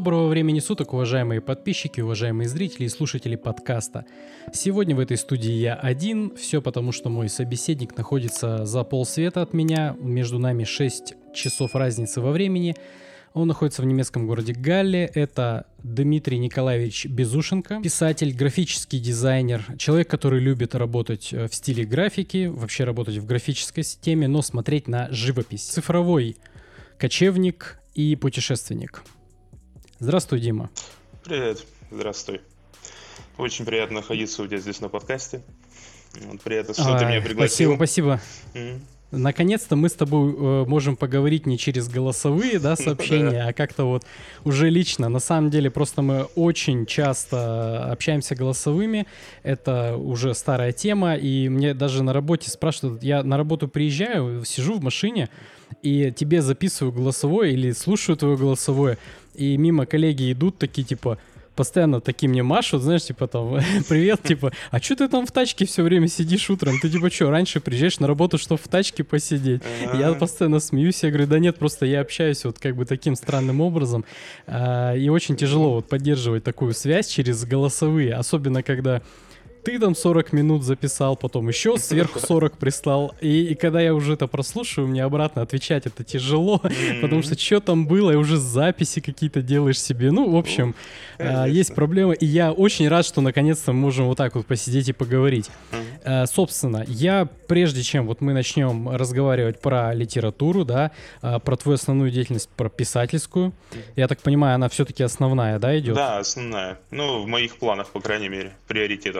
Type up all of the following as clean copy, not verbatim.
Доброго времени суток, уважаемые подписчики, уважаемые зрители и слушатели подкаста. Сегодня в этой студии я один, все потому, что мой собеседник находится за полсвета от меня, между нами 6 часов разницы во времени. Он находится в немецком городе Галле. Это Дмитрий Николаевич Безушенко, писатель, графический дизайнер, человек, который любит работать в стиле графики, вообще работать в графической системе, но смотреть на живопись. Цифровой кочевник и путешественник. Здравствуй, Дима. Привет, здравствуй. Очень приятно находиться у тебя здесь на подкасте. Приятно, что ты меня пригласил. Спасибо. Наконец-то мы с тобой можем поговорить не через голосовые сообщения, а как-то вот уже лично. На самом деле просто мы очень часто общаемся голосовыми. Это уже старая тема, и мне даже на работе спрашивают, я на работу приезжаю, сижу в машине, и тебе записываю голосовое или слушаю твое голосовое, и мимо коллеги идут такие, типа, постоянно такие мне машут, знаешь, типа там, привет, типа, а что ты там в тачке все время сидишь утром? Ты типа что, раньше приезжаешь на работу, чтобы в тачке посидеть? Я постоянно смеюсь, я говорю, да нет, просто я общаюсь вот как бы таким странным образом, и очень тяжело вот поддерживать такую связь через голосовые, особенно когда ты там 40 минут записал, потом еще сверху 40 прислал. И когда я уже это прослушаю, мне обратно отвечать это тяжело, потому что там было, и уже записи какие-то делаешь себе. Ну, в общем, есть проблемы. И я очень рад, что наконец-то мы можем вот так вот посидеть и поговорить. Собственно, я, прежде чем вот мы начнем разговаривать про литературу, да, про твою основную деятельность, про писательскую, я так понимаю, она все-таки основная, да, идет? Да, основная. Ну, в моих планах, по крайней мере, приоритетах.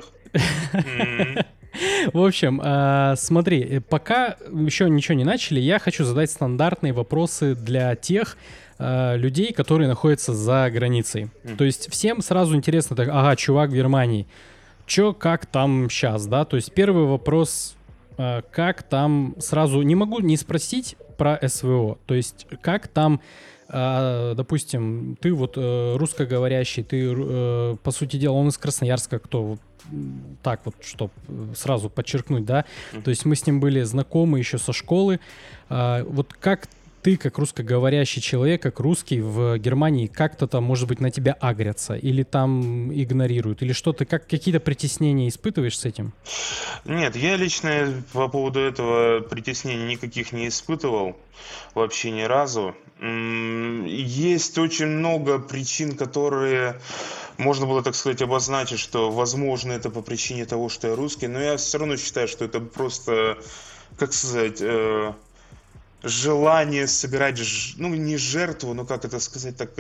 В общем, смотри, пока еще ничего не начали, я хочу задать стандартные вопросы для тех людей, которые находятся за границей. То есть всем сразу интересно, так, ага, чувак в Германии, чё, как там сейчас, да? То есть первый вопрос, как там, сразу не могу не спросить про СВО, то есть как там, допустим, ты вот русскоговорящий, ты, по сути дела, он из Красноярска, кто так вот, чтобы сразу подчеркнуть, да, то есть мы с ним были знакомы еще со школы. Вот как ты, как русскоговорящий человек, как русский в Германии, как-то там, может быть, на тебя агрятся, или там игнорируют, или что, ты какие-то притеснения испытываешь с этим? Нет, я лично по поводу этого притеснений никаких не испытывал вообще ни разу. Есть очень много причин, которые можно было, так сказать, обозначить, что, возможно, это по причине того, что я русский, но я все равно считаю, что это просто, как сказать, желание собирать, ну, не жертву, но как это сказать так,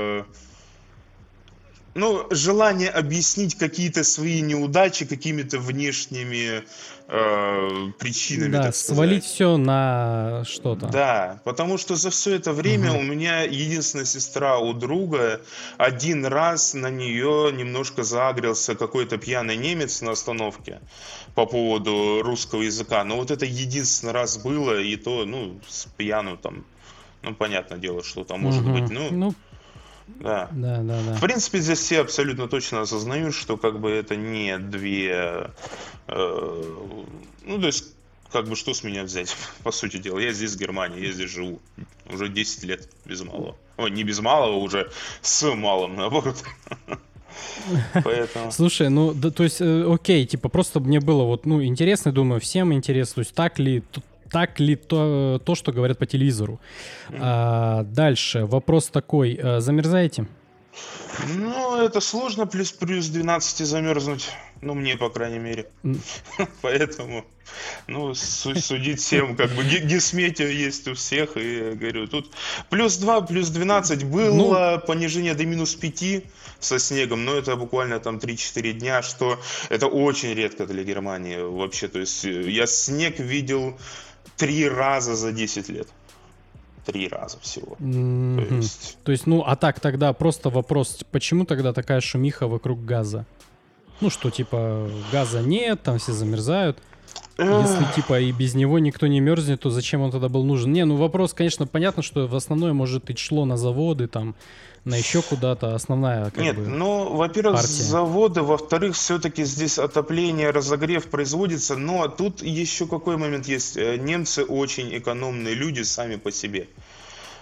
ну, желание объяснить какие-то свои неудачи какими-то внешними причинами, да, так сказать. Свалить все на что-то. Да, потому что за все это время у меня единственная сестра у друга, один раз на нее немножко заагрился какой-то пьяный немец на остановке по поводу русского языка. Но вот это единственный раз было, и то, ну, с пьяну там, ну, понятное дело, что там может быть, ну... Да. Да. В принципе, здесь все абсолютно точно осознают, что как бы это не две... ну, то есть, как бы что с меня взять, по сути дела. Я здесь в Германии, я здесь живу. Уже 10 лет без малого. Ой, не без малого, уже с малым, наоборот. Поэтому... Слушай, ну, да, то есть, окей, типа, просто мне было вот, ну, интересно, думаю, всем интересно, то есть, так ли то, что говорят по телевизору. Дальше вопрос такой. Замерзаете? Ну, это сложно плюс 12 замерзнуть. Ну, мне, по крайней мере. Поэтому, ну, судить всем, как бы, гисметео есть у всех. И, говорю, тут плюс 2, плюс 12 было, понижение до минус 5 со снегом, но это буквально там 3-4 дня, что это очень редко для Германии вообще. То есть, я снег видел 3 раза за 10 лет. 3 раза всего. То есть, ну, а так тогда просто вопрос, почему тогда такая шумиха вокруг газа? Ну, что, типа, газа нет, там все замерзают. Если, типа, и без него никто не мерзнет, то зачем он тогда был нужен? Не, ну, вопрос, конечно, понятно, что в основное, может, и шло на заводы, там, на еще куда-то, основная, как Нет, бы, ну, во-первых, партия. заводы, во-вторых, все-таки здесь отопление, разогрев производится, но тут еще какой момент есть. Немцы очень экономные люди сами по себе.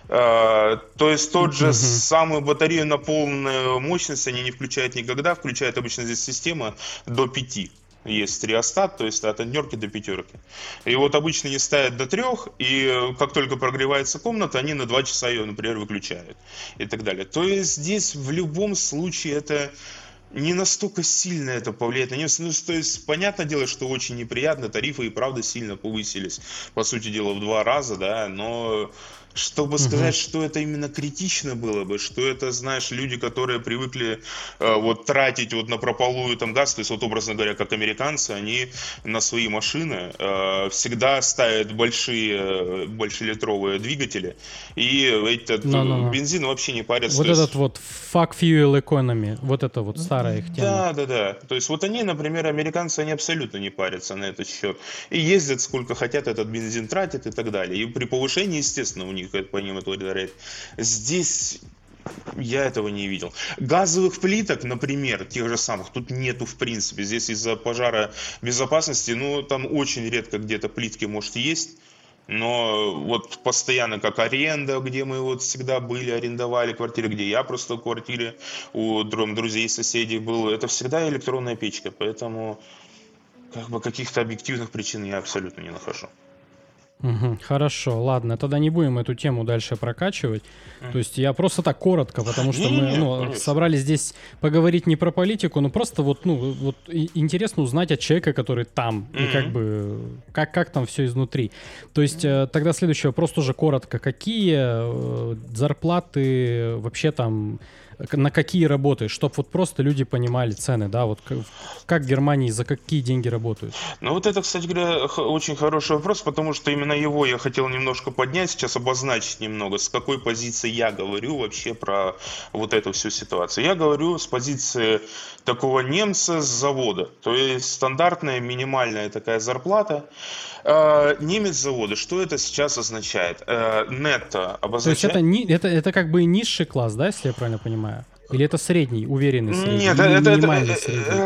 То есть тот же Мгм. самую батарею на полную мощность они не включают никогда, включает обычно здесь система до 5. Есть реостат, то есть от однерки до пятерки. И вот обычно не ставят до 3, и как только прогревается комната, они на 2 часа ее, например, выключают и так далее. То есть здесь в любом случае это не настолько сильно это повлияет на нее. Ну, то есть, понятное дело, что очень неприятно, тарифы и правда сильно повысились, по сути дела, в 2 раза, да, но чтобы Мгм. сказать, что это именно критично было бы, что это, знаешь, люди, которые привыкли вот тратить вот на прополую там газ, то есть вот образно говоря, как американцы, они на свои машины всегда ставят большелитровые двигатели, и этот Ну-ну-ну. бензин вообще не парятся, то Вот этот есть вот fuck fuel economy, вот это вот старая их тема. да, да, да. То есть вот они, например, американцы, они абсолютно не парятся на этот счет. И ездят сколько хотят, этот бензин тратят и так далее. И при повышении, естественно, у них это по ним это ударяет. Здесь я этого не видел. Газовых плиток, например, тех же самых, тут нету в принципе. Здесь из-за пожара безопасности, ну, там очень редко где-то плитки, может, есть. Но вот постоянно как аренда, где мы вот всегда были, арендовали квартиры, где я просто в квартире у друзей, соседей был, это всегда электронная печка, поэтому как бы каких-то объективных причин я абсолютно не нахожу. Мгм. Хорошо, ладно, тогда не будем эту тему дальше прокачивать. То есть я просто так коротко, потому что мы, Не-не-не, ну, конечно. собрались здесь поговорить не про политику, но просто вот, ну, вот интересно узнать от человека, который там, и как Мгм. бы, как там все изнутри. То есть тогда следующий вопрос тоже коротко. Какие зарплаты вообще там, на какие работы, чтобы вот просто люди понимали цены, да, вот как в Германии за какие деньги работают? Ну вот это, кстати говоря, очень хороший вопрос, потому что именно его я хотел немножко поднять, сейчас обозначить немного, с какой позиции я говорю вообще про вот эту всю ситуацию. Я говорю с позиции такого немца с завода, то есть стандартная минимальная такая зарплата. Немец с завода, что это сейчас означает? Нетто То есть это, обозначает... это как бы низший класс, да, если я правильно понимаю? Или это средний, уверенный средний? Нет, Или минимальный средний?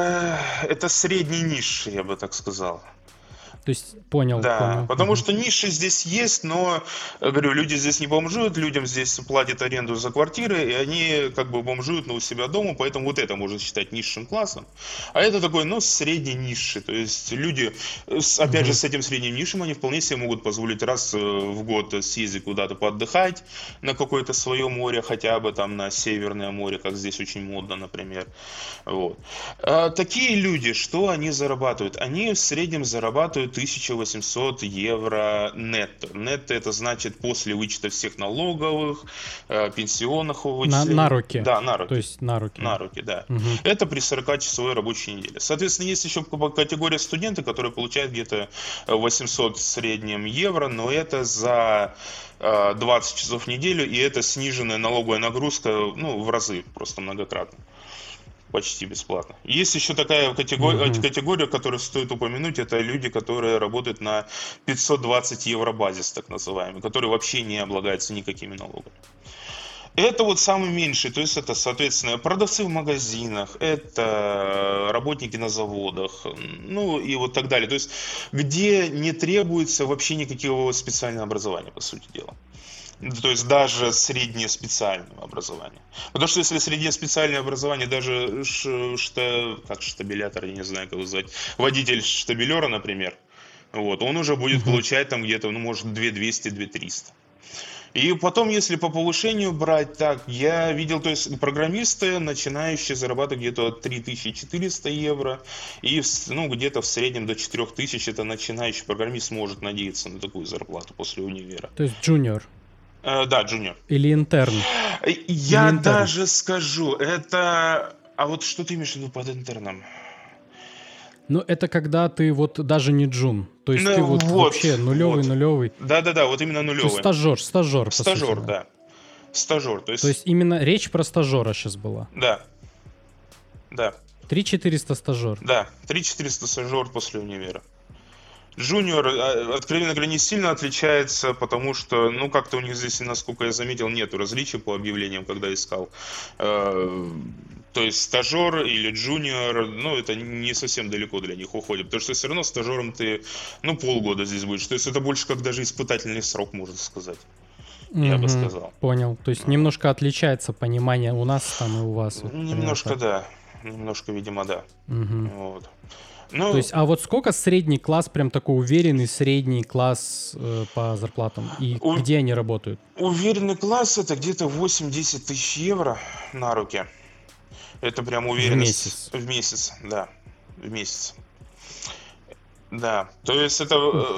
это средний низший, я бы так сказал. То есть понял, Да, понял. потому Мгм. что ниши здесь есть, но, говорю, люди здесь не бомжуют, людям здесь платят аренду за квартиры, и они как бы бомжуют, у себя дома, поэтому вот это можно считать низшим классом. А это такой, ну, средний ниши, то есть люди, опять же, Мгм. с этим средним нишем они вполне себе могут позволить раз в год съездить куда-то поотдыхать на какое-то свое море, хотя бы там на Северное море, как здесь очень модно, например. Вот. Такие люди, что они зарабатывают? Они в среднем зарабатывают 1800 евро нетто. Нетто это значит после вычета всех налоговых, пенсионных На вычислений. руки. Да, на То руки. есть на руки. На руки, да. Мгм. Это при 40-часовой рабочей неделе. Соответственно, есть еще категория студенты, которые получают где-то 800 в среднем евро, но это за 20 часов в неделю, и это сниженная налоговая нагрузка, ну, в разы, просто многократно. Почти бесплатно. Есть еще такая Мгм. категория, которую стоит упомянуть, это люди, которые работают на 520 евро базис, так называемый, которые вообще не облагаются никакими налогами. Это вот самый меньший, то есть это, соответственно, продавцы в магазинах, это работники на заводах, ну и вот так далее. То есть где не требуется вообще никакого специального образования, по сути дела. То есть даже среднее специальное образование. Потому что если среднее специальное образование, даже как штабелятор, я не знаю, как его назвать, водитель штабелера, например, вот, он уже будет Мгм. получать там где-то, ну, может, 2200, 2300. И потом, если по повышению брать, так, я видел, то есть программисты, начинающие зарабатывать где-то от 3400 евро, и ну, где-то в среднем до 4000 это начинающий программист может надеяться на такую зарплату после универа. То есть junior. Да, джуниор. Или интерн. Или Я интерн. даже скажу, это... А вот что ты имеешь в виду под интерном? Ну, это когда ты вот даже не джун. То есть ты Ну, вот вообще вот, нулевый, вот. нулевый. Да-да-да, вот именно То есть нулевый. стажер, по сути, Стажер, да. да. Стажер, то То есть есть, именно речь про стажера сейчас была. да, да, 3400 стажер. да. 3400 стажер после универа. Джуниор, откровенно говоря, не сильно отличается, потому что, ну, как-то у них здесь, насколько я заметил, нету различий по объявлениям, когда искал. То есть стажер или джуниор, ну, это не совсем далеко для них уходит, потому что все равно стажером ты, ну, полгода здесь будешь. То есть это больше как даже испытательный срок, можно сказать. я бы сказал. Понял. То есть немножко отличается понимание у нас там и у вас. Вот, немножко, да. Немножко, видимо, да. Вот. Ну, то есть, а вот сколько средний класс, прям такой уверенный средний класс по зарплатам? И где они работают? Уверенный класс — это где-то 8-10 тысяч евро на руки. Это прям уверенность. В месяц, да. В месяц. Да. То есть это...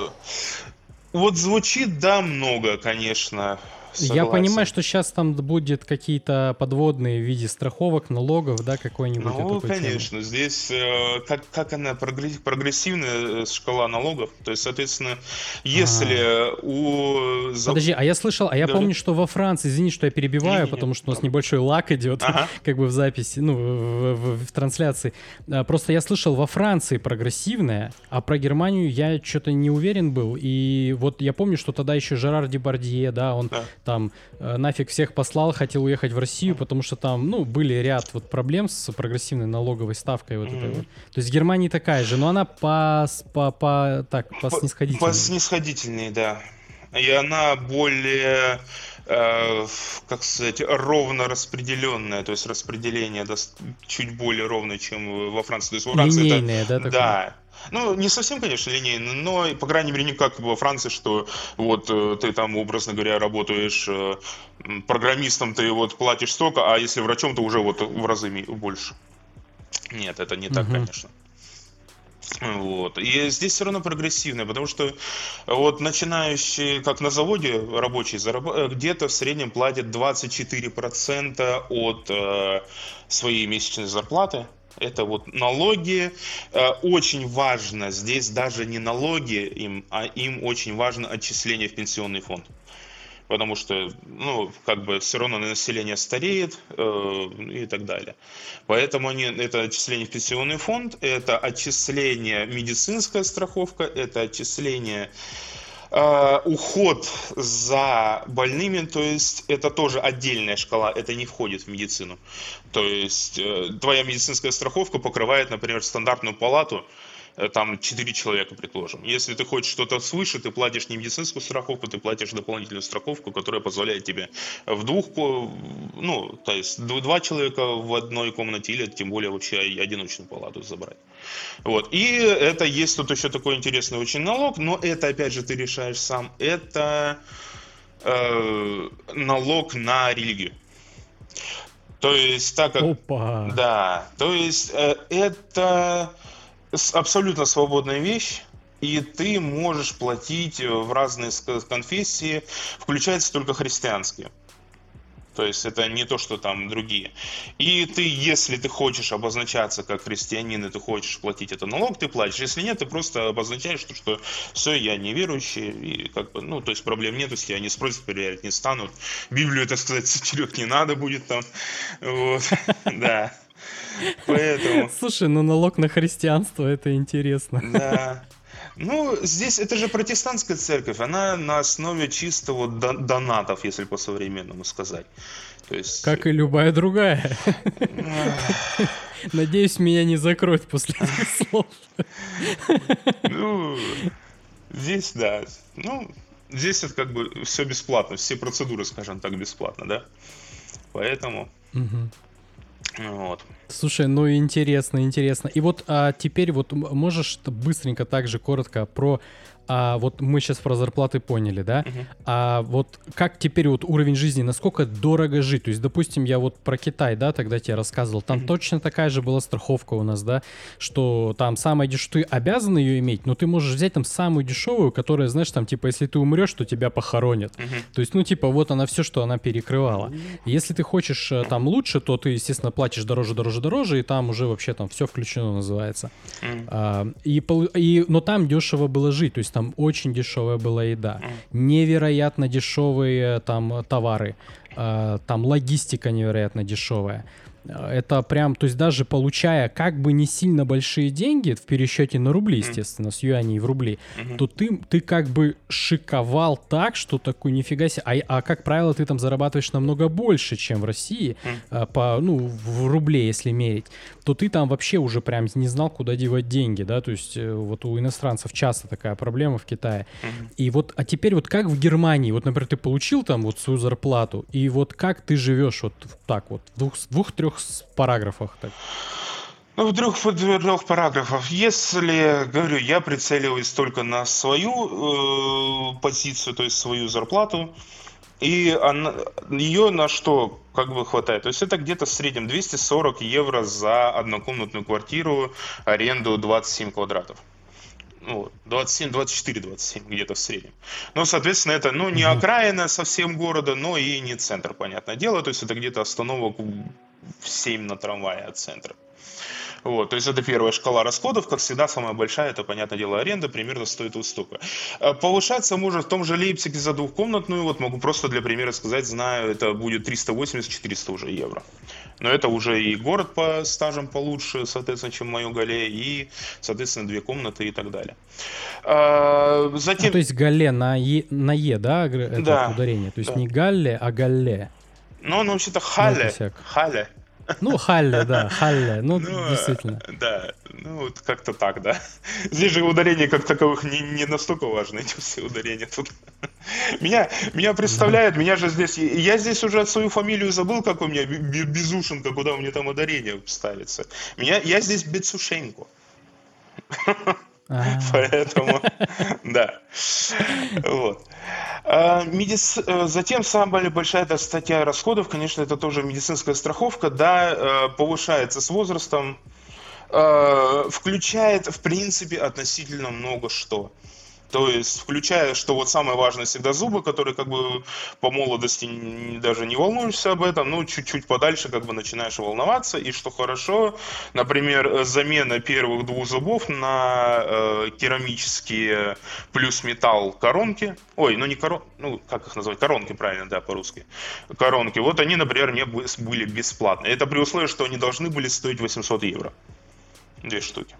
Вот звучит, да, много, конечно. Согласен. Я понимаю, что сейчас там будет какие-то подводные в виде страховок, налогов, да, какой-нибудь. Ну, конечно. Темы. Здесь как она прогрессивная шкала налогов. То есть, соответственно, если у... Подожди, а я слышал, я помню, что во Франции, извини, что я перебиваю, потому что у нас небольшой лаг идет, как бы в записи, ну, в трансляции. Просто я слышал, во Франции прогрессивная, а про Германию я что-то не уверен был. И вот я помню, что тогда еще Жерар Депардье, да, он... там нафиг всех послал, хотел уехать в Россию, потому что там, ну, были ряд вот проблем с прогрессивной налоговой ставкой вот этой вот. То есть в Германии такая же, но она по снисходительной. По снисходительной, да. И она более, как сказать, ровно распределенная, то есть распределение чуть более ровное, чем во Франции. То есть во Франции линейное, это, да? Да. Ну, не совсем, конечно, линейно, но, по крайней мере, не как во Франции, что вот ты там, образно говоря, работаешь программистом, ты вот платишь столько, а если врачом, то уже вот в разы больше. Нет, это не так, конечно. Вот. И здесь все равно прогрессивное, потому что вот начинающие, как на заводе рабочие, где-то в среднем платят 24% от своей месячной зарплаты. Это вот налоги. Очень важно здесь даже не налоги а им очень важно отчисление в пенсионный фонд. Потому что, ну, как бы все равно население стареет и так далее. Поэтому это отчисление в пенсионный фонд, это отчисление медицинская страховка, это отчисление уход за больными, то есть это тоже отдельная шкала, это не входит в медицину. То есть твоя медицинская страховка покрывает, например, стандартную палату, там 4 человека, предположим. Если ты хочешь что-то свыше, ты платишь не медицинскую страховку, ты платишь дополнительную страховку, которая позволяет тебе то есть 2 человека в одной комнате или тем более вообще одиночную палату забрать. Вот. И это есть тут еще такой интересный очень налог, но это опять же ты решаешь сам. Это налог на религию. То есть так как... Опа. Да, то есть это... абсолютно свободная вещь, и ты можешь платить в разные конфессии, включается только христианские. То есть это не то, что там другие. И ты, если ты хочешь обозначаться как христианин, и ты хочешь платить этот налог, ты платишь. Если нет, ты просто обозначаешь, что все, я неверующий, и как бы, ну, то есть проблем нет, если они спросят, проверять не станут. Библию, так сказать, сочерёк не надо будет там. Вот, да. Поэтому... Слушай, ну налог на христианство, это интересно. Да. Ну, здесь это же протестантская церковь, она на основе чистого донатов, если по-современному сказать. То есть... Как и любая другая. Надеюсь, меня не закроют после этих слов. Ну, здесь, да. Ну, здесь это как бы все бесплатно, все процедуры, скажем так, бесплатно, да. Поэтому... Вот. Слушай, ну интересно. И вот теперь вот можешь быстренько также коротко про... вот мы сейчас про зарплаты поняли, да? А вот как теперь вот уровень жизни, насколько дорого жить? То есть, допустим, я вот про Китай, да, тогда тебе рассказывал, там точно такая же была страховка у нас, да, что там самая дешевая, ты обязан ее иметь, но ты можешь взять там самую дешевую, которая, знаешь, там, типа, если ты умрешь, то тебя похоронят. То есть, ну, типа, вот она все, что она перекрывала. Если ты хочешь там лучше, то ты, естественно, платишь дороже, и там уже вообще там все включено называется. Но там дешево было жить, то есть там очень дешевая была еда, невероятно дешевые там товары, там логистика невероятно дешевая. Это прям, то есть даже получая как бы не сильно большие деньги в пересчете на рубли, естественно, с юаней в рубли, то ты как бы шиковал так, что такой нифига себе. А как правило, ты там зарабатываешь намного больше, чем в России, в рубле, если мерить, то ты там вообще уже прям не знал, куда девать деньги, да, то есть вот у иностранцев часто такая проблема в Китае. И вот, а теперь вот как в Германии, вот, например, ты получил там вот свою зарплату, и вот как ты живешь вот так вот, в двух-трех параграфах так? Ну, в трех параграфах. Если, говорю, я прицеливаюсь только на свою позицию, то есть свою зарплату, и ее на что как бы хватает. То есть это где-то в среднем 240 евро за однокомнатную квартиру, аренду 27 квадратов. Ну, 27, 24, 27 где-то в среднем. Ну, соответственно, это, не окраина совсем города, но и не центр, понятное дело. То есть это где-то остановок в 7 на трамвае от центра. Вот, то есть это первая шкала расходов, как всегда, самая большая, это, понятное дело, аренда, примерно стоит вот столько. Повышаться можно в том же Лейпциге за двухкомнатную, вот могу просто для примера сказать, знаю, это будет 380-400 уже евро. Но это уже и город по стажам получше, соответственно, чем мое Галле, и, соответственно, 2 комнаты и так далее. Затем... то есть Галле на Е, да, это да, ударение? То есть да. не Галле, а Галле. Ну, оно вообще-то Халле. Халле. Ну, Халле, да, Халле, действительно. Да, вот как-то так, да. Здесь же ударения как таковых не настолько важны, эти все ударения тут. Меня представляет, меня же здесь, я здесь уже свою фамилию забыл, как у меня, Безушенко, куда у меня там ударение ставится. Я здесь Бецушенко. Поэтому, да. Вот. Затем самая большая статья расходов, конечно, это тоже медицинская страховка, да, повышается с возрастом, включает, в принципе, относительно много что. То есть, включая, что вот самое важное всегда зубы, которые как бы по молодости даже не волнуешься об этом, но чуть-чуть подальше как бы начинаешь волноваться. И что хорошо, например, замена первых 2 зубов на керамические плюс металл коронки. Ой, не коронки, как их назвать? Коронки, правильно, да, по-русски. Коронки. Вот они, например, мне были бесплатны. Это при условии, что они должны были стоить 800 евро. 2 штуки.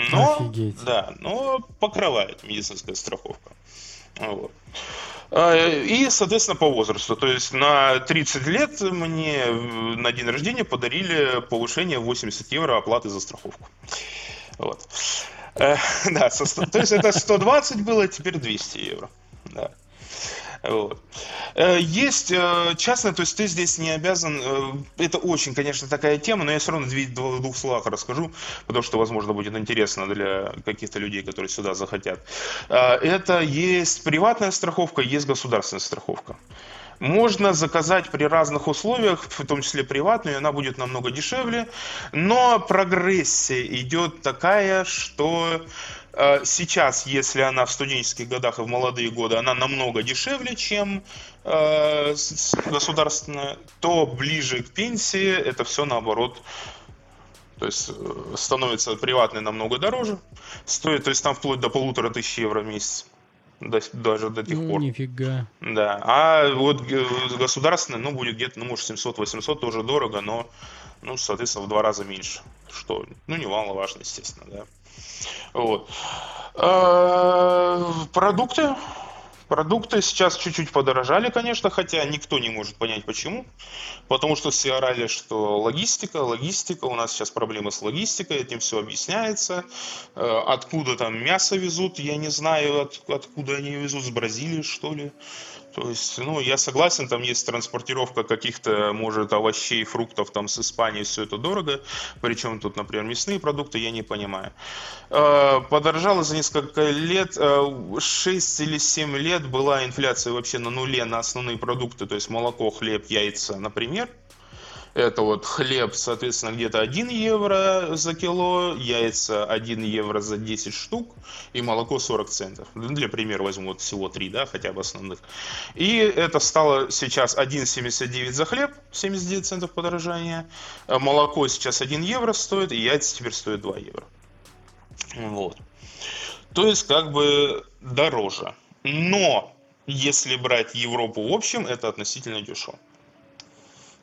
Но покрывает медицинская страховка. Вот. И, соответственно, по возрасту. То есть на 30 лет мне на день рождения подарили повышение 80 евро оплаты за страховку. Вот. Да, то есть это 120 было, теперь 200 евро. Да. Вот. Есть частное, то есть ты здесь не обязан, это очень, конечно, такая тема, но я все равно в 2 словах расскажу, потому что, возможно, будет интересно для каких-то людей, которые сюда захотят. Это есть приватная страховка, есть государственная страховка. Можно заказать при разных условиях, в том числе приватную, и она будет намного дешевле, но прогрессия идет такая, что сейчас, если она в студенческих годах и в молодые годы, она намного дешевле, чем государственная, то ближе к пенсии это все наоборот. То есть становится приватный намного дороже, стоит, то есть там вплоть до 1500 евро в месяц. Даже до тех пор. Нифига. Да. А вот государственное, будет где-то, может, 700-800, тоже дорого, но, соответственно, в 2 раза меньше. Что, немаловажно, естественно, да. Вот. Продукты сейчас чуть-чуть подорожали, конечно, хотя никто не может понять почему. Потому что все орали, что логистика, у нас сейчас проблемы с логистикой, этим все объясняется. Откуда там мясо везут, я не знаю, откуда они везут, с Бразилии, что ли. То есть, я согласен, там есть транспортировка каких-то, может, овощей, фруктов там с Испании, все это дорого. Причем тут, например, мясные продукты, я не понимаю. Подорожало за несколько лет, 6 или 7 лет была инфляция вообще на нуле на основные продукты, то есть молоко, хлеб, яйца, например. Это вот хлеб, соответственно, где-то 1 евро за кило, яйца 1 евро за 10 штук и молоко 40 центов. Для примера возьму вот всего 3, да, хотя бы основных. И это стало сейчас 1,79 за хлеб, 79 центов подорожания. Молоко сейчас 1 евро стоит, и яйца теперь стоят 2 евро. Вот. То есть как бы дороже. Но если брать Европу в общем, это относительно дешево.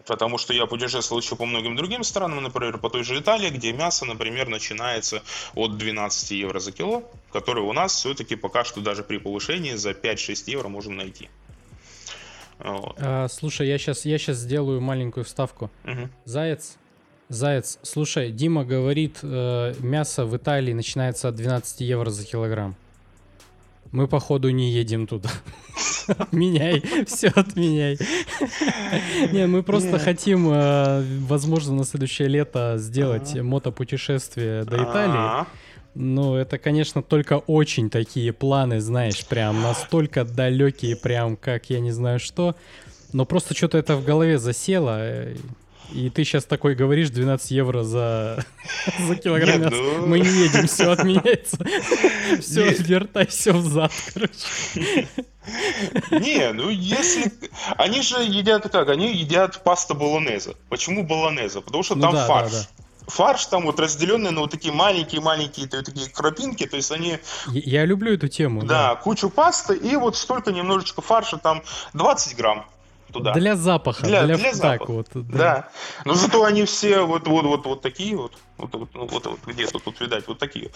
Потому что я путешествовал еще по многим другим странам, например, по той же Италии, где мясо, например, начинается от 12 евро за кило, которое у нас все-таки пока что даже при повышении за 5-6 евро можем найти. Вот. Слушай, я сейчас сделаю маленькую вставку. Угу. Заяц, слушай, Дима говорит, мясо в Италии начинается от 12 евро за килограмм. Мы, походу, не едем туда. Отменяй, все отменяй. Не, мы просто хотим, возможно, на следующее лето сделать мотопутешествие до Италии. Ну, это, конечно, только очень такие планы, знаешь, прям настолько далекие, прям как я не знаю что. Но просто что-то это в голове засело. И ты сейчас такой говоришь, 12 евро за килограмм мяса. Мы не едем, все отменяется. Все, вертай все взад, короче. Не, ну если... Они же едят как? Они едят паста болонеза. Почему болонеза? Потому что там фарш. Да. Фарш там вот разделенный на вот такие маленькие такие крапинки, то есть они... Я люблю эту тему. Да, кучу пасты и вот столько немножечко фарша, там 20 грамм. Туда. Для запаха. Для запаха. Вот, да. Но зато они все вот такие вот. Вот где-то тут видать, вот такие.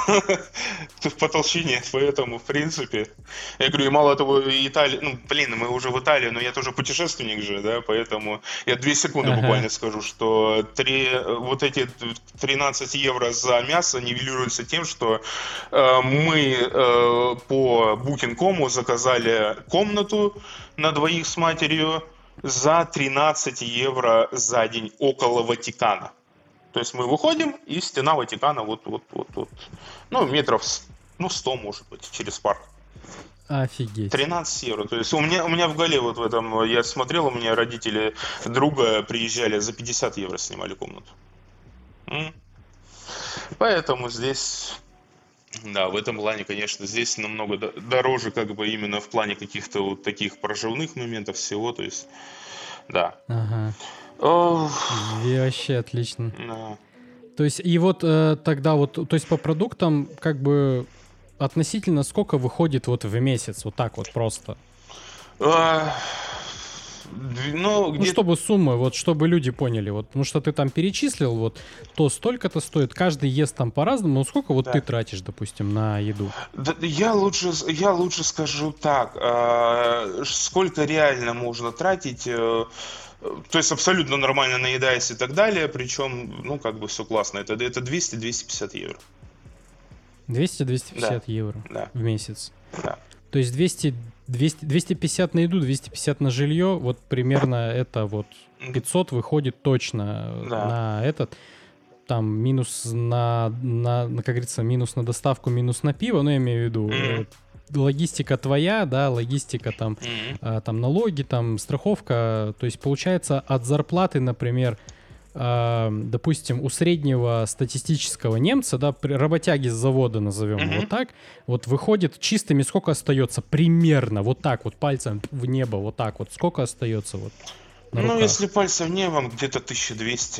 По толщине, поэтому, в принципе. Я говорю, и мало того, Италия, мы уже в Италии, но я тоже путешественник же, да, поэтому я 2 секунды буквально скажу, что вот эти 13 евро за мясо нивелируются тем, что мы по Booking.com заказали комнату на двоих с матерью за 13 евро за день около Ватикана. То есть мы выходим, и стена Ватикана вот, метров 100, может быть, через парк. Офигеть. 13 евро. То есть у меня в Гале вот в этом, я смотрел, у меня родители друга приезжали, за 50 евро снимали комнату. Поэтому здесь... Да, в этом плане, конечно, здесь намного дороже, как бы именно в плане каких-то вот таких проживных моментов всего, то есть, да. Ага. Вообще отлично. Да. То есть, и вот тогда вот, то есть по продуктам, как бы, относительно сколько выходит вот в месяц, вот так вот просто? Чтобы суммы, вот, чтобы люди поняли, вот, потому что ты там перечислил, вот, то столько-то стоит, каждый ест там по-разному, но сколько вот ты тратишь, допустим, на еду? Да, я лучше скажу так, сколько реально можно тратить, то есть абсолютно нормально наедаясь и так далее, причем, все классно, это 200-250 евро. 200-250 евро в месяц? Да. То есть 250 на еду, 250 на жилье, вот примерно это вот 500 выходит точно на этот, там минус на, как говорится, минус на доставку, минус на пиво, но я имею в виду, логистика твоя, да, логистика там, там налоги, там страховка, то есть получается от зарплаты, например, допустим, у среднего статистического немца, да, работяги с завода, назовем его так, вот выходит чистыми сколько остается примерно, вот так вот пальцем в небо, вот так вот, сколько остается вот на руках? Если пальцем в небо, где-то 1200.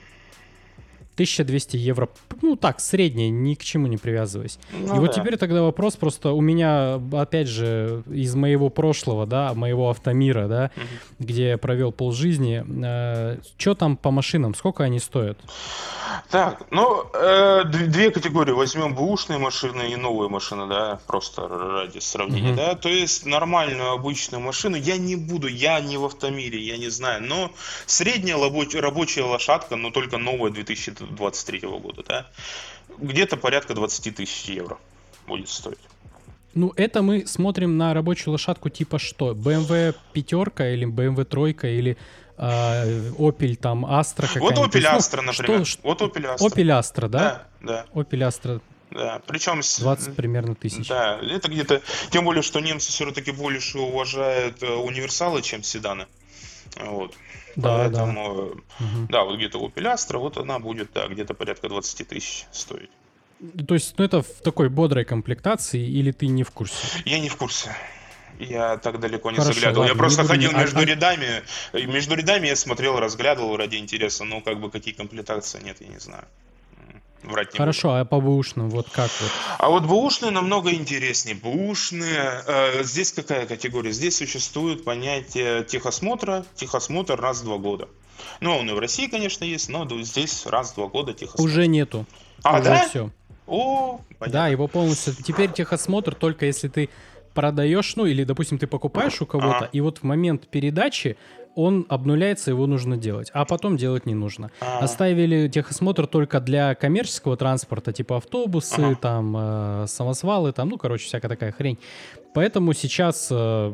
1200 евро, так, среднее, ни к чему не привязываясь. И вот теперь тогда вопрос просто у меня, опять же, из моего прошлого, да, моего автомира, да, где я провел полжизни, что там по машинам, сколько они стоят? Так, две категории. Возьмем бэушные машины и новые машины, да, просто ради сравнения, да. То есть нормальную обычную машину я не в автомире, я не знаю, но средняя рабочая лошадка, но только новая 2023 года, да, где-то порядка 20 тысяч евро будет стоить. Это мы смотрим на рабочую лошадку типа что? BMW пятерка или BMW тройка или Opel там Astra какая-нибудь? Вот Opel Astra, например. Вот Opel Astra. Opel Astra, да? Да. Opel Astra. Да, причем... 20 примерно тысяч. Да, это где-то... Тем более, что немцы все-таки больше уважают универсалы, чем седаны. Вот. Да, поэтому, да, вот где-то Opel Astra, вот она будет, да, где-то порядка 20 тысяч стоить. То есть, это в такой бодрой комплектации или ты не в курсе? Я не в курсе. Я так далеко не заглядывал. Ладно, я просто ходил между рядами. Между рядами я смотрел, разглядывал ради интереса. Но какие комплектации, нет, я не знаю. Врать не Хорошо, буду. А по бэушным вот как вот? А вот бэушные намного интереснее. Бэушные, здесь какая категория? Здесь существует понятие техосмотра. Техосмотр раз в 2 года. Ну, он и в России, конечно, есть, но здесь раз в 2 года техосмотр. Уже нету. А, Уже да? все. О, Да, понятно. его полностью... Теперь техосмотр только если ты продаешь, ну или, допустим, ты покупаешь у кого-то, Ага, и вот в момент передачи он обнуляется, его нужно делать, а потом делать не нужно. ага, Оставили техосмотр только для коммерческого транспорта, типа автобусы, ага. там, самосвалы, там, ну, короче, всякая такая хрень. Поэтому сейчас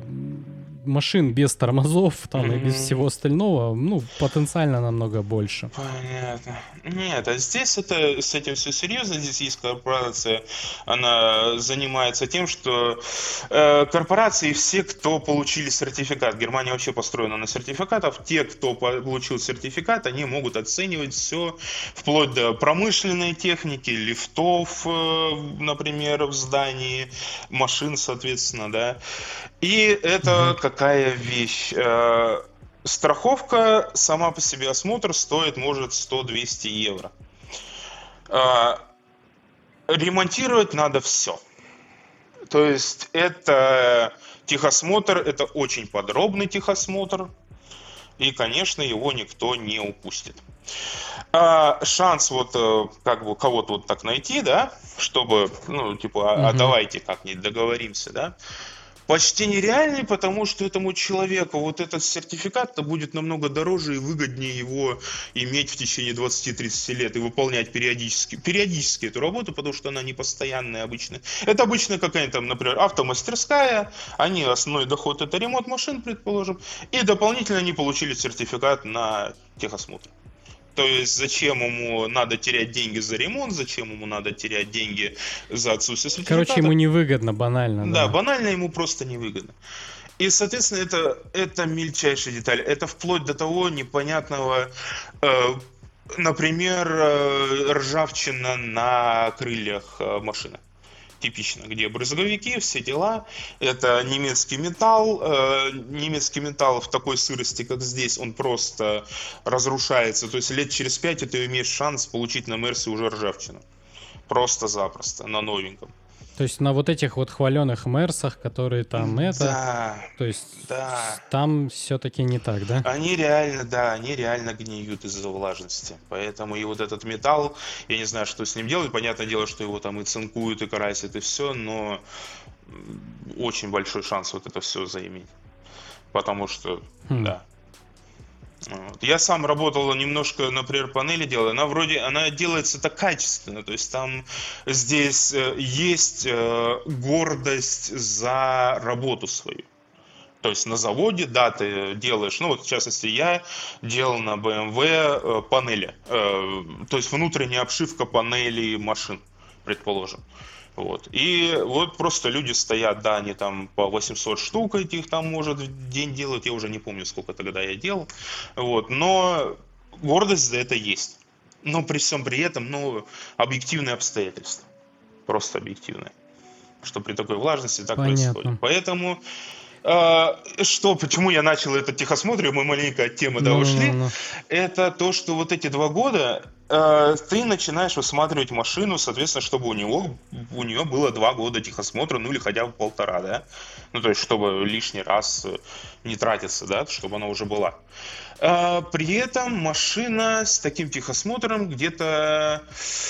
машин без тормозов там и без всего остального, ну, потенциально намного больше. Понятно. Нет, а здесь это с этим все серьезно. Здесь есть корпорация, она занимается тем, что корпорации все, кто получили сертификат, Германия вообще построена на сертификатах, те, кто получил сертификат, они могут оценивать все, вплоть до промышленной техники, лифтов, например, в здании, машин, соответственно, да. И это Мгм. какая вещь? Страховка сама по себе, осмотр стоит, может, 100-200 евро. А, Ремонтировать надо все. То есть это техосмотр, это очень подробный техосмотр, и, конечно, его никто не упустит. Шанс вот как бы кого-то вот так найти, да, чтобы, ну, типа, а Мгм. давайте как-нибудь договоримся, да, почти нереальный, потому что этому человеку вот этот сертификат-то будет намного дороже и выгоднее его иметь в течение 20-30 лет и выполнять периодически эту работу, потому что она не постоянная обычно. Это обычно какая-нибудь там, например, автомастерская, они основной доход это ремонт машин, предположим, и дополнительно они получили сертификат на техосмотр. То есть зачем ему надо терять деньги за ремонт, зачем ему надо терять деньги за отсутствие Короче, ему сертификата? невыгодно, банально, Да, да. банально ему просто невыгодно. И, соответственно, это мельчайшая деталь. Это вплоть до того непонятного, э, например, ржавчина на крыльях машины. Типично, где брызговики, все дела. Это немецкий металл в такой сырости, как здесь, он просто разрушается. То есть лет через 5 ты имеешь шанс получить на Мерсе уже ржавчину. Просто-запросто, на новеньком. То есть на вот этих вот хваленых Мерсах, которые там это, Да, то есть да. там все-таки не так, да? Они реально, да, они реально гниют из-за влажности. Поэтому и вот этот металл, я не знаю, что с ним делать. Понятное дело, что его там и цинкуют, и красят, и все, но очень большой шанс вот это все заиметь. Потому что, Хм. да. Вот. Я сам работал немножко, например, панели делал. Она делается так качественно. То есть там здесь есть гордость за работу свою. То есть на заводе, да, ты делаешь, ну вот в частности я делал на BMW панели, то есть внутренняя обшивка панелей машин, предположим. Вот. И вот просто люди стоят, да, они там по 800 штук этих там, может, в день делают, я уже не помню, сколько тогда я делал. Вот. Но гордость за это есть. Но при всем при этом, ну, объективные обстоятельства. Просто объективные. Что при такой влажности так происходит. Понятно. Поэтому почему я начал этот техосмотр, и мы маленько от темы, да, ушли, Ну-ну-ну. это то, что вот эти 2 года ты начинаешь высматривать машину, соответственно, чтобы у нее было 2 года техосмотра, ну или хотя бы 1,5, да, ну то есть чтобы лишний раз не тратиться, да, чтобы она уже была. При этом машина с таким техосмотром где-то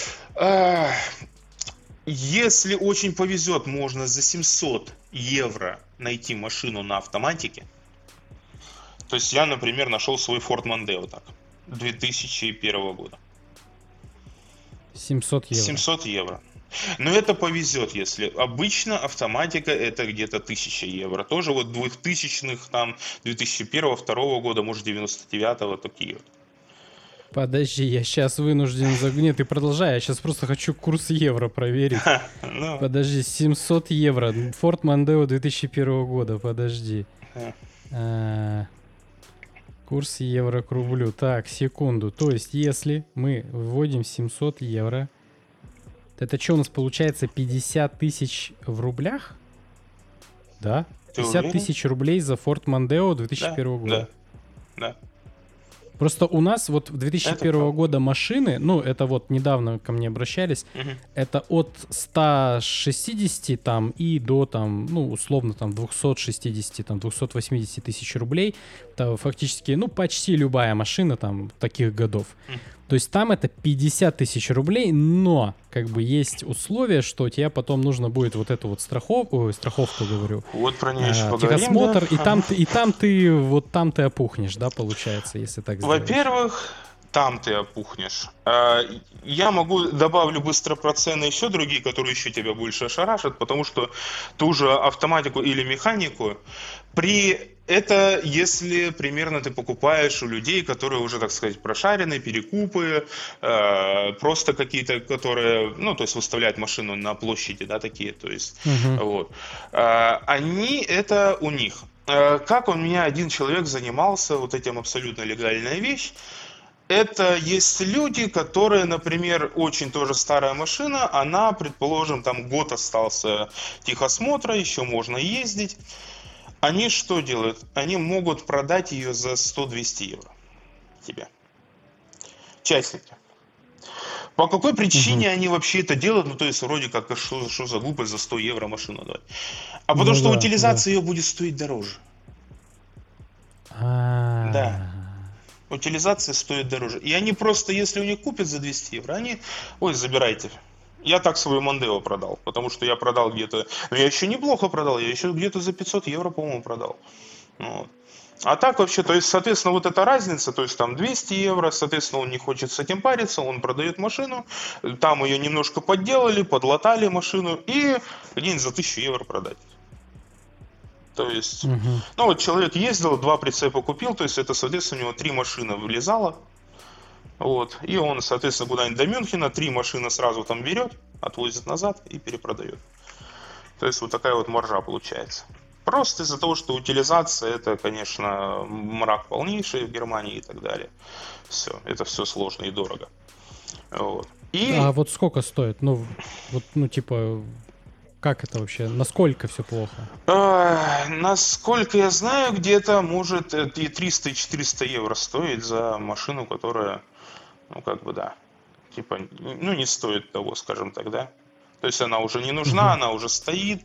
если очень повезет, можно за 700 евро найти машину на автоматике. То есть я, например, нашел свой Ford Mondeo так, 2001 года. 700 евро. 700 евро. Но это повезет, если обычно автоматика это где-то 1000 евро. Тоже вот 2000-х, там, 2001-2002 года, может 99-го, такие вот. Подожди, я сейчас вынужден Нет, ты продолжай, я сейчас просто хочу курс евро проверить. Ну, Подожди, 700 евро. Ford Mondeo 2001 года, подожди. Курс евро к рублю. Так, секунду. То есть, если мы вводим 700 евро, это что у нас получается 50 тысяч в рублях? Да? ты 50 уверен? тысяч рублей за Ford Mondeo Да, 2001 да, года. да. Просто у нас вот в 2001 года машины, ну, это вот недавно ко мне обращались, это от 160 там и до там, ну, условно там 260, там 280 тысяч рублей. Это фактически, ну, почти любая машина там таких годов. То есть там это 50 тысяч рублей, но как бы есть условие, что тебе потом нужно будет вот эту вот страховку говорю, вот про нее еще поговорим, техосмотр, да? и там ты вот там ты опухнешь, да, получается, если так сделаешь. Во-первых, там ты опухнешь. Я добавлю быстро про цены еще другие, которые еще тебя больше ошарашат, потому что ту же автоматику или механику это если примерно ты покупаешь у людей, которые уже, так сказать, прошарены, перекупы, просто какие-то, которые, ну, то есть выставляют машину на площади, да, такие, то есть, вот. Они, это у них. Как у меня один человек занимался вот этим абсолютно легальная вещь, это есть люди, которые, например, очень тоже старая машина, она, предположим, там год остался техосмотра, еще можно ездить. Они что делают? Они могут продать ее за 100-200 евро тебе. Частники. По какой причине они вообще это делают? Ну, то есть, вроде как, что за глупость за 100 евро машину давать? А потому что утилизация ее будет стоить дороже. Да. Утилизация стоит дороже. И они просто, если у них купят за 200 евро, они, ой, забирайте. Я так свою Мондео продал, потому что я продал где-то, но я еще неплохо продал, я еще где-то за 500 евро, по-моему, продал. Вот. А так вообще, то есть, соответственно, вот эта разница, то есть там 200 евро, соответственно, он не хочет с этим париться, он продает машину, там ее немножко подделали, подлатали машину и где-нибудь за 1000 евро продать. То есть, ну вот человек ездил, 2 прицепа купил, то есть это, соответственно, у него 3 машины вылезало. Вот. И он, соответственно, куда-нибудь до Мюнхена 3 машины сразу там берет, отвозит назад и перепродает. То есть вот такая вот маржа получается. Просто из-за того, что утилизация это, конечно, мрак полнейший в Германии и так далее. Все, это все сложно и дорого. Вот. А вот сколько стоит? Ну, вот, ну, типа, как это вообще? Насколько все плохо? Насколько я знаю, где-то может и 300, и 400 евро стоит за машину, которая, ну, как бы, да, типа, ну, не стоит того, скажем так, да. То есть она уже не нужна, она уже стоит.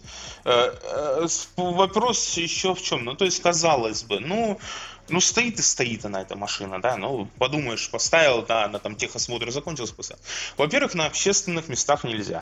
Вопрос еще в чем? Ну, то есть, казалось бы, ну, стоит и стоит она, эта машина, да, ну, подумаешь, поставил, да, она там техосмотр закончился, поставил. Во-первых, на общественных местах нельзя.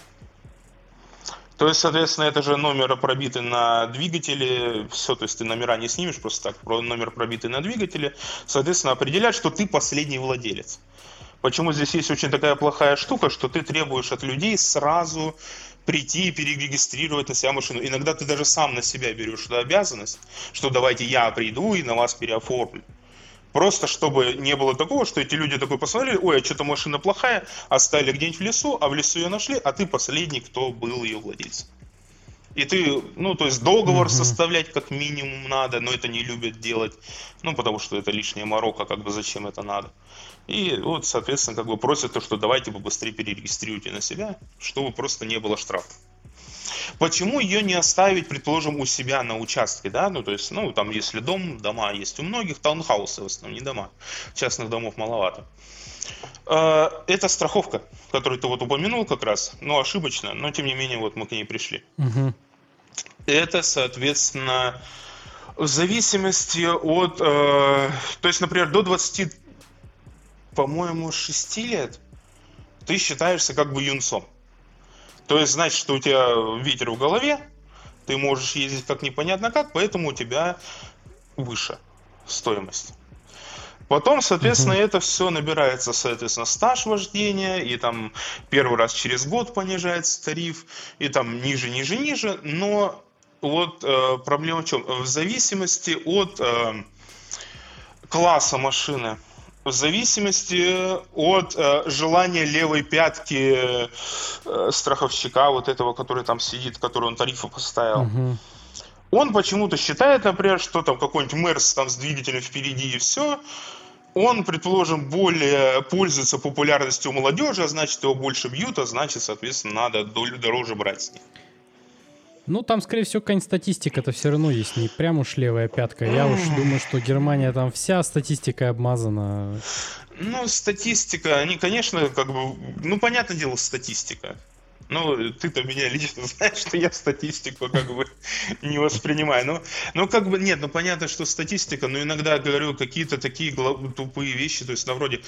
То есть, соответственно, это же номер пробитый на двигателе, все, то есть ты номера не снимешь просто так, номер пробитый на двигателе, соответственно, определяет, что ты последний владелец. Почему здесь есть очень такая плохая штука, что ты требуешь от людей сразу прийти и перерегистрировать на себя машину. Иногда ты даже сам на себя берешь эту обязанность, что давайте я приду и на вас переоформлю. Просто чтобы не было такого, что эти люди такой посмотрели, ой, а что-то машина плохая, оставили где-нибудь в лесу, а в лесу ее нашли, а ты последний, кто был ее владельцем. И ты, ну, то есть договор составлять как минимум надо, но это не любят делать, ну, потому что это лишняя морока, как бы зачем это надо. И вот, соответственно, как бы просят то, что давайте побыстрее перерегистрируйте на себя, чтобы просто не было штрафа. Почему ее не оставить, предположим, у себя на участке, да, ну, то есть, ну, там, если дома есть у многих, таунхаусы в основном, не дома, частных домов маловато. Это страховка, которую ты вот упомянул как раз, ну, ошибочно, но, тем не менее, вот мы к ней пришли. Это, соответственно, в зависимости от, то есть, например, до 20, по-моему, 6 лет ты считаешься как бы юнцом. То есть, значит, что у тебя ветер в голове, ты можешь ездить как непонятно как, поэтому у тебя выше стоимость. Потом, соответственно, это все набирается, соответственно, стаж вождения, и там первый раз через год понижается тариф, и там ниже, но вот проблема в чем? В зависимости от класса машины, в зависимости от желания левой пятки страховщика, вот этого, который там сидит, который он тарифы поставил. Он почему-то считает, например, что там какой-нибудь Мерс там с двигателем впереди и все, он, предположим, более пользуется популярностью у молодежи, а значит, его больше бьют, а значит, соответственно, надо дороже брать с них. Ну, там, скорее всего, какая-нибудь статистика-то все равно есть, не прям уж левая пятка. Я уж думаю, что Германия там вся статистикой обмазана. Ну, статистика, они, конечно, как бы, ну, понятное дело, статистика. Ну, ты-то меня лично знаешь, что я статистику как бы не воспринимаю. Ну, как бы, нет, ну, понятно, что статистика, но иногда говорю какие-то такие тупые вещи, то есть, на вроде,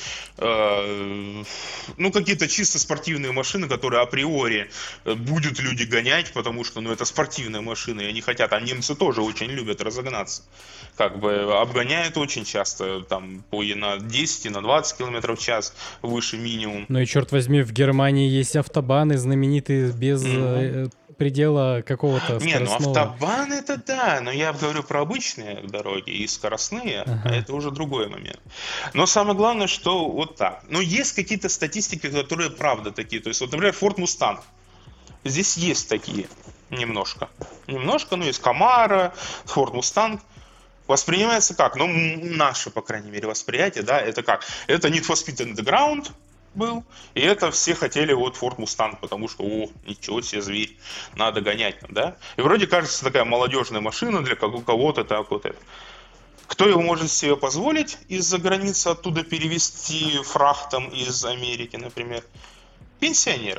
ну, какие-то чисто спортивные машины, которые априори будут люди гонять, потому что, ну, это спортивная машина, и они хотят, а немцы тоже очень любят разогнаться. Как бы обгоняют очень часто, там, на 10, на 20 километров в час выше минимум. Ну и черт возьми, в Германии есть автобаны знаменитые без предела какого-то Не, ну скоростного. автобан это да, но я говорю про обычные дороги и скоростные, а это уже другой момент. Но самое главное, что вот так. Но есть какие-то статистики, которые правда такие. То есть, вот, например, Ford Mustang. Здесь есть такие немножко. Немножко, но есть Camaro, Ford Mustang. Воспринимается как? Ну, наше, по крайней мере, восприятие, да, это как? Это Need for Speed Underground был, и это все хотели вот Ford Mustang, потому что, о, ничего себе, зверь, надо гонять, да? И вроде кажется такая молодежная машина для кого-то так вот это. Кто его может себе позволить из-за границы оттуда перевести фрахтом из Америки, например? Пенсионеры.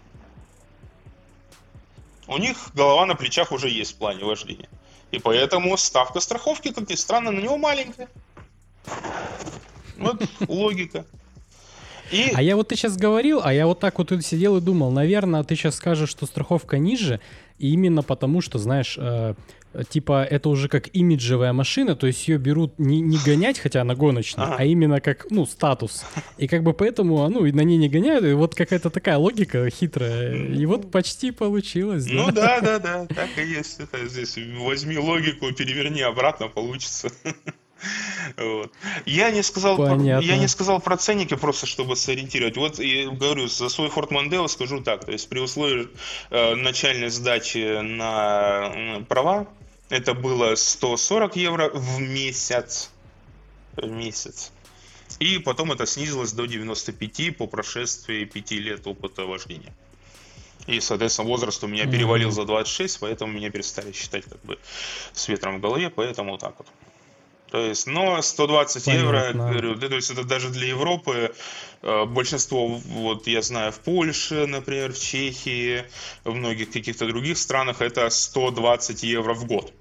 У них голова на плечах уже есть в плане вождения. И поэтому ставка страховки, как ни странно, на него маленькая. Вот логика. А я вот ты сейчас говорил, а я вот так вот сидел и думал, наверное, ты сейчас скажешь, что страховка ниже, и именно потому, что, знаешь, типа это уже как имиджевая машина, то есть ее берут не гонять, хотя она гоночная, а именно как, ну, статус. И как бы поэтому, ну, и на ней не гоняют, и вот какая-то такая логика хитрая. И вот почти получилось, да? Ну да, так и есть. Это здесь возьми логику, переверни обратно, получится. Вот. Я не сказал про ценники, просто чтобы сориентировать. Вот я говорю, за свой Ford Mondeo скажу так, то есть при условии начальной сдачи на права, это было 140 евро в месяц. И потом это снизилось до 95 по прошествии 5 лет опыта вождения. И, соответственно, возраст у меня перевалил за 26, поэтому меня перестали считать как бы с ветром в голове, поэтому вот так вот. То есть, но 120 евро, говорю, то есть это даже для Европы, большинство, вот я знаю, в Польше, например, в Чехии, в многих каких-то других странах, это 120 евро в год.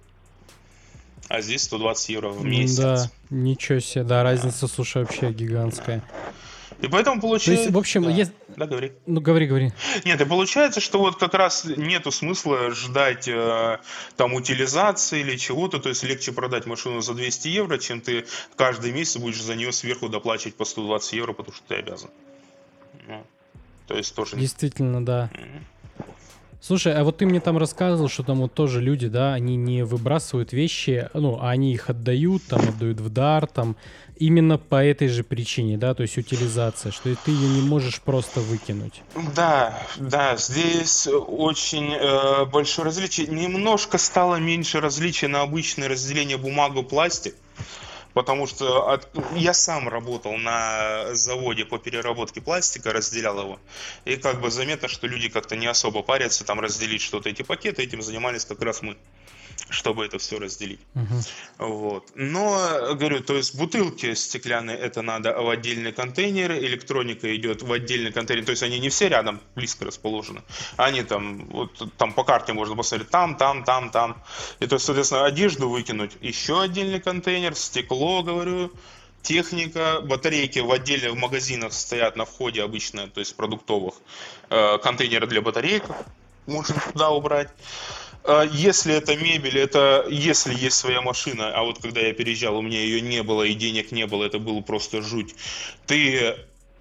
А здесь 120 евро в месяц. Да, ничего себе, да, разница, слушай, вообще гигантская. И поэтому получается... То есть, в общем, Да, говори. Ну, говори. Нет, и получается, что вот как раз нету смысла ждать там утилизации или чего-то, то есть легче продать машину за 200 евро, чем ты каждый месяц будешь за нее сверху доплачивать по 120 евро, потому что ты обязан. Ну, то есть тоже... Действительно, да. Слушай, а вот ты мне там рассказывал, что там вот тоже люди, да, они не выбрасывают вещи, ну, а они их отдают в дар, там, именно по этой же причине, да, то есть утилизация, что ты ее не можешь просто выкинуть. Да, здесь очень большое различие. Немножко стало меньше различия на обычное разделение бумага-пластик. Потому что я сам работал на заводе по переработке пластика, разделял его. И как бы заметно, что люди как-то не особо парятся там разделить что-то. Эти пакеты, этим занимались как раз мы, чтобы это все разделить. Вот. Но, говорю, то есть бутылки стеклянные, это надо в отдельный контейнер, электроника идет в отдельный контейнер, то есть они не все рядом близко расположены. Они там, вот там по карте можно посмотреть, там. И то есть, соответственно, одежду выкинуть, еще отдельный контейнер, стекло, говорю, техника, батарейки в отдельных магазинах стоят на входе обычно, то есть продуктовых, контейнеры для батареек можно туда убрать. Если это мебель, это если есть своя машина, а вот когда я переезжал, у меня ее не было и денег не было, это было просто жуть. Ты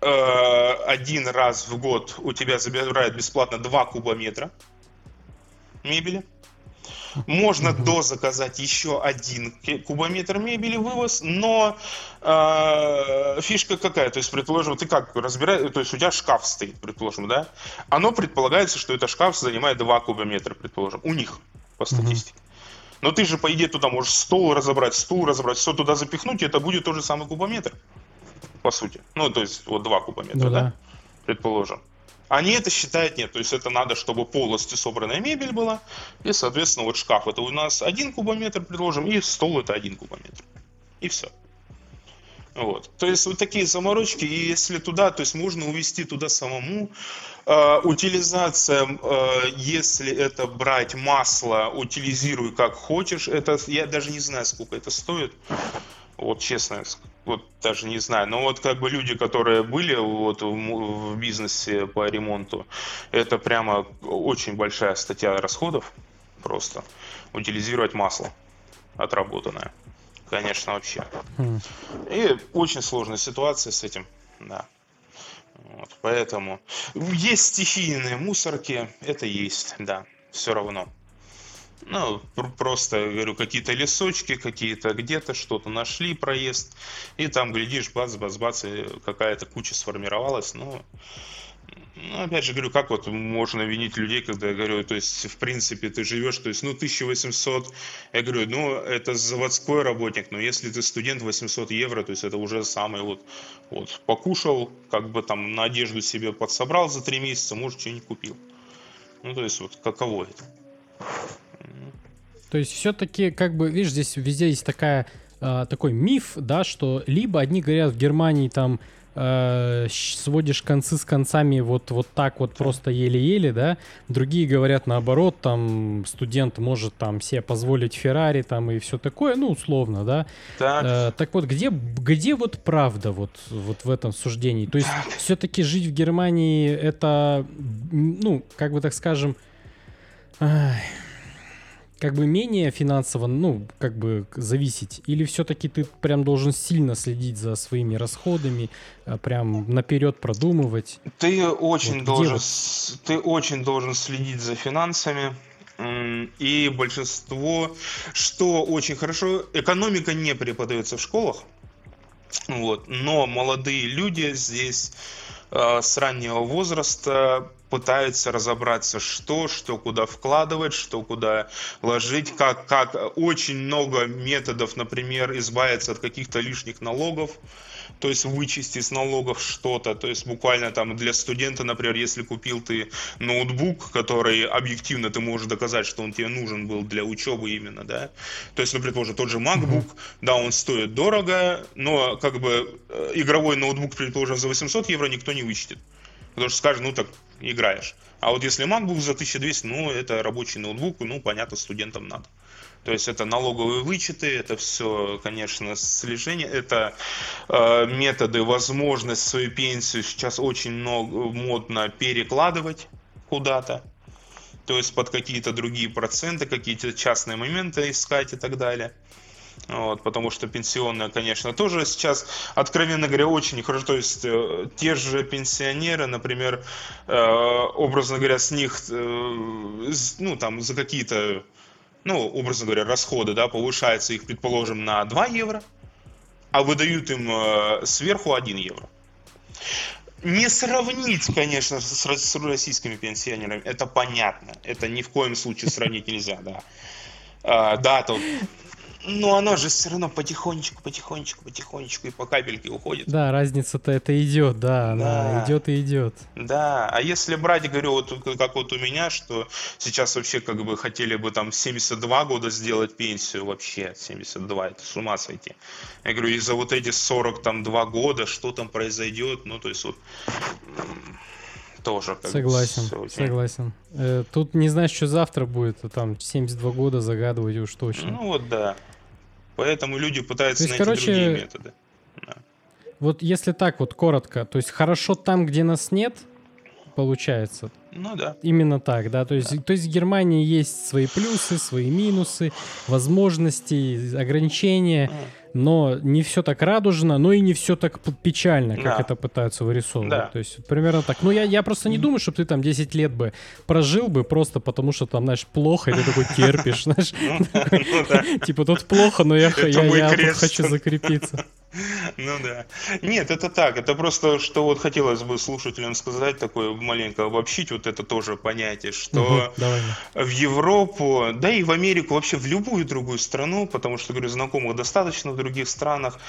один раз в год у тебя забирают бесплатно 2 кубометра мебели. Можно дозаказать еще 1 кубометр мебели вывоз, но фишка какая? То есть, предположим, ты как разбираешь, то есть у тебя шкаф стоит, предположим, да? Оно предполагается, что этот шкаф занимает 2 кубометра, предположим, у них по статистике. Но ты же, по идее, туда можешь стул разобрать, все туда запихнуть, и это будет тот же самый кубометр, по сути. Ну, то есть, вот 2 кубометра, да? Предположим. Они это считают нет, то есть это надо, чтобы полностью собранная мебель была, и, соответственно, вот шкаф это у нас 1 кубометр, предложим, и стол это 1 кубометр. И все. Вот. То есть вот такие заморочки, и если туда, то есть можно увезти туда самому. Утилизация, если это брать масло, утилизируй как хочешь, это я даже не знаю, сколько это стоит. Вот честно, вот даже не знаю. Но вот как бы люди, которые были вот в бизнесе по ремонту, это прямо очень большая статья расходов просто. Утилизировать масло отработанное. Конечно, вообще. И очень сложная ситуация с этим, да. Вот, поэтому есть стихийные мусорки, это есть, да, все равно. Ну, просто, говорю, какие-то лесочки, какие-то где-то что-то нашли, проезд, и там, глядишь, бац-бац-бац, и какая-то куча сформировалась, ну, опять же, говорю, как вот можно винить людей, когда я говорю, то есть, в принципе, ты живешь, то есть, ну, 1800, я говорю, ну, это заводской работник, но если ты студент, 800 евро, то есть, это уже самый вот, покушал, как бы там на одежду себе подсобрал за 3 месяца, может, что-нибудь купил. Ну, то есть, вот, каково это? То есть все-таки, как бы, видишь, здесь везде есть такой миф, да, что либо одни говорят в Германии там сводишь концы с концами вот так вот просто еле-еле, да, другие говорят наоборот, там студент может там себе позволить Феррари там и все такое, ну условно, да. Так вот, где вот правда вот в этом суждении? То есть все-таки жить в Германии это, ну, как бы так скажем, как бы менее финансово, ну, как бы зависеть? Или все-таки ты прям должен сильно следить за своими расходами, прям наперед продумывать? Ты очень должен следить за финансами. И большинство, что очень хорошо, экономика не преподается в школах, вот, но молодые люди здесь с раннего возраста пытаются разобраться, что куда вкладывать, что куда ложить, как очень много методов, например, избавиться от каких-то лишних налогов, то есть вычесть из налогов что-то, то есть буквально там для студента, например, если купил ты ноутбук, который объективно ты можешь доказать, что он тебе нужен был для учебы именно, да, то есть, например, тоже тот же MacBook, да, он стоит дорого, но как бы игровой ноутбук, предположим, за 800 евро никто не вычтет, потому что скажет, ну так играешь. А вот если MacBook за 1200, ну это рабочий ноутбук, ну понятно, студентам надо. То есть это налоговые вычеты, это все, конечно, слежение, это методы, возможность свою пенсию сейчас очень модно перекладывать куда-то, то есть под какие-то другие проценты, какие-то частные моменты искать и так далее. Вот, потому что пенсионная, конечно, тоже сейчас, откровенно говоря, очень хорошо. То есть те же пенсионеры, например, образно говоря, с них, ну, там, за какие-то, ну, образно говоря, расходы, да, повышается их, предположим, на 2 евро, а выдают им сверху 1 евро. Не сравнить, конечно, с российскими пенсионерами, это понятно. Это ни в коем случае сравнить нельзя, да. Да, тут... Но оно же все равно потихонечку и по капельке уходит. Да, разница-то это идет, да, она идет и идет. Да, а если брать, говорю, вот как вот у меня, что сейчас вообще как бы хотели бы там 72 года сделать пенсию вообще, 72, это с ума сойти. Я говорю, и за вот эти 42 года, что там произойдет, ну то есть вот... Тоже как согласен. Тут не знаешь, что завтра будет, а там 72 года загадывать уж точно. Ну вот да. Поэтому люди пытаются найти другие методы. Да. Вот если так вот коротко, то есть хорошо там, где нас нет, получается. Ну да. Именно так, да. То есть в Германии есть свои плюсы, свои минусы, возможности, ограничения. Но не все так радужно, но и не все так печально, как это пытаются вырисовывать. Да. То есть примерно так. Ну, я просто не думаю, чтобы ты там 10 лет бы прожил бы просто потому, что там, знаешь, плохо, и ты такой терпишь, знаешь. Типа, тут плохо, но я хочу закрепиться. Ну да. Нет, это так. Это просто, что вот хотелось бы слушателям сказать, такое маленько обобщить вот это тоже понятие, что в Европу, да и в Америку, вообще в любую другую страну, потому что, говорю, знакомых достаточно в других странах,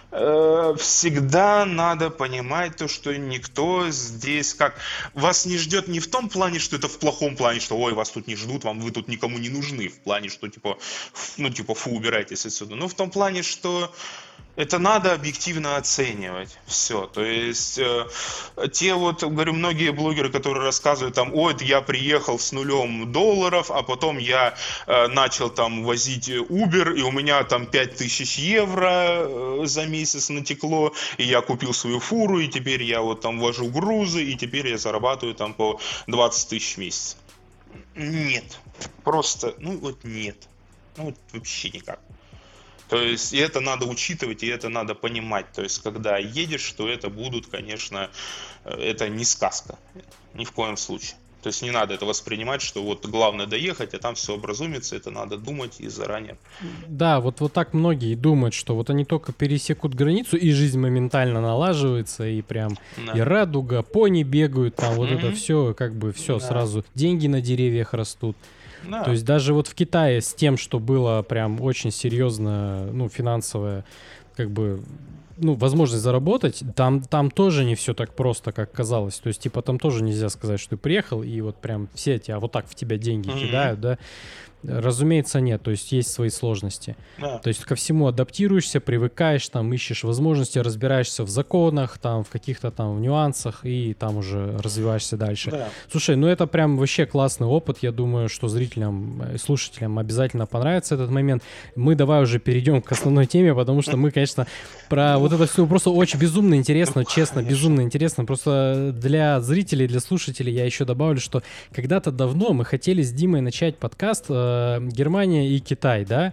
Всегда надо понимать то, что никто здесь как вас не ждет не в том плане, что это в плохом плане, что ой, вас тут не ждут, вы тут никому не нужны, в плане, что типа, ну типа фу, убирайтесь отсюда. Но в том плане, что это надо объективно оценивать. Все. То есть те вот, говорю, многие блогеры, которые рассказывают там, ой, я приехал с $0, а потом я начал там возить Uber, и у меня там 5000 евро за месяц натекло, и я купил свою фуру, и теперь я вот там вожу грузы, и теперь я зарабатываю там по 20 тысяч в месяц. Нет. Просто, ну вот нет. Ну вот вообще никак. То есть и это надо учитывать, и это надо понимать. То есть когда едешь, что это будут, конечно, это не сказка. Ни в коем случае. То есть не надо это воспринимать, что вот главное доехать, а там все образумится. Это надо думать и заранее. Да, вот так многие думают, что вот они только пересекут границу, и жизнь моментально налаживается, и прям и радуга, пони бегают, там вот это все, как бы все сразу. Деньги на деревьях растут. Да. То есть даже вот в Китае с тем, что было прям очень серьезно, ну, финансовая, как бы, ну, возможность заработать, там тоже не все так просто, как казалось. То есть, типа, там тоже нельзя сказать, что ты приехал, и вот прям все тебя вот так в тебя деньги кидают, да. Разумеется, нет, то есть есть свои сложности. Да. То есть ко всему адаптируешься, привыкаешь, там ищешь возможности, разбираешься в законах, там в каких-то там нюансах, и там уже развиваешься дальше. Да. Слушай, ну это прям вообще классный опыт, я думаю, что зрителям и слушателям обязательно понравится этот момент. Мы давай уже перейдем к основной теме, потому что мы, конечно, про вот это все просто очень безумно интересно, честно, безумно интересно. Просто для зрителей, для слушателей я еще добавлю, что когда-то давно мы хотели с Димой начать подкаст Германия и Китай, да,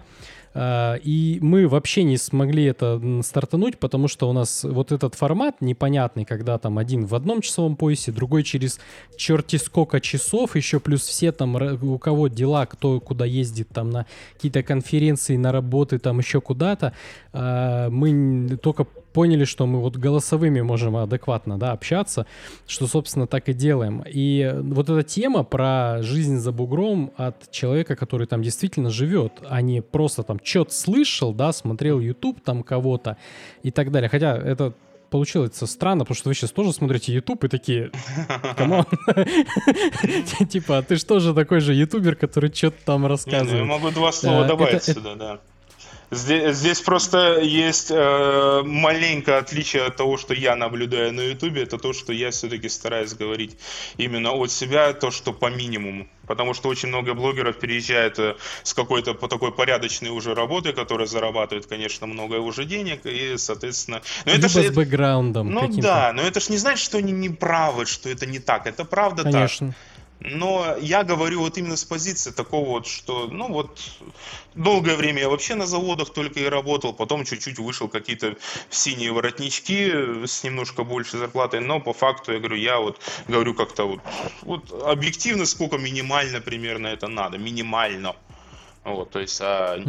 и мы вообще не смогли это стартануть, потому что у нас вот этот формат непонятный, когда там один в одном часовом поясе, другой через черти сколько часов, еще плюс все там, у кого дела, кто куда ездит там на какие-то конференции, на работы, там еще куда-то, мы только поняли, что мы вот голосовыми можем адекватно, да, общаться, что, собственно, так и делаем. И вот эта тема про жизнь за бугром от человека, который там действительно живет, а не просто там что-то слышал, да, смотрел YouTube там кого-то и так далее. Хотя это получилось странно, потому что вы сейчас тоже смотрите YouTube и такие, камон, типа, ты же тоже такой же ютубер, который что-то там рассказывает. Я могу два слова добавить сюда, да. Здесь просто есть маленькое отличие от того, что я наблюдаю на Ютубе, это то, что я все-таки стараюсь говорить именно от себя, то, что по минимуму. Потому что очень много блогеров переезжают с какой-то по такой порядочной уже работы, которая зарабатывает, конечно, много уже денег, и, соответственно... Либо с бэкграундом. Ну каким-то. да, но это ж не значит, что они не правы, что это не так. Это правда Конечно. так. Но я говорю вот именно с позиции такого вот, что, ну вот, долгое время я вообще на заводах только и работал, потом чуть-чуть вышел какие-то синие воротнички с немножко большей зарплатой, но по факту я говорю, говорю как-то вот объективно, сколько минимально примерно это надо, минимально. Вот, то есть,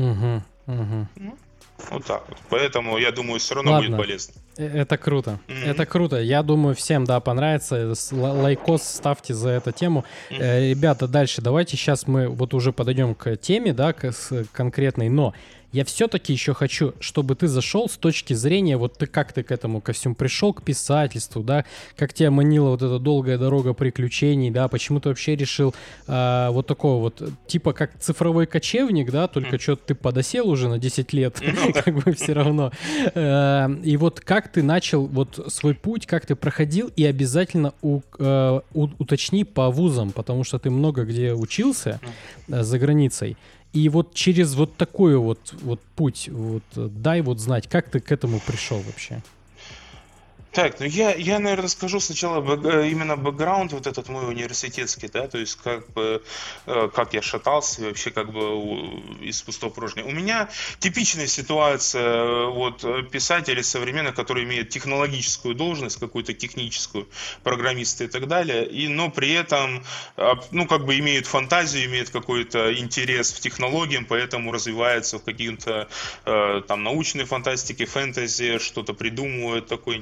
вот так вот. Поэтому, я думаю, все равно будет полезно. Это круто. Это круто. Я думаю, всем, да, понравится. Лайкос ставьте за эту тему. Ребята, дальше давайте сейчас мы вот уже подойдем к теме, да, конкретной, но я все-таки еще хочу, чтобы ты зашел с точки зрения, вот как ты к этому ко всему пришел, к писательству, да, как тебя манила вот эта долгая дорога приключений, да, почему ты вообще решил вот такого вот, типа как цифровой кочевник, да, только что-то ты подосел уже на 10 лет, как бы все равно. И вот как ты начал вот свой путь, как ты проходил, и обязательно уточни по вузам, потому что ты много где учился за границей. И вот через вот такой вот путь, вот дай вот знать, как ты к этому пришел вообще. Так, ну я, наверное, скажу сначала именно бэкграунд вот этот мой университетский, да, то есть как бы, как я шатался вообще как бы из пустого порожня. У меня типичная ситуация, вот писатели современных, которые имеют технологическую должность, какую-то техническую, программисты и так далее, но при этом, ну, как бы имеют фантазию, имеют какой-то интерес в технологиям, поэтому развиваются в каких-то там научной фантастике, фэнтези, что-то придумывают такое интересное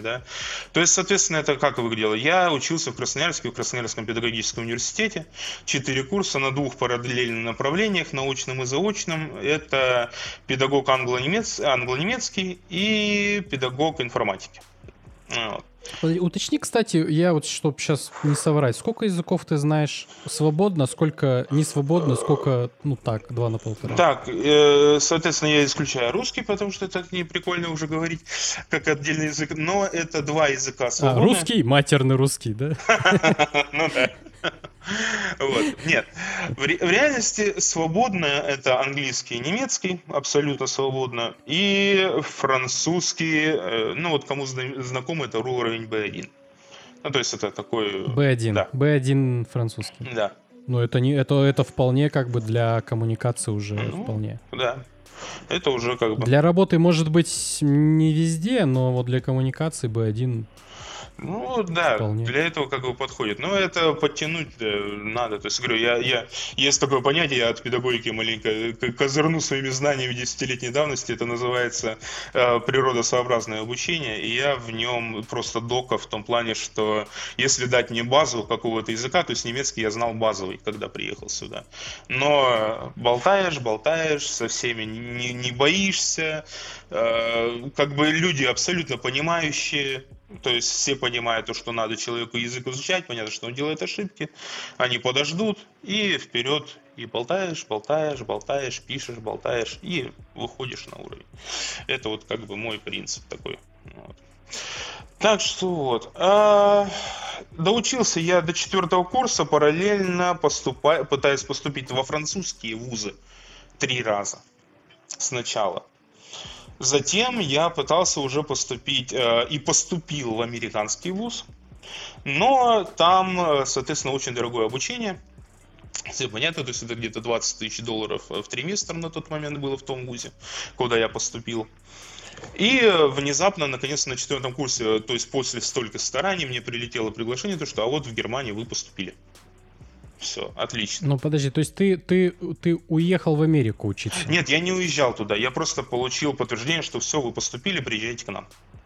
да. То есть, соответственно, это как выглядело? Я учился в Красноярском педагогическом университете, 4 курса на 2 параллельных направлениях, научном и заочном. Это педагог англо-немецкий и педагог информатики. Вот. Уточни, кстати, я вот, чтобы сейчас не соврать, сколько языков ты знаешь свободно, сколько не свободно, сколько, ну так, 2 на 1,5? Так, соответственно, я исключаю русский, потому что это не прикольно уже говорить как отдельный язык, но это 2 языка свободных. Русский, матерный русский, да? Ну да. Вот. Нет, в реальности свободно это английский и немецкий, абсолютно свободно, и французский, ну вот кому знаком, это уровень B1. Ну то есть это такой... B1, да. B1 французский. Да. Ну это вполне как бы для коммуникации уже вполне. Да. Это уже как бы... Для работы может быть не везде, но вот для коммуникации B1... Ну да, вполне. Для этого как бы подходит. Но это подтянуть надо. То есть, говорю, есть такое понятие, я от педагогики маленько козырну своими знаниями 10-летней давности, это называется природосообразное обучение, и я в нем просто дока в том плане, что если дать мне базу какого-то языка, то есть немецкий я знал базовый, когда приехал сюда. Но болтаешь, со всеми не боишься, как бы люди абсолютно понимающие. То есть все понимают то, что надо человеку язык изучать, понятно, что он делает ошибки, они подождут, и вперед, и болтаешь, пишешь, болтаешь, и выходишь на уровень. Это вот как бы мой принцип такой. Вот. Так что вот. Доучился я до 4 курса, параллельно пытаясь поступить во французские вузы 3 раза сначала. Затем я пытался уже поступить и поступил в американский вуз, но там, соответственно, очень дорогое обучение. Все понятно, то есть это где-то $20 000 в триместр на тот момент было в том вузе, куда я поступил. И внезапно, наконец, на 4 курсе, то есть после столько стараний, мне прилетело приглашение, то что а вот в Германии вы поступили. Все, отлично. Ну подожди, то есть ты уехал в Америку учиться? Нет, я не уезжал туда, я просто получил подтверждение, что все, вы поступили, приезжайте к нам.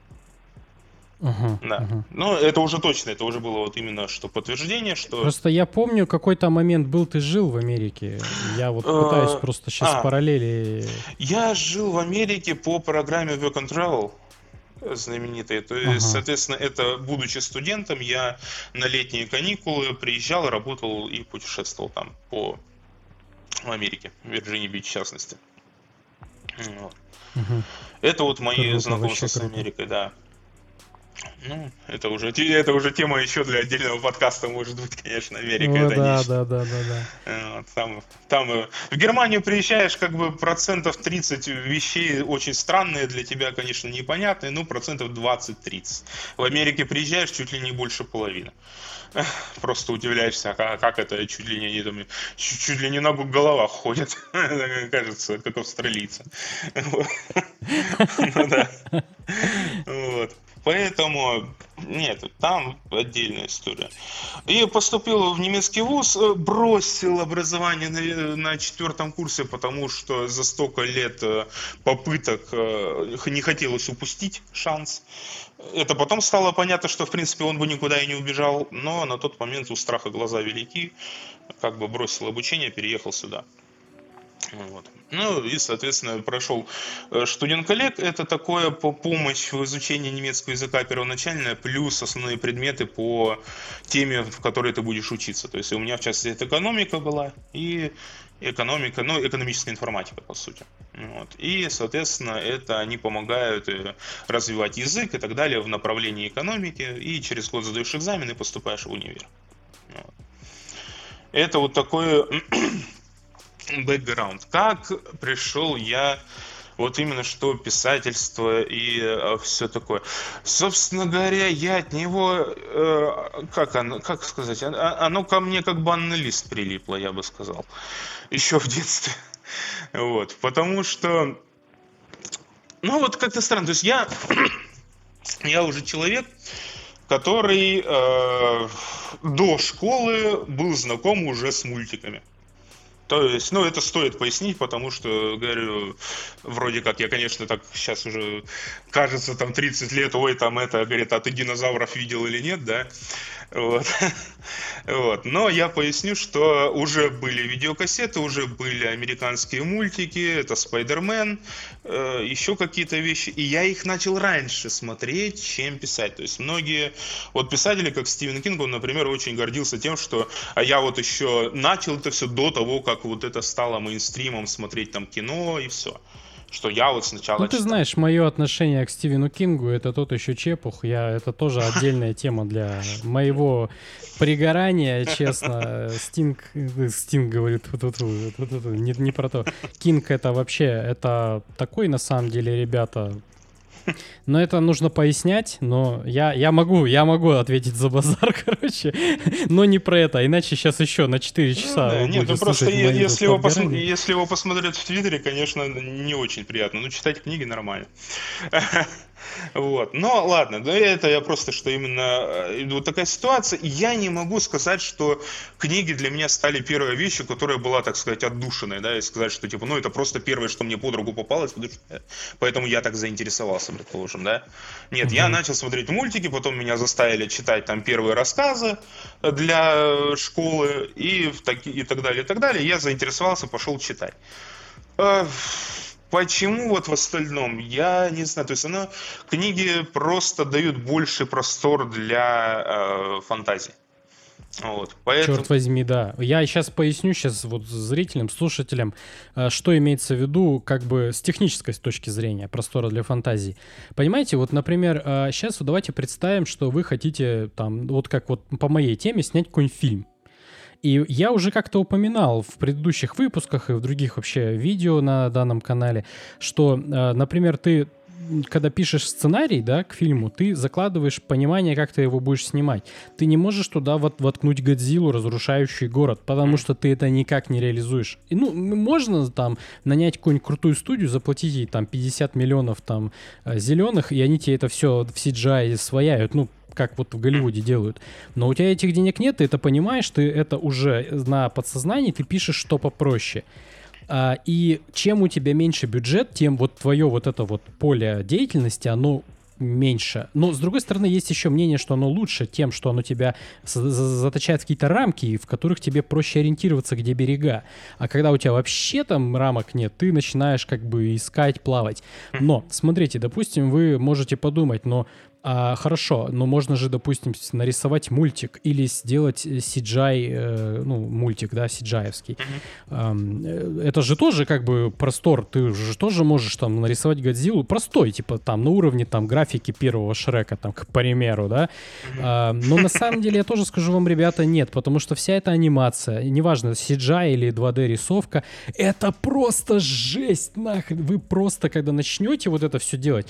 Да. Ну, это уже точно, это уже было вот именно что подтверждение, что... Просто я помню, какой-то момент был, ты жил в Америке. Я вот пытаюсь просто сейчас параллели... Я жил в Америке по программе Work and Travel, знаменитой. То есть, соответственно, это, будучи студентом, я на летние каникулы приезжал, работал и путешествовал там по Америке, в Вирджинии-Бич в частности. Вот. Это вот мои знакомства с Америкой, да. Ну, это уже тема еще для отдельного подкаста, может быть, конечно, Америка. Ну, это да. Там в Германию приезжаешь, как бы 30% вещей очень странные для тебя, конечно, непонятные, ну, 20-30%. В Америке приезжаешь, чуть ли не больше половины. Просто удивляешься, как это чуть ли не на головах ходят, кажется, как австралийцы. Ну да. Вот. Поэтому, нет, там отдельная история. И поступил в немецкий вуз, бросил образование на 4 курсе, потому что за столько лет попыток не хотелось упустить шанс. Это потом стало понятно, что, в принципе, он бы никуда и не убежал, но на тот момент у страха глаза велики, как бы бросил обучение, переехал сюда. Вот. Ну и, соответственно, прошел студент-коллег. Это такое помощь в изучении немецкого языка первоначальная, плюс основные предметы по теме, в которой ты будешь учиться. То есть у меня, в частности, это экономика была и экономика, ну, экономическая информатика, по сути. Вот. И, соответственно, это они помогают развивать язык и так далее в направлении экономики. И через год сдаешь экзамен и поступаешь в универ. Вот. Это вот такое... бэкграунд. Как пришел я вот именно что писательство и все такое. Собственно говоря, я от него, как сказать, оно ко мне как банный лист прилипло, я бы сказал, еще в детстве. Вот, потому что, ну вот как-то странно, то есть я уже человек, который до школы был знаком уже с мультиками. То есть, ну, это стоит пояснить, потому что, говорю, вроде как, я, конечно, так сейчас уже, кажется, там 30 лет, ой, там это, говорит, а ты динозавров видел или нет, да? Вот. Вот. Но я поясню, что уже были видеокассеты, уже были американские мультики, это Спайдермен, еще какие-то вещи, и я их начал раньше смотреть, чем писать. То есть многие вот писатели, как Стивен Кинг, он, например, очень гордился тем, что я вот еще начал это все до того, как вот это стало мейнстримом, смотреть там кино и все. Что я вот сначала Ну, ты читал. знаешь, мое отношение к Стивену Кингу — это тот еще чепух. Это тоже отдельная тема для моего пригорания, честно. Стинг говорит, не про то. Кинг — это вообще, это такой, на самом деле, ребята... Но это нужно пояснять, но я могу ответить за базар, короче, но не про это, иначе сейчас еще на 4 часа Да, вы нет, будете ну просто слушать мои если его, подгорания. если его посмотреть в Твиттере, конечно, не очень приятно. Но читать книги нормально. Вот. Но ладно, да это я просто, что именно вот такая ситуация. И я не могу сказать, что книги для меня стали первой вещью, которая была, так сказать, отдушиной, да, и сказать, что типа, ну это просто первое, что мне под руку попалось, поэтому я так заинтересовался, предположим, да. Нет, я начал смотреть мультики, потом меня заставили читать там первые рассказы для школы и так далее, и так далее. Я заинтересовался, пошел читать. Почему вот в остальном? Я не знаю. То есть книги просто дают больше простор для фантазии. Вот, поэтому... Черт возьми, да. Я сейчас поясню вот зрителям, слушателям, что имеется в виду как бы с технической точки зрения простора для фантазии. Понимаете, вот, например, сейчас вот давайте представим, что вы хотите там, вот как вот по моей теме, снять какой-нибудь фильм. И я уже как-то упоминал в предыдущих выпусках и в других вообще видео на данном канале, что, например, ты, когда пишешь сценарий, да, к фильму, ты закладываешь понимание, как ты его будешь снимать. Ты не можешь туда воткнуть Годзиллу, разрушающий город, потому что ты это никак не реализуешь. И, ну, можно там нанять какую-нибудь крутую студию, заплатить ей там 50 миллионов там зеленых, и они тебе это все в CGI свояют, ну, как вот в Голливуде делают. Но у тебя этих денег нет, ты это понимаешь, ты это уже на подсознании, ты пишешь что попроще. И чем у тебя меньше бюджет, тем вот твое вот это вот поле деятельности, оно меньше. Но, с другой стороны, есть еще мнение, что оно лучше тем, что оно тебя заточает в какие-то рамки, в которых тебе проще ориентироваться, где берега. А когда у тебя вообще там рамок нет, ты начинаешь как бы искать, плавать. Но, смотрите, допустим, вы можете подумать, но хорошо, но можно же, допустим, нарисовать мультик или сделать CGI, ну, мультик, да, CGI-евский. Это же тоже как бы простор, ты же тоже можешь там нарисовать Годзиллу простой, типа там на уровне там графики первого Шрека, там, к примеру, да. Но на самом деле я тоже скажу вам, ребята, нет, потому что вся эта анимация, неважно, CGI или 2D-рисовка, это просто жесть, нахрен. Вы просто, когда начнете вот это все делать,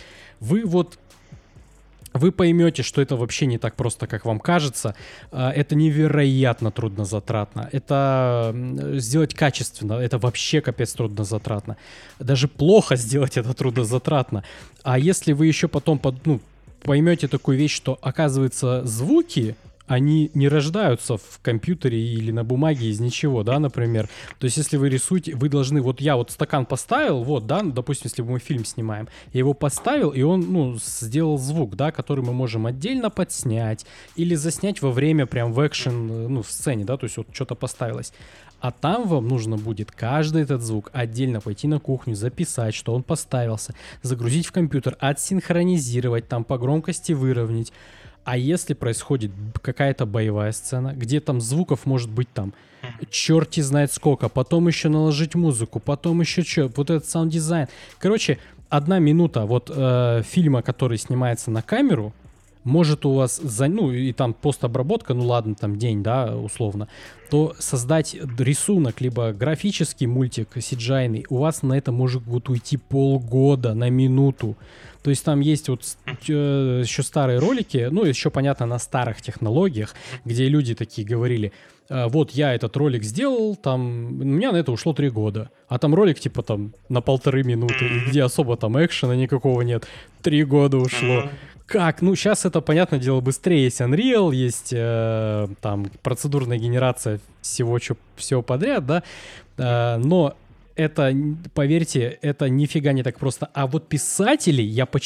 вы поймете, что это вообще не так просто, как вам кажется. Это невероятно труднозатратно. Это сделать качественно, это вообще капец труднозатратно. Даже плохо сделать это труднозатратно. А если вы еще потом поймете такую вещь, что, оказывается, звуки, они не рождаются в компьютере или на бумаге из ничего, да, например. То есть, если вы рисуете, вы должны... Вот я вот стакан поставил, вот, да, допустим, если мы фильм снимаем, я его поставил, и он, ну, сделал звук, да, который мы можем отдельно подснять или заснять во время прям в экшен, ну, в сцене, да, то есть вот что-то поставилось. А там вам нужно будет каждый этот звук отдельно пойти на кухню, записать, что он поставился, загрузить в компьютер, отсинхронизировать, там по громкости выровнять. А если происходит какая-то боевая сцена, где там звуков может быть там черти знает сколько, потом еще наложить музыку, потом еще что, вот этот саунд-дизайн. Короче, 1 минута вот фильма, который снимается на камеру, может у вас, ну и там постобработка, ну ладно, там день, да, условно, то создать рисунок, либо графический мультик CGI-ный, у вас на это может вот уйти полгода на минуту. То есть там есть вот еще старые ролики, ну еще, понятно, на старых технологиях, где люди такие говорили: вот я этот ролик сделал, там, у меня на это ушло 3 года. А там ролик типа там на 1,5 минуты, где особо там экшена никакого нет. 3 года ушло. Как? Ну, сейчас это, понятное дело, быстрее. Есть Unreal, есть там процедурная генерация всего подряд, да. Но это, поверьте, это нифига не так просто. А вот писатели,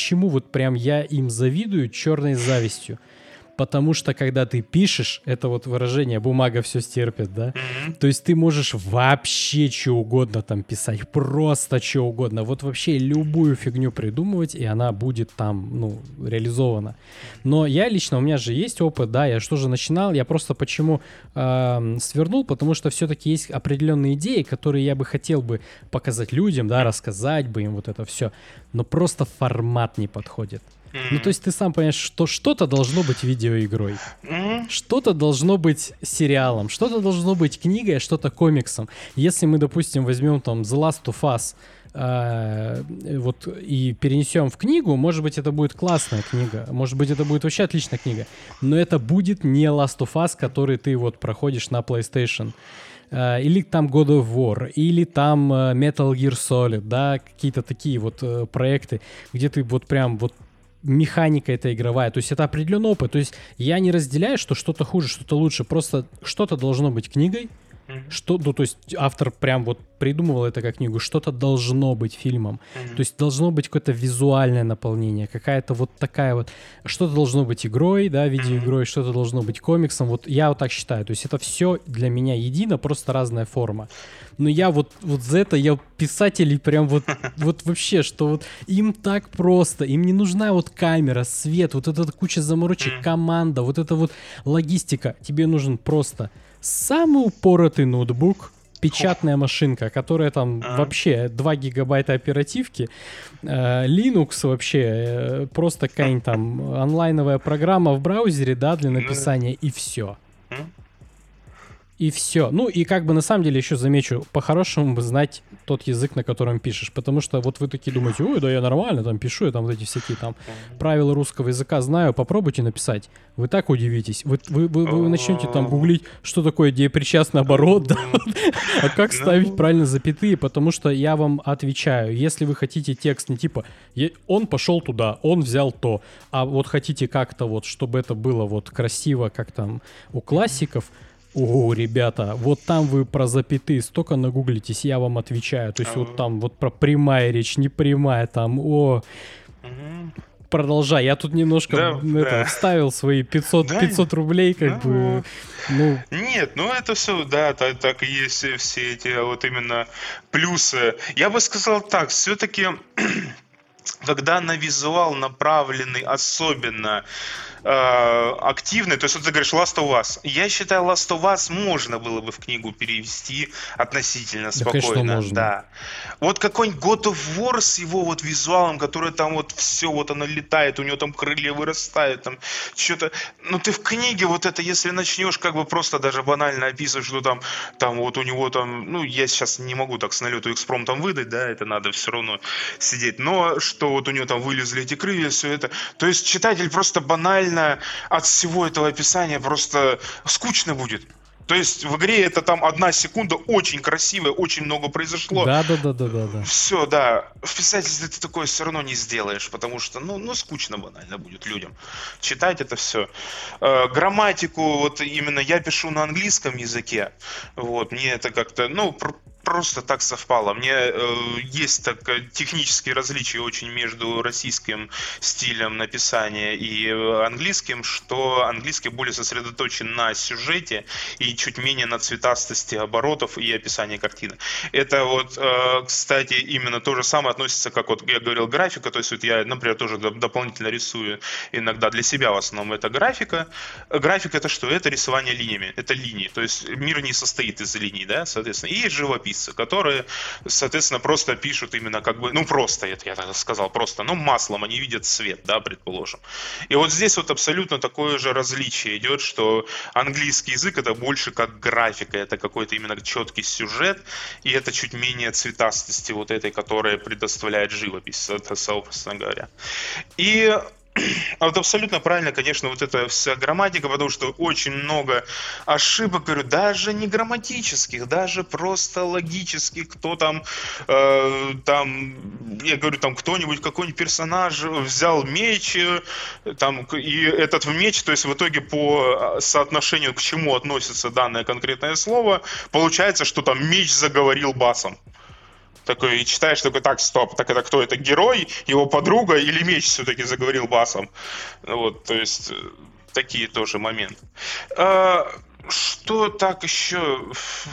я им завидую черной завистью. Потому что, когда ты пишешь, это вот выражение «бумага все стерпит», да? То есть ты можешь вообще что угодно там писать, просто что угодно. Вот вообще любую фигню придумывать, и она будет там, ну, реализована. Но я лично, у меня же есть опыт, да, я что же начинал, я просто почему свернул, потому что все-таки есть определенные идеи, которые я бы хотел бы показать людям, да, рассказать бы им вот это все, но просто формат не подходит. Ну, то есть ты сам понимаешь, что что-то должно быть видеоигрой, что-то должно быть сериалом, что-то должно быть книгой, а что-то комиксом. Если мы, допустим, возьмем там The Last of Us вот и перенесем в книгу, может быть, это будет классная книга, может быть, это будет вообще отличная книга, но это будет не Last of Us, который ты вот проходишь на PlayStation. Или там God of War, или там Metal Gear Solid, да, какие-то такие вот проекты, где ты вот прям вот механика эта игровая, то есть это определенный опыт. То есть я не разделяю, что что-то хуже, что-то лучше, просто что-то должно быть книгой, что, ну, то есть автор прям вот придумывал это как книгу, что-то должно быть фильмом, то есть должно быть какое-то визуальное наполнение, какая-то вот такая вот, что-то должно быть игрой, да, видеоигрой, что-то должно быть комиксом, вот я вот так считаю, то есть это все для меня едино, просто разная форма. Но я вот за это, я писателей прям вот вообще, что вот им так просто, им не нужна вот камера, свет, вот эта куча заморочек, команда, вот эта вот логистика, тебе нужен просто самый упоротый ноутбук, печатная машинка, которая там вообще 2 гигабайта оперативки, Linux вообще, просто какая-нибудь там онлайновая программа в браузере, да, для написания, и все. И все. Ну и как бы на самом деле еще замечу, по-хорошему бы знать тот язык, на котором пишешь, потому что вот вы такие думаете, ой, да я нормально там пишу, я там вот эти всякие там правила русского языка знаю, попробуйте написать. Вы так удивитесь. Вы начнете там гуглить, что такое депричастный оборот, да? А как ставить правильно запятые, потому что я вам отвечаю, если вы хотите текст не типа он пошел туда, он взял то, а вот хотите как-то вот, чтобы это было вот красиво, как там у классиков. О, ребята, вот там вы про запятые столько нагуглитесь, я вам отвечаю. То есть вот там вот про прямая речь, не прямая, там, продолжай. Я тут немножко вставил свои 500 рублей, как бы, ну... Нет, ну это все, да, так и есть все эти вот именно плюсы. Я бы сказал так, все-таки, когда на визуал направленный особенно активный, то есть вот ты говоришь Last of Us. Я считаю, Last of Us можно было бы в книгу перевести относительно спокойно. Конечно, можно. Да. Вот какой-нибудь God of War с его вот визуалом, который там вот все вот оно летает, у него там крылья вырастают, там что-то. Ну ты в книге вот это, если начнешь как бы просто даже банально описывать, что там вот у него там, ну я сейчас не могу так с налету экспромтом выдать, да, это надо все равно сидеть, но что вот у него там вылезли эти крылья, все это. То есть читатель просто банально от всего этого описания просто скучно будет. То есть в игре это там 1 секунда, очень красивая, очень много произошло. Да. Все, да. В писательстве ты такое все равно не сделаешь, потому что, ну скучно банально будет людям читать это все. Грамматику, вот именно я пишу на английском языке, вот, мне это как-то, ну, просто так совпало. Мне есть так технические различия очень между российским стилем написания и английским, что английский более сосредоточен на сюжете и чуть менее на цветастости оборотов и описании картины. Это вот, кстати, именно то же самое относится, как вот я говорил, графика. То есть вот я, например, тоже дополнительно рисую иногда для себя в основном. Это графика. Графика это что? Это рисование линиями. Это линии. То есть мир не состоит из линий, да, соответственно. И живопись, которые, соответственно, просто пишут именно как бы, ну просто, это я так сказал, просто, ну маслом, они видят цвет, да, предположим. И вот здесь вот абсолютно такое же различие идет, что английский язык это больше как графика, это какой-то именно четкий сюжет, и это чуть менее цветастости вот этой, которая предоставляет живопись, собственно говоря. И А вот абсолютно правильно, конечно, вот эта вся грамматика, потому что очень много ошибок, говорю, даже не грамматических, даже просто логических, кто там, там, я говорю, там кто-нибудь, какой-нибудь персонаж взял меч, там, и этот меч, то есть в итоге по соотношению к чему относится данное конкретное слово, получается, что там меч заговорил басом. Такой, и читаешь, такой, так, стоп, так это кто? Это герой, его подруга или меч все-таки заговорил басом? Вот, то есть, такие тоже моменты. Что так еще?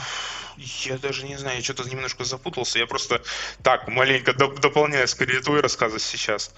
Я даже не знаю, я что-то немножко запутался. Я просто так, маленько дополняю скорее твой рассказ сейчас.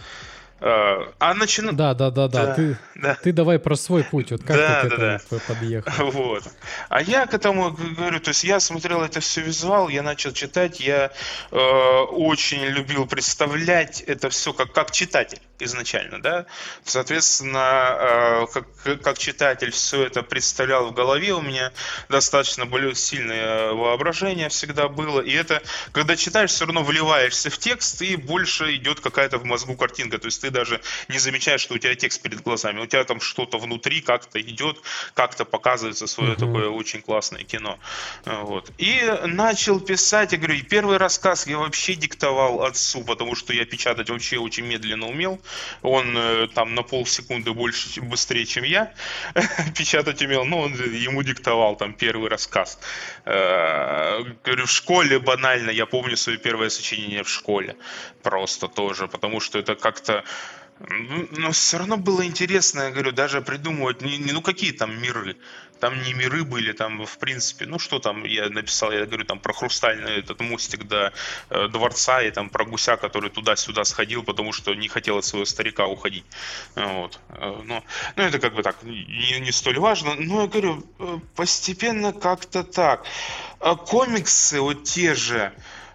Да, Да, да. ты давай про свой путь, вот как ты к Да, да, этому да. подъехал. Вот. А я к этому говорю, то есть я смотрел это все визуал, я начал читать, я очень любил представлять это все как читатель изначально, да. Соответственно, как читатель все это представлял в голове, у меня достаточно сильное воображение всегда было, и это, когда читаешь, все равно вливаешься в текст, и больше идет какая-то в мозгу картинка, то есть ты даже не замечаешь, что у тебя текст перед глазами, у тебя там что-то внутри как-то идет, как-то показывается свое Мгм. такое очень классное кино. Вот. И начал писать, я говорю, и первый рассказ я вообще диктовал отцу, потому что я печатать вообще очень медленно умел. Он там на полсекунды больше, быстрее, чем я печатать умел, но он ему диктовал там первый рассказ. Говорю, в школе банально, я помню свое первое сочинение в школе. Просто тоже, потому что это как-то но все равно было интересно, я говорю, даже придумывать, ну какие там миры. Там не миры были, там в принципе, ну что там я написал, я говорю, там про хрустальный этот мостик до дворца, и там про гуся, который туда-сюда сходил, потому что не хотел от своего старика уходить. Вот. Ну это как бы так, не столь важно, но я говорю, постепенно как-то так. Комиксы вот те же,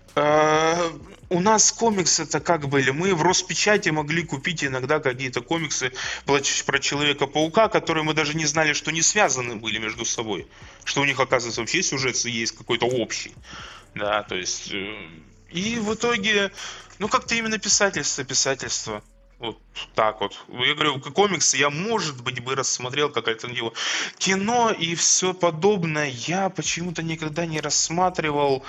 у нас комиксы-то как были? Мы в Роспечати могли купить иногда какие-то комиксы про Человека-паука, которые мы даже не знали, что не связаны были между собой. Что у них, оказывается, вообще сюжет есть какой-то общий. Да, то есть... И в итоге, ну как-то именно писательство. Вот так вот. Я говорю, комиксы я, может быть, бы рассмотрел как альтернативу. Кино и все подобное я почему-то никогда не рассматривал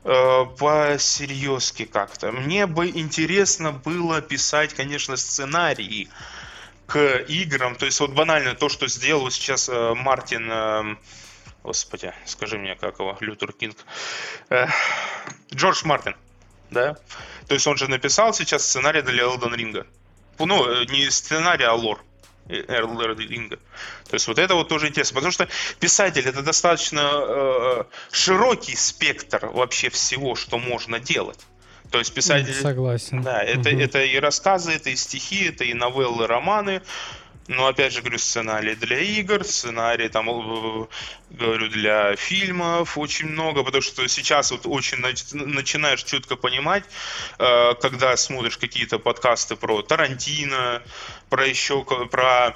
по-серьезки как-то. Мне бы интересно было писать, конечно, сценарии к играм. То есть вот банально то, что сделал сейчас Мартин... Господи, скажи мне, как его, Лютер Кинг. Джордж Мартин, да? То есть он же написал сейчас сценарий для Elden Ring. Ну, не сценарий, а лор Elden Ring. То есть вот это вот тоже интересно, потому что писатель это достаточно широкий спектр вообще всего, что можно делать. То есть писатель, Согласен. да, это и рассказы, это и стихи, это и новеллы, романы. Но опять же говорю, сценарий для игр, сценарий там, говорю, для фильмов очень много, потому что сейчас вот очень начинаешь четко понимать, когда смотришь какие-то подкасты про Тарантино, про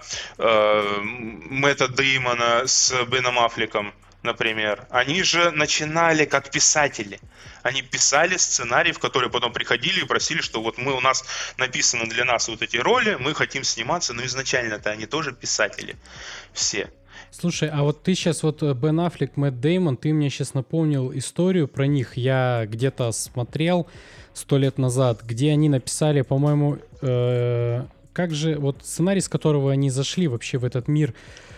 Мэтта Деймона с Беном Аффлеком, например. Они же начинали как писатели. Они писали сценарий, в который потом приходили и просили, что вот у нас написаны для нас вот эти роли, мы хотим сниматься, но изначально-то они тоже писатели. Все. Слушай, а вот ты сейчас вот Бен Аффлек, Мэтт Дэймон, ты мне сейчас напомнил историю про них. Я где-то смотрел 100 лет назад, где они написали, по-моему, как же, вот сценарий, с которого они зашли вообще в этот мир.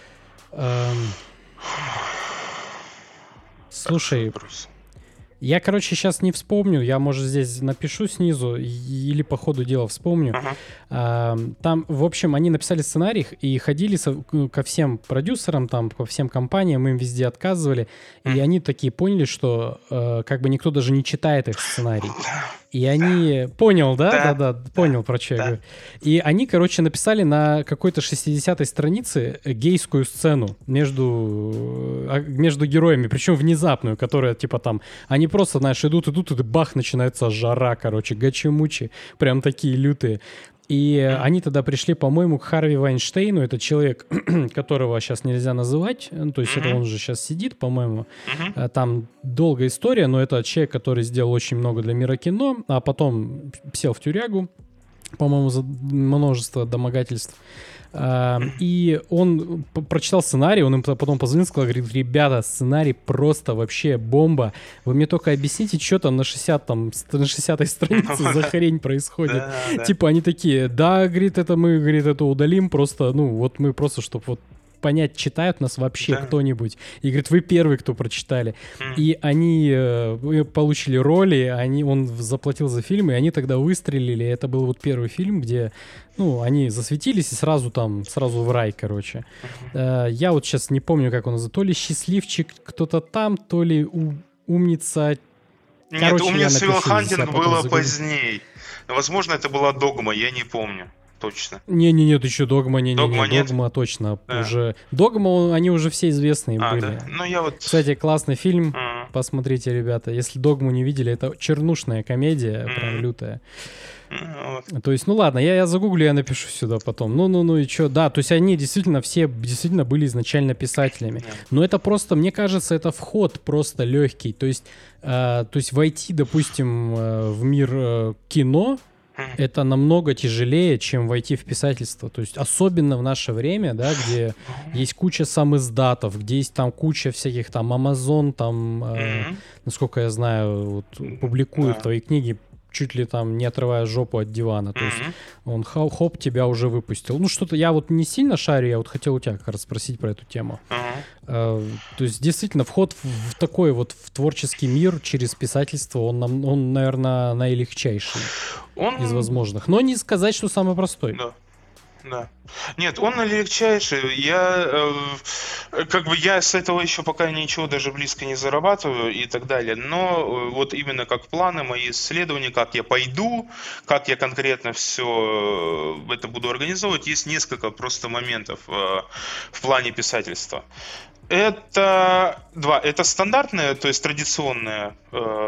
Слушай, я, короче, сейчас не вспомню, я, может, здесь напишу снизу или по ходу дела вспомню. Там, в общем, они написали сценарий и ходили ко всем продюсерам, там, ко всем компаниям, им везде отказывали, и они такие поняли, что как бы никто даже не читает их сценарий. И они... Понял, да? Да, понял, про что я говорю. И они, короче, написали на какой-то 60-й странице гейскую сцену между героями, причем внезапную, которая, типа, там... Они просто, знаешь, идут, и бах, начинается жара, короче, гачи-мучи, прям такие лютые. И они тогда пришли, по-моему, к Харви Вайнштейну, это человек, которого сейчас нельзя называть, ну, то есть это он же сейчас сидит, по-моему. Там долгая история, но это человек, который сделал очень много для мира кино, а потом сел в тюрягу. по-моему, за множество домогательств. И он прочитал сценарий, он им потом позвонил, сказал, говорит, ребята, сценарий просто вообще бомба. Вы мне только объясните, что там на 60-й странице за хрень происходит. Типа они такие, да, говорит, это мы, говорит, это удалим, просто, ну, вот мы просто, чтобы вот понять, читают нас вообще кто-нибудь. И говорит, вы первый, кто прочитали. И они получили роли, он заплатил за фильм, и они тогда выстрелили. Это был вот первый фильм, где, ну, они засветились и сразу в рай, короче. Я вот сейчас не помню, как он называется. То ли «Счастливчик» кто-то там, то ли «Умница». Нет, «Умница Вилхантинг» было позднее. Возможно, это была «Догма», я не помню. Точно. Не-не-не, ты что, «Догма», «Догма» точно. Уже. «Догма», они уже все известные были. Да? Ну, я вот... Кстати, классный фильм. Посмотрите, ребята. Если «Догму» не видели, это чернушная комедия, прям лютая. То есть, ну ладно, я загуглю, я напишу сюда потом. Ну и что? Да, то есть они все были изначально писателями. Но это просто, мне кажется, это вход просто легкий. То есть войти, допустим, в мир кино, это намного тяжелее, чем войти в писательство. То есть особенно в наше время, да, где есть куча самиздатов, где есть там куча всяких там Amazon, там, насколько я знаю, вот, публикуют твои книги чуть ли там не отрывая жопу от дивана. То есть он хоп, тебя уже выпустил. Ну что-то я вот не сильно шарю, я вот хотел у тебя как раз спросить про эту тему. То есть действительно вход в такой вот в творческий мир через писательство, он наверное, наилегчайший из возможных. Но не сказать, что самый простой. Да. Нет, он легчайший. Я с этого еще пока ничего даже близко не зарабатываю и так далее. Но вот именно как планы, мои исследования, как я пойду, как я конкретно все это буду организовывать, есть несколько просто моментов в плане писательства. Это стандартное, то есть традиционное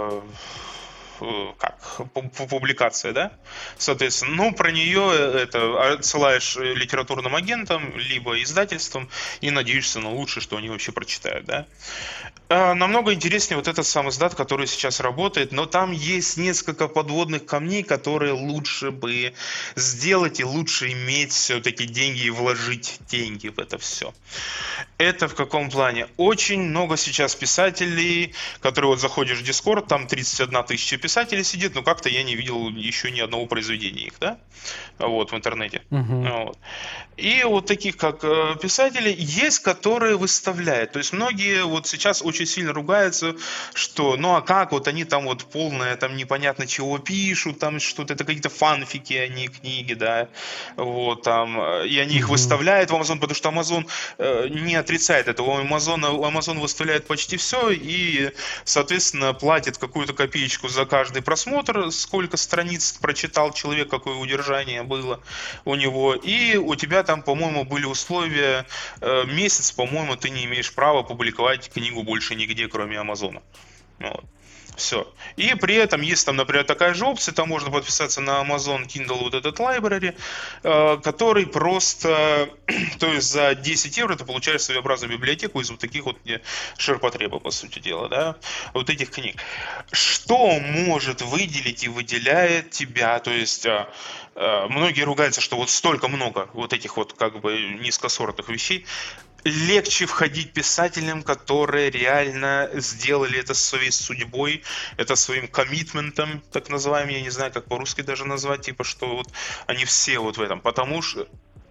публикация, да, соответственно, ну, про нее это отсылаешь литературным агентам, либо издательствам и надеешься на лучшее, что они вообще прочитают, да. Намного интереснее вот этот сам издат, который сейчас работает, но там есть несколько подводных камней, которые лучше бы сделать и лучше иметь все-таки деньги и вложить деньги в это все. Это в каком плане? Очень много сейчас писателей, которые вот заходишь в Discord, там 31 тысяча писателей сидит, но как-то я не видел еще ни одного произведения их, да, вот в интернете. Вот. И вот таких как писатели есть, которые выставляют. То есть многие вот сейчас очень сильно ругаются, что ну а как вот они там вот полное там непонятно чего пишут, там что-то, это какие-то фанфики, а не книги, да, вот там, и они их выставляют в Amazon, потому что Amazon не отрицает этого. Amazon выставляет почти все и, соответственно, платит какую-то копеечку за каждый просмотр, сколько страниц прочитал человек, какое удержание было у него, и у тебя там, по-моему, были условия, месяц, по-моему, ты не имеешь права публиковать книгу больше нигде, кроме Амазона. Вот. Все. И при этом есть там, например, такая же опция, там можно подписаться на Amazon Kindle вот этот library, который просто, то есть за 10 евро ты получаешь своеобразную библиотеку из вот таких вот ширпотреба, по сути дела, да, вот этих книг. Что может выделить и выделяет тебя, то есть многие ругаются, что вот столько много вот этих вот как бы низкосортных вещей. Легче входить писателям, которые реально сделали это своей судьбой, это своим коммитментом, так называемым, я не знаю, как по-русски даже назвать, типа, что вот они все вот в этом, потому что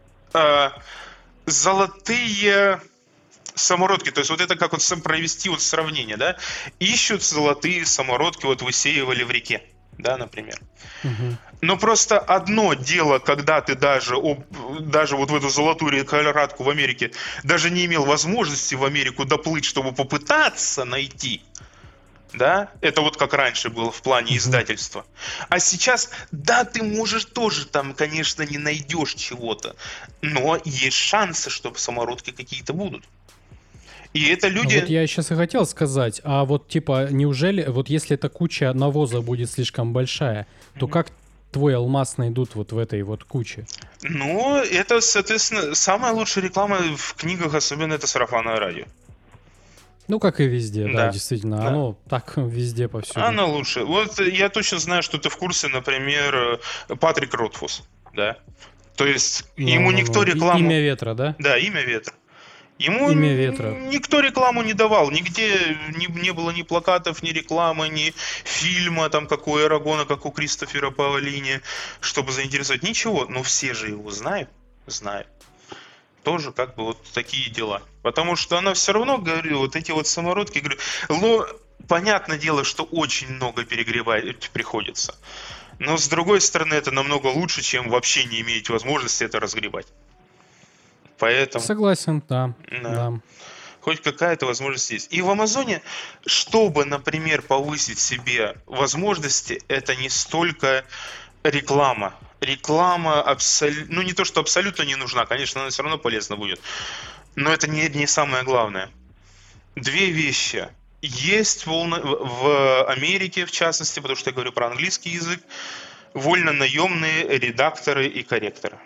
золотые самородки, то есть вот это как вот провести вот сравнение, да, ищут золотые самородки, вот высеивали в реке, да, например. Но просто одно дело, когда ты даже вот в эту золотую колорадку в Америке даже не имел возможности в Америку доплыть, чтобы попытаться найти, да, это вот как раньше было в плане издательства. А сейчас, да, ты можешь тоже там, конечно, не найдешь чего-то, но есть шансы, что самородки какие-то будут. И это люди... Вот я сейчас и хотел сказать, а вот типа, неужели, вот если эта куча навоза будет слишком большая, то как твой алмаз найдут вот в этой вот куче? Ну, это, соответственно, самая лучшая реклама в книгах, особенно это сарафанное радио. Ну, как и везде, да, Да, действительно. да. Оно так везде, повсюду. Она лучше. Вот я точно знаю, что ты в курсе, например, Патрик Ротфус, да? То есть ему никто Ну-ну-ну. рекламу... Имя ветра, да? Да, имя ветра. Ему Имя ветра. никто рекламу не давал, нигде не было ни плакатов, ни рекламы, ни фильма, там, как у Эрагона, как у Кристофера Паолини, чтобы заинтересовать. Ничего, но все же его знают. Тоже как бы вот такие дела. Потому что она все равно, говорю, вот эти вот самородки, говорю, ну, понятное дело, что очень много перегревать приходится. Но с другой стороны, это намного лучше, чем вообще не иметь возможности это разгребать. Поэтому... Согласен, да. Да. Хоть какая-то возможность есть. И в Амазоне, чтобы, например, повысить себе возможности, это не столько реклама. Реклама ну не то, что абсолютно не нужна, конечно, она все равно полезна будет. Но это не самое главное. Две вещи. Есть в Америке, в частности, потому что я говорю про английский язык, вольно-наемные редакторы и корректоры.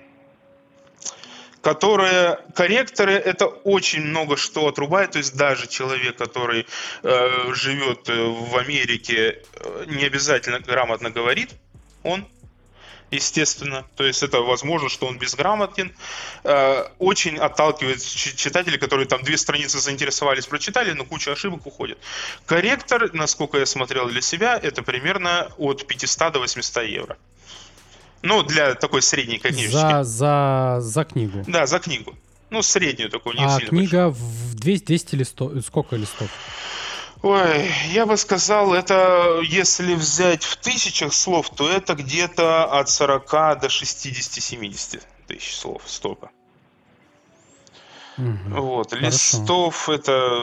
Корректоры это очень много что отрубает, то есть даже человек, который живет в Америке, не обязательно грамотно говорит, он, естественно, то есть это возможно, что он безграмотен, очень отталкивает читателей, которые там 2 страницы заинтересовались, прочитали, но куча ошибок уходит. Корректор, насколько я смотрел для себя, это примерно от 500 до 800 евро. Ну, для такой средней книжечки. За книгу. Да, за книгу. Ну, среднюю такую, не сильно книга большую. в 200 листов. Сколько листов? Ой, я бы сказал, это если взять в тысячах слов, то это где-то от 40 до 60-70 тысяч слов, столько. Вот, Хорошо. листов это...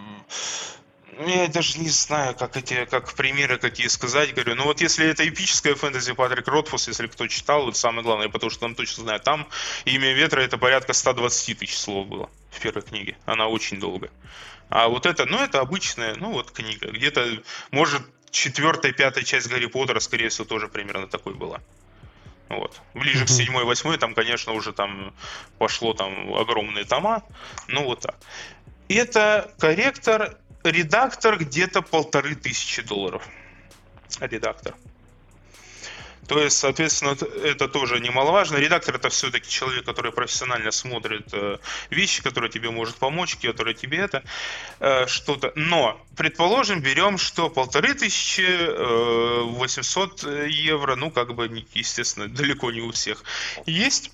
Я даже не знаю, как примеры какие сказать, говорю. Ну вот если это эпическая фэнтези Патрик Ротфус, если кто читал, это самое главное, потому что там точно знаю, там «Имя ветра» это порядка 120 тысяч слов было в первой книге. Она очень долгая. А вот это, ну это обычная, ну вот книга. Где-то, может, 4-5 часть Гарри Поттера, скорее всего, тоже примерно такой была. Вот. Ближе к 7-8, там, конечно, уже там пошло там огромные тома. Ну вот так. Это корректор. Редактор где-то $1500. Редактор. То есть, соответственно, это тоже немаловажно. Редактор это все-таки человек, который профессионально смотрит вещи, которые тебе может помочь, которые тебе это что-то. Но, предположим, берем, что 1500, 800 евро, ну, как бы, естественно, далеко не у всех есть.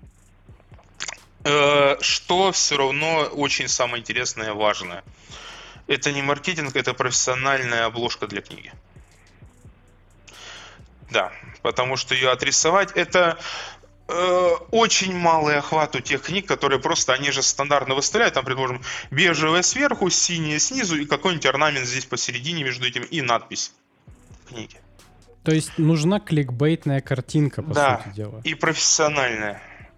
Что все равно очень самое интересное и важное. Это не маркетинг, это профессиональная обложка для книги. Да, потому что ее отрисовать, это очень малый охват у тех книг, которые просто, они же стандартно выставляют, там, предположим, бежевое сверху, синее снизу и какой-нибудь орнамент здесь посередине между этим и надпись книги. То есть нужна кликбейтная картинка, по да, сути дела. И профессиональная.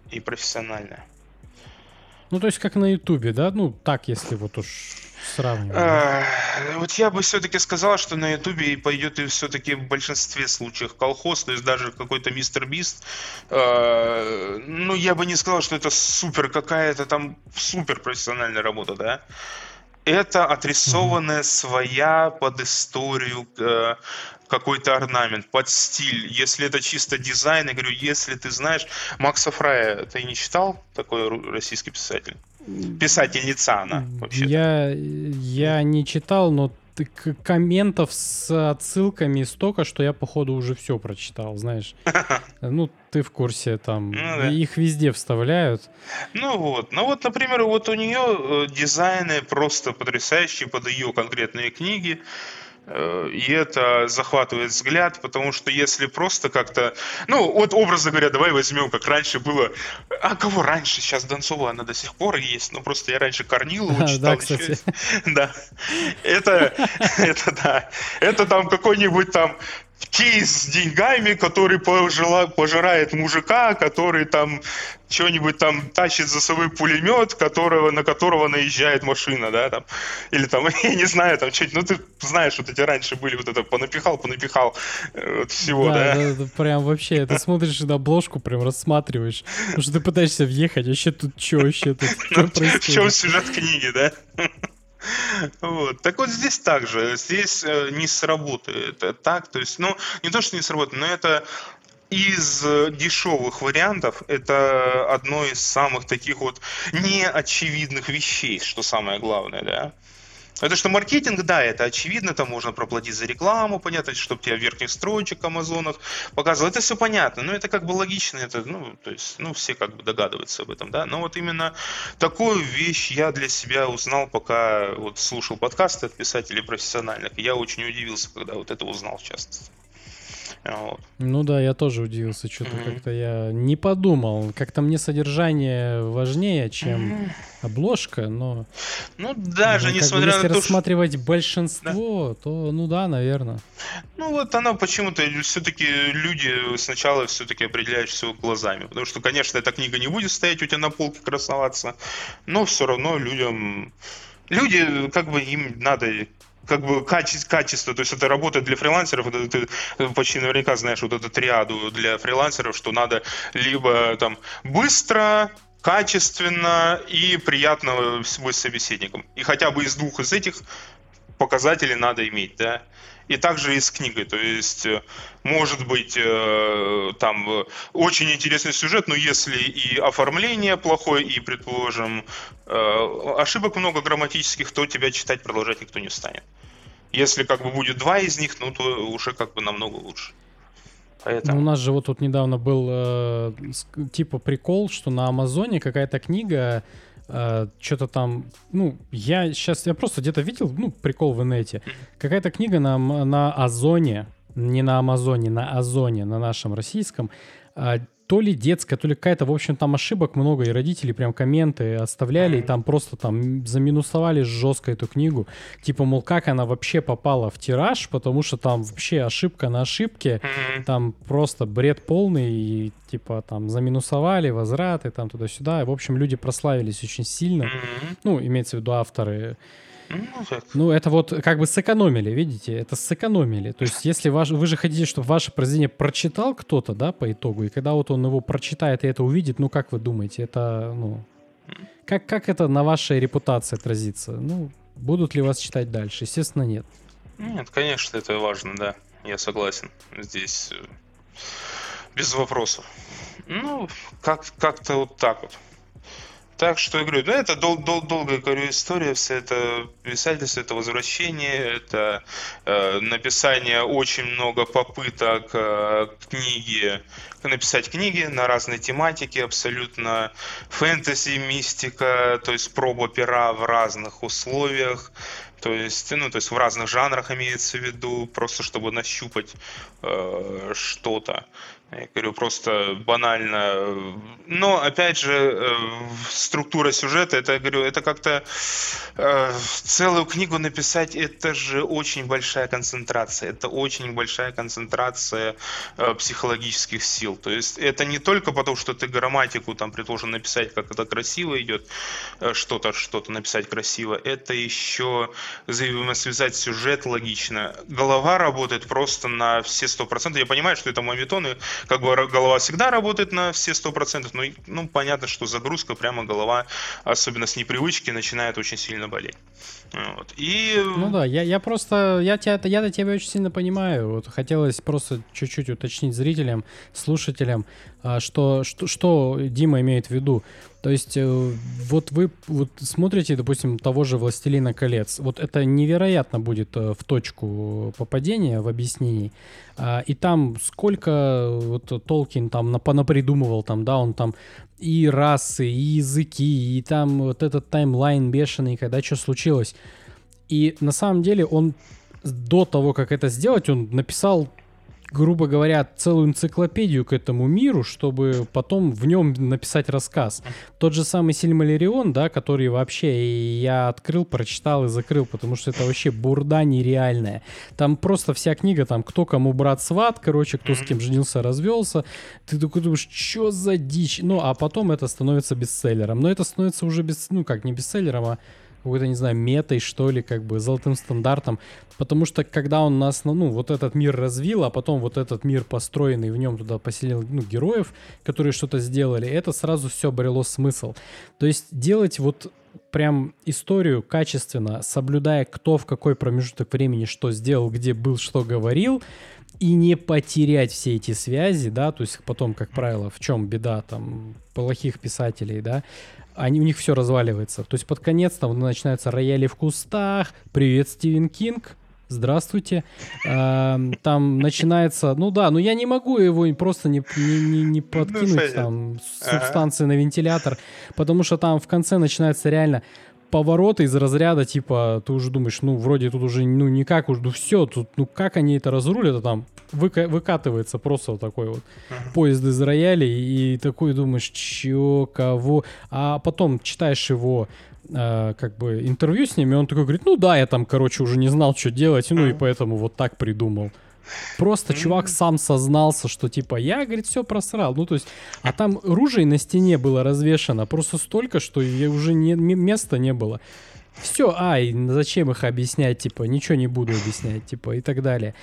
Ну, то есть как на Ютубе, да? Ну, так, если вот уж сравнивать. Вот я бы все-таки сказал, что на Ютубе пойдет и все-таки в большинстве случаев колхоз, то есть даже какой-то Мистер Бист. Ну, я бы не сказал, что это супер какая-то там супер профессиональная работа, да? Это отрисованная своя под историю какой-то орнамент, под стиль. Если это чисто дизайн, я говорю, если ты знаешь... Макса Фрая ты не читал? Такой российский писатель. Писательница она, вообще-то. Я не читал, но комментов с отсылками столько, что я, походу, уже все прочитал, знаешь. Ну, ты в курсе, там, их везде вставляют. Ну вот, например, вот у нее дизайны просто потрясающие под ее конкретные книги. И это захватывает взгляд, потому что если просто как-то... Ну, вот образно говоря, давай возьмем, как раньше было... А кого раньше? Сейчас Донцова она до сих пор есть, но просто я раньше Корнилову читал. Да, кстати. Да. Это там какой-нибудь там кейс с деньгами, который пожирает мужика, который там что-нибудь там тащит за собой пулемет, на которого наезжает машина, да, там, или там, я не знаю, там что-нибудь, ну ты знаешь, вот эти раньше были, вот это понапихал, вот всего, да. Да, прям вообще, ты смотришь на обложку, прям рассматриваешь, потому что ты пытаешься въехать, вообще тут что вообще тут, В чем сюжет книги, да? Вот. Так вот здесь также, здесь не сработает так, то есть, ну, не то, что не сработает, но это из дешевых вариантов, это одно из самых таких вот неочевидных вещей, что самое главное, да. Это что маркетинг, да, это очевидно, там можно проплатить за рекламу, понятно, чтобы тебя в верхних строчек Амазонах показывал, это все понятно, но это как бы логично, это, ну, то есть, ну, все как бы догадываются об этом, да, но вот именно такую вещь я для себя узнал, пока вот слушал подкасты от писателей профессиональных, и я очень удивился, когда вот это узнал в частности. Вот. Ну да, я тоже удивился, что-то Мгм. как-то я не подумал. Как-то мне содержание важнее, чем обложка, но Ну, даже как бы несмотря если на то, что... рассматривать Да. большинство, то ну да, наверное. Ну вот она почему-то все-таки люди сначала все-таки определяют все глазами, потому что, конечно, эта книга не будет стоять у тебя на полке красоваться, но все равно люди как бы им надо как бы качество, то есть это работает для фрилансеров, это ты почти наверняка знаешь вот эту триаду для фрилансеров, что надо либо там быстро, качественно и приятно быть собеседником. И хотя бы из двух из этих показатели надо иметь, да. И также и с книгой, то есть может быть там очень интересный сюжет, но если и оформление плохое, и, предположим, ошибок много грамматических, то тебя читать продолжать никто не станет. Если как бы будет два из них, ну то уже как бы намного лучше. Ну, у Поэтому. нас же вот тут недавно был типа прикол, что на Амазоне какая-то книга, что-то там, ну, я просто где-то видел, ну, прикол в инете. Какая-то книга на Озоне, не на Амазоне, на Озоне, на нашем российском, то ли детская, то ли какая-то, в общем, там ошибок много, и родители прям комменты оставляли, и там просто там заминусовали жестко эту книгу. Типа, мол, как она вообще попала в тираж, потому что там вообще ошибка на ошибке, там просто бред полный, и типа там заминусовали, возвраты, там туда-сюда. И, в общем, люди прославились очень сильно. Ну, имеется в виду авторы. Ну, это вот как бы сэкономили, видите? Это сэкономили. То есть, если вы же хотите, чтобы ваше произведение прочитал кто-то, да, по итогу, и когда вот он его прочитает и это увидит, ну, как вы думаете, это, ну... Как это на вашей репутации отразится? Ну, будут ли вас читать дальше? Естественно, нет. Нет, конечно, это важно, да. Я согласен. Здесь без вопросов. Ну, как-то вот так вот. Так что я говорю, ну это долгая, говорю, история, вся это писательство, это возвращение, это написание очень много попыток написать книги на разные тематики, абсолютно фэнтези, мистика, то есть проба пера в разных условиях, то есть в разных жанрах имеется в виду, просто чтобы нащупать что-то. Я говорю, просто банально. Но, опять же, структура сюжета, это, я говорю, это как-то целую книгу написать, это же очень большая концентрация. Это очень большая концентрация психологических сил. То есть это не только потому, что ты грамматику, там, предположим, написать, как это красиво идет, что-то написать красиво. Это еще связать сюжет логично. Голова работает просто на все 100%. Я понимаю, что это моветоны, как бы голова всегда работает на все 100%, но ну, понятно, что загрузка, прямо голова, особенно с непривычки, начинает очень сильно болеть. Вот. И... Ну да, я просто, я тебя очень сильно понимаю. Вот хотелось просто чуть-чуть уточнить зрителям, слушателям, что Дима имеет в виду. То есть вот вы вот смотрите, допустим, того же «Властелина колец». Вот это невероятно будет в точку попадения в объяснении. И там сколько вот Толкин там напридумывал, там, да, он там и расы, и языки, и там вот этот таймлайн бешеный, когда что случилось. И на самом деле он до того, как это сделать, он написал, грубо говоря, целую энциклопедию к этому миру, чтобы потом в нем написать рассказ. Тот же самый Сильмариллион, да, который вообще я открыл, прочитал и закрыл, потому что это вообще бурда нереальная. Там просто вся книга, там, кто кому брат-сват, короче, кто с кем женился, развелся. Ты такой думаешь, что за дичь? Ну, а потом это становится бестселлером. Но это становится уже, не бестселлером, а какой-то, не знаю, метой, что ли, как бы золотым стандартом, потому что когда он нас, вот этот мир развил, а потом вот этот мир построенный, в нем туда поселил, героев, которые что-то сделали, это сразу все обрело смысл. То есть делать вот прям историю качественно, соблюдая, кто в какой промежуток времени что сделал, где был, что говорил, и не потерять все эти связи, да, то есть потом, как правило, в чем беда там плохих писателей, да, у них все разваливается. То есть под конец там начинаются рояли в кустах, привет, Стивен Кинг, здравствуйте. Там начинается, ну я не могу его просто не подкинуть там субстанции на вентилятор, потому что там в конце начинается реально повороты из разряда, типа, ты уже думаешь, вроде тут уже, никак уже, все, тут, как они это разрулят, а там выкатывается просто вот такой вот поезд из роялей, и такой думаешь, чё, кого, а потом читаешь его как бы интервью с ними, он такой говорит, я там, уже не знал, что делать, и поэтому вот так придумал. Просто чувак сам сознался, что типа я, говорит, все просрал. То есть, а там ружей на стене было развешано просто столько, что уже места не было. Все, и зачем их объяснять, типа, ничего не буду объяснять, типа, и так далее.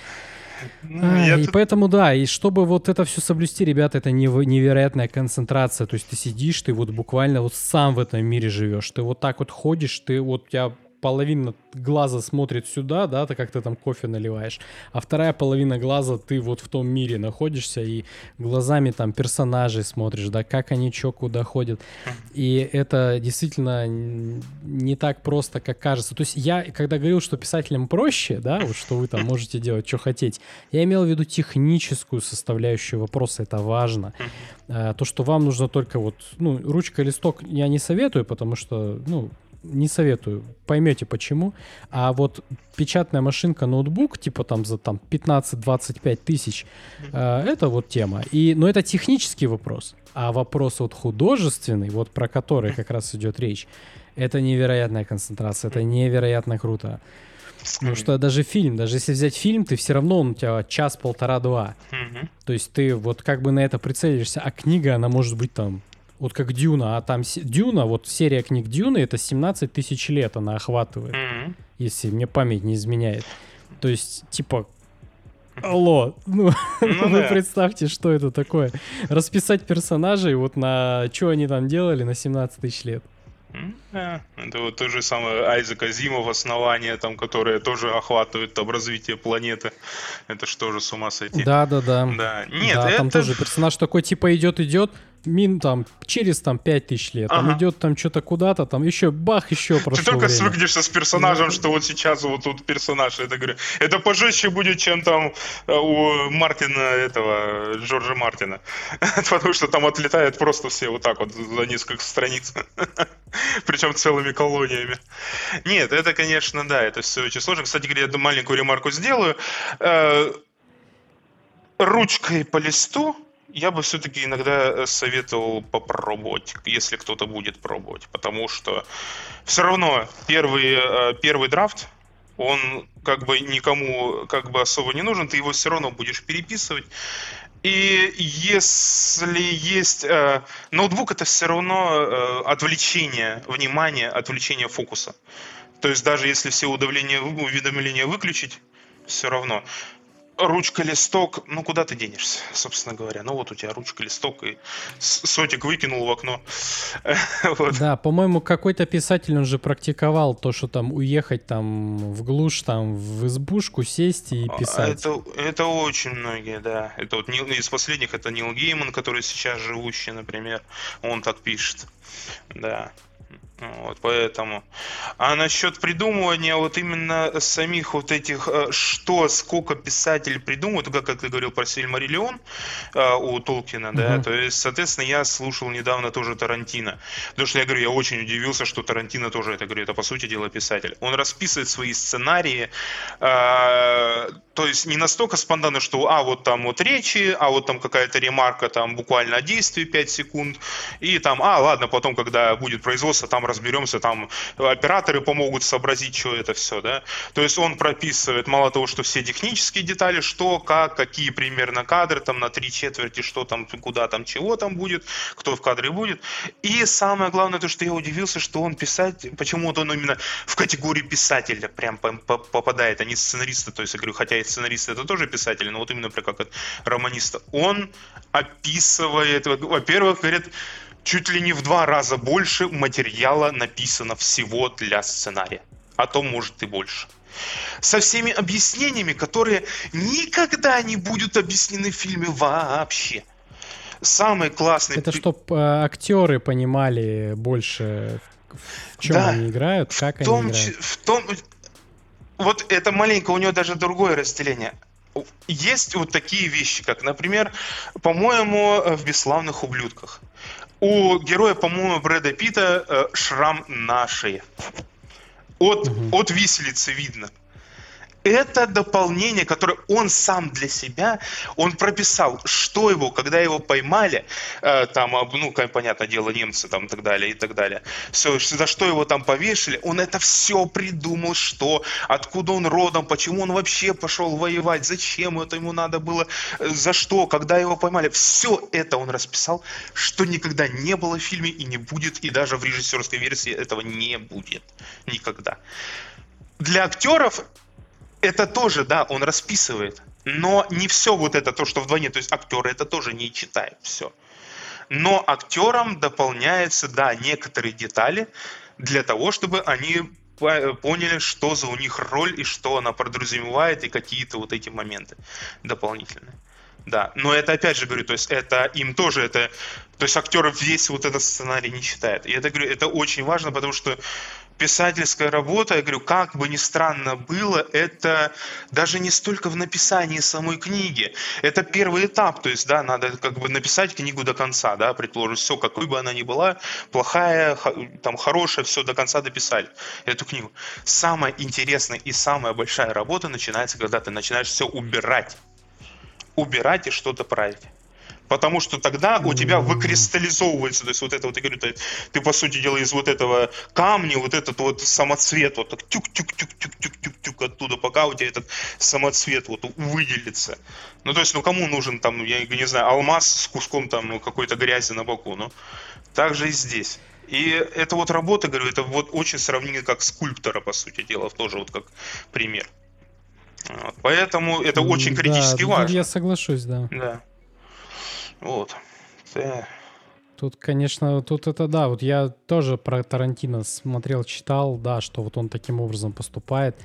Поэтому, да, и чтобы вот это все соблюсти, ребята, это невероятная концентрация. То есть ты сидишь, ты вот буквально вот сам в этом мире живешь. Ты вот так вот ходишь, ты вот у тебя половина глаза смотрит сюда, да, ты как ты там кофе наливаешь, а вторая половина глаза ты вот в том мире находишься и глазами там персонажей смотришь, да, как они чё, куда ходят. И это действительно не так просто, как кажется. То есть я, когда говорил, что писателям проще, да, вот что вы там можете делать, что хотите, я имел в виду техническую составляющую вопроса, это важно. То, что вам нужно только вот, ручка и листок я не советую, потому что, не советую, поймете почему. А вот печатная машинка, ноутбук, типа там за 15-25 тысяч, это вот тема. Но это технический вопрос. А вопрос вот художественный, вот про который как раз идет речь, это невероятная концентрация, это невероятно круто. Потому что даже если взять фильм, ты все равно, он у тебя час, полтора, два. То есть ты вот как бы на это прицелишься, а книга, она может быть там вот как Дюна, а там Дюна, вот серия книг Дюны, это 17 тысяч лет она охватывает, если мне память не изменяет. То есть, типа, алло, вы представьте, что это такое. Расписать персонажей вот на что они там делали на 17 тысяч лет. Это вот то же самое Айзек Азимов, «Основание», там, которое тоже охватывает там развитие планеты. Это ж тоже с ума сойти. Да. Нет, да, это... там тоже персонаж такой, типа, идет, там, через там 5000 лет, он идет там что-то куда-то, там еще прошло Ты только время. свыкнешься с персонажем, что вот сейчас вот тут персонаж, это говорю, это пожестче будет, чем там у Мартина Джорджа Мартина, потому что там отлетают просто все вот так вот за несколько страниц, причем целыми колониями. Нет, это, конечно, да, это все очень сложно. Кстати говоря, я маленькую ремарку сделаю. Ручкой по листу я бы все-таки иногда советовал попробовать, если кто-то будет пробовать, потому что все равно первый драфт, он как бы никому как бы особо не нужен, ты его все равно будешь переписывать. И если есть ноутбук, это все равно отвлечение внимания, отвлечение фокуса. То есть даже если все уведомления выключить, все равно. Ручка-листок, куда ты денешься, собственно говоря. Вот у тебя ручка-листок, и сотик выкинул в окно. Вот. Да, по-моему, какой-то писатель, он же практиковал то, что там уехать там в глушь, там в избушку сесть и писать. Это очень многие, да. Это вот из последних, это Нил Гейман, который сейчас живущий, например. Он так пишет, да. Вот, поэтому. А насчет придумывания вот именно самих вот этих, сколько писатель придумывает, как ты говорил про Сильмариллион у Толкина, да, то есть, соответственно, я слушал недавно тоже Тарантино, потому что я говорю, я очень удивился, что Тарантино тоже, это по сути дела писатель. Он расписывает свои сценарии, то есть не настолько спонтанно, что вот там вот речи, вот там какая-то ремарка там буквально о действии 5 секунд, и там, ладно, потом, когда будет производство, там разберемся, там операторы помогут сообразить, что это все, да. То есть он прописывает, мало того, что все технические детали, что, как, какие примерно кадры, там на 3/4, что там, куда там, чего там будет, кто в кадре будет. И самое главное, то, что я удивился, что он почему-то он именно в категорию писателя прям попадает, а не сценариста. То есть я говорю, хотя и сценаристы это тоже писатели, но вот именно как романиста. Он описывает, во-первых, говорит, чуть ли не в 2 раза больше материала написано всего для сценария. А то, может, и больше. Со всеми объяснениями, которые никогда не будут объяснены в фильме вообще. Самый классный... Это чтоб актеры понимали больше, в чем Да, они играют, как они играют. Вот это маленько, у него даже другое разделение. Есть вот такие вещи, как, например, по-моему, в «Бесславных ублюдках». У героя, по-моему, Брэда Питта шрам на шее. От виселицы видно. Это дополнение, которое он сам для себя, он прописал, что его, когда его поймали, там, ну, понятное дело, немцы там и так далее, все, за что его там повешали, он это все придумал, что, откуда он родом, почему он вообще пошел воевать, зачем это ему надо было, за что, когда его поймали, все это он расписал, что никогда не было в фильме и не будет, и даже в режиссерской версии этого не будет никогда. Для актеров это тоже, да, он расписывает, но не все вот это, то, что вдвойне, то есть актеры это тоже не читают все. Но актерам дополняются, да, некоторые детали для того, чтобы они поняли, что за у них роль и что она подразумевает, и какие-то вот эти моменты дополнительные. Да, но это опять же говорю, то есть это им тоже это, то есть актеров весь вот этот сценарий не читает. И это, говорю, это очень важно, потому что писательская работа, я говорю, как бы ни странно было, это даже не столько в написании самой книги. Это первый этап, то есть, да, надо как бы написать книгу до конца, да, предположим, все, какой бы она ни была, плохая, там, хорошая, все до конца дописали эту книгу. Самая интересная и самая большая работа начинается, когда ты начинаешь все убирать и что-то править. Потому что тогда у тебя выкристаллизовывается, то есть вот это вот, я говорю, ты по сути дела из вот этого камня, вот этот вот самоцвет, вот так тюк-тюк-тюк-тюк-тюк-тюк оттуда, пока у тебя этот самоцвет вот выделится. Ну, то есть, ну, кому нужен там, я не знаю, алмаз с куском там, ну, какой-то грязи на боку, ну, так же и здесь. И это вот работа, говорю, это вот очень сравнимо как скульптора, по сути дела, тоже вот как пример. Поэтому это очень критически важно. Я соглашусь, да. Да. Вот. Тут, конечно, тут это да. Вот я тоже про Тарантино смотрел, читал, да, что вот он таким образом поступает.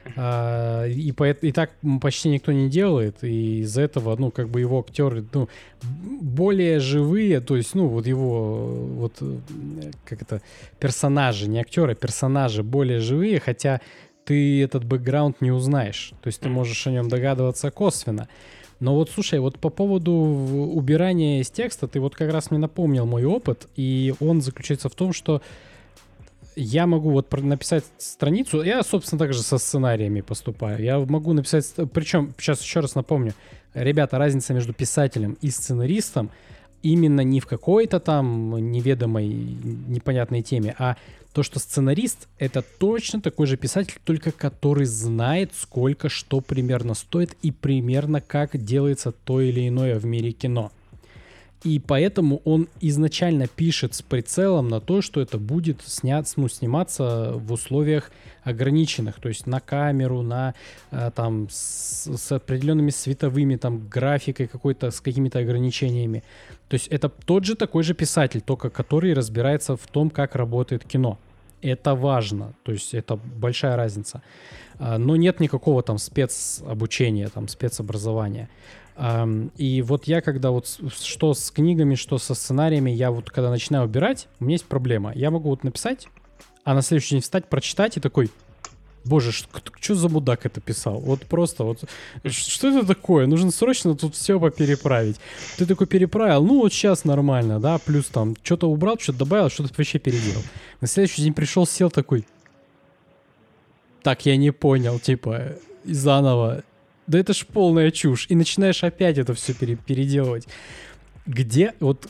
И так почти никто не делает. И из-за этого, ну, как бы его актеры, ну, более живые, то есть, ну, вот его, вот, как это, персонажи, не актеры, персонажи более живые, хотя ты этот бэкграунд не узнаешь. То есть ты можешь о нем догадываться косвенно. Но вот, слушай, вот по поводу убирания из текста, ты вот как раз мне напомнил мой опыт, и он заключается в том, что я могу вот написать страницу, я, собственно, также со сценариями поступаю, я могу написать, причем, сейчас еще раз напомню, ребята, разница между писателем и сценаристом именно не в какой-то там неведомой, непонятной теме, а то, что сценарист — это точно такой же писатель, только который знает, сколько что примерно стоит и примерно как делается то или иное в мире кино. И поэтому он изначально пишет с прицелом на то, что это будет сниматься в условиях ограниченных, то есть на камеру, на там с определенными световыми там графикой какой-то, с какими-то ограничениями. То есть это тот же такой же писатель, только который разбирается в том, как работает кино. Это важно, то есть это большая разница. Но нет никакого там спецобучения, там спецобразования. И вот я когда вот что с книгами, что со сценариями, я вот когда начинаю убирать, у меня есть проблема. Я могу вот написать, а на следующий день встать, прочитать и такой: боже, что за мудак это писал? Вот просто вот, что это такое? Нужно срочно тут все попереправить. Ты такой переправил, ну вот сейчас нормально, да, плюс там что-то убрал, что-то добавил, что-то вообще переделал. На следующий день пришел, сел такой: так, я не понял, типа, и заново. Да это ж полная чушь. И начинаешь опять это все переделывать. Где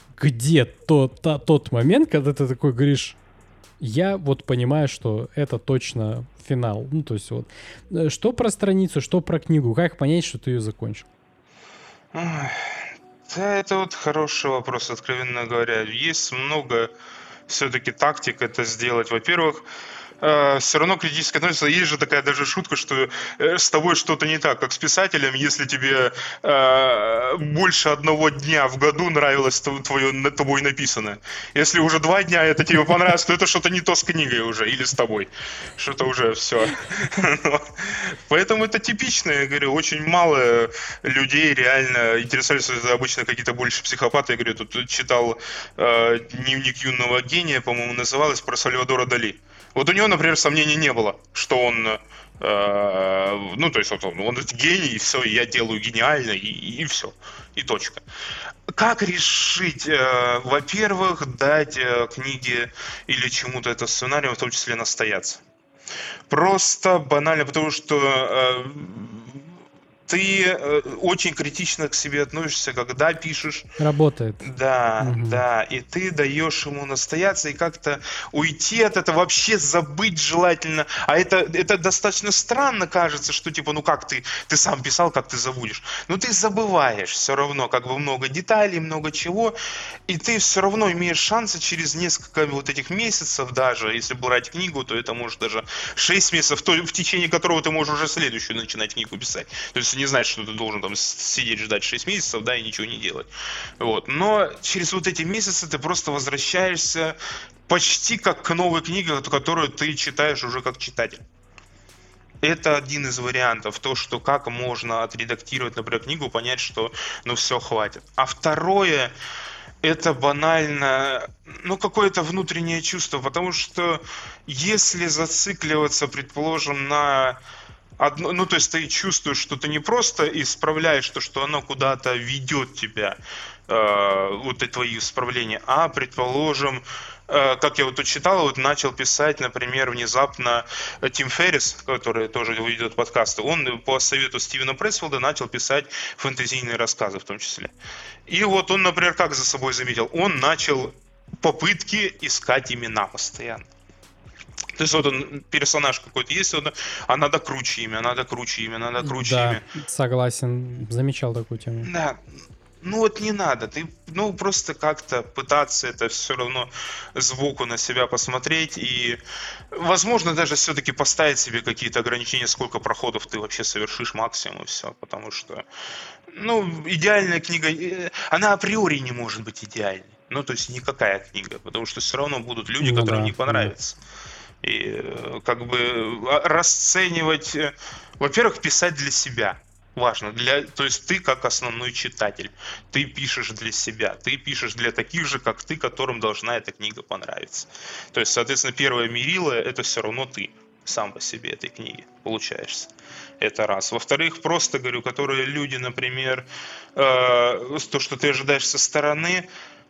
тот момент, когда ты такой говоришь: я вот понимаю, что это точно финал. Ну, то есть вот, что про страницу, что про книгу, как понять, что ты ее закончил? Да, это вот хороший вопрос, откровенно говоря. Есть много все-таки тактик это сделать. Во-первых, все равно критически относятся. Есть же такая даже шутка, что с тобой что-то не так, как с писателем, если тебе больше одного дня в году нравилось тобой написанное. Если уже 2 дня это тебе понравилось, то это что-то не то с книгой уже, или с тобой. Что-то уже все. Поэтому это типично, я говорю, очень мало людей реально интересуются, обычно какие-то больше психопаты. Я говорю, тут читал «Дневник юного гения», по-моему, называлось, про Сальвадора Дали. Вот у него, например, сомнений не было, что он, ну, то есть он гений, и все, и я делаю гениально, и все, и точка. Как решить, во-первых, дать книге или чему-то это сценарию, в том числе настояться? Просто банально, потому что ты очень критично к себе относишься, когда пишешь. Работает. Да, да, и ты даешь ему настояться и как-то уйти от этого, вообще забыть желательно. А это достаточно странно кажется, что типа, ну как ты сам писал, как ты забудешь. Но ты забываешь все равно, как бы много деталей, много чего, и ты все равно имеешь шансы через несколько вот этих месяцев даже, если брать книгу, то это может даже 6 месяцев, в течение которого ты можешь уже следующую начинать книгу писать. То есть не знать, что ты должен там сидеть ждать 6 месяцев, да, и ничего не делать. Вот. Но через вот эти месяцы ты просто возвращаешься почти как к новой книге, которую ты читаешь уже как читатель. Это один из вариантов, то, что как можно отредактировать, например, книгу, понять, что ну все, хватит. А второе, это банально, ну, какое-то внутреннее чувство, потому что если зацикливаться, предположим, на одно, ну, то есть ты чувствуешь, что ты не просто исправляешь то, что оно куда-то ведет тебя, вот и твои исправления, а, предположим, как я вот тут читал, вот начал писать, например, внезапно Тим Феррис, который тоже ведет подкасты, он по совету Стивена Пресфилда начал писать фэнтезийные рассказы в том числе. И вот он, например, как за собой заметил, он начал попытки искать имена постоянно. То есть вот он, персонаж какой-то есть, а надо круче имя, надо круче имя, надо круче имя. Да, согласен, замечал такую тему. Да, ну вот не надо, ты, ну просто как-то пытаться это все равно сбоку на себя посмотреть и, возможно, даже все-таки поставить себе какие-то ограничения, сколько проходов ты вообще совершишь максимум и все, потому что, ну, идеальная книга, она априори не может быть идеальной, ну то есть никакая книга, потому что все равно будут люди, Ну которым да, не понравится. И как бы расценивать, во-первых, писать для себя важно, то есть ты как основной читатель, ты пишешь для себя, ты пишешь для таких же, как ты, которым должна эта книга понравиться. То есть, соответственно, первое мерило это все равно ты сам по себе этой книги получаешься. Это раз. Во-вторых, просто говорю, которые люди, например, то, что ты ожидаешь со стороны,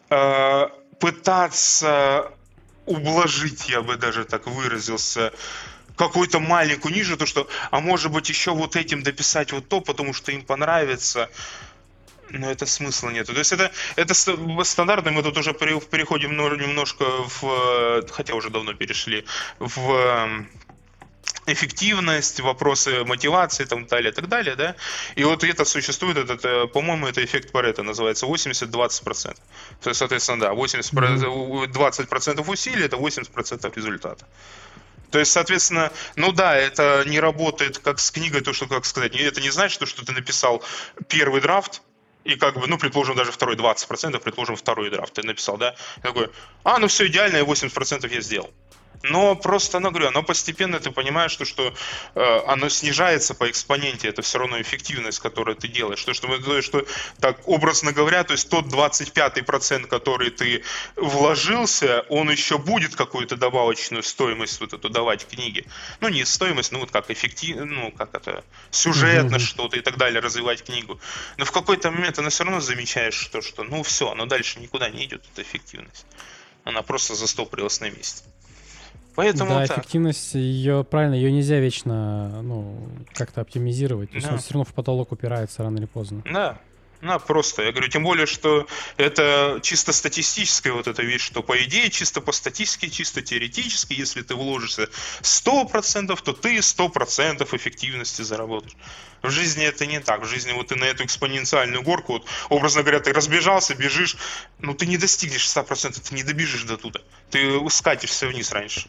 пытаться ублажить, я бы даже так выразился, какую-то маленькую ниже, то что, а может быть еще вот этим дописать вот то, потому что им понравится, но это смысла нету. То есть это стандартно, мы тут уже переходим немножко хотя уже давно перешли, в эффективность, вопросы мотивации и так далее, да. И вот это существует, по-моему, это эффект Парето называется, 80-20%. То есть, соответственно, да, 20% усилий это 80% результата. То есть, соответственно, ну да, это не работает как с книгой, то, что, как сказать, это не значит, что ты написал первый драфт, и как бы, ну, предположим, даже второй 20%, предположим, второй драфт ты написал, да, такой, ну все идеально, и 80% я сделал. Но просто, говорю, оно постепенно, ты понимаешь, что оно снижается по экспоненте, это все равно эффективность, которую ты делаешь. Что так образно говоря, то есть тот 25%, который ты вложился, он еще будет какую-то добавочную стоимость вот эту давать книге. Ну, не стоимость, ну, вот как эффективно, ну, как это, сюжетно что-то и так далее, развивать книгу. Но в какой-то момент она все равно замечаешь, что ну, все, оно дальше никуда не идет, эта эффективность. Она просто застопорилась на месте. Поэтому да, эффективность, ее нельзя вечно, ну, как-то оптимизировать. То есть он все равно в потолок упирается рано или поздно. Да, просто, я говорю, тем более, что это чисто статистическая вот эта вещь, что по идее, чисто по статистике, чисто теоретически, если ты вложишься 100%, то ты 100% эффективности заработаешь. В жизни это не так. В жизни вот ты на эту экспоненциальную горку, вот, образно говоря, ты разбежался, бежишь, но ты не достигнешь 100%, ты не добежишь до туда. Ты скатишься вниз раньше.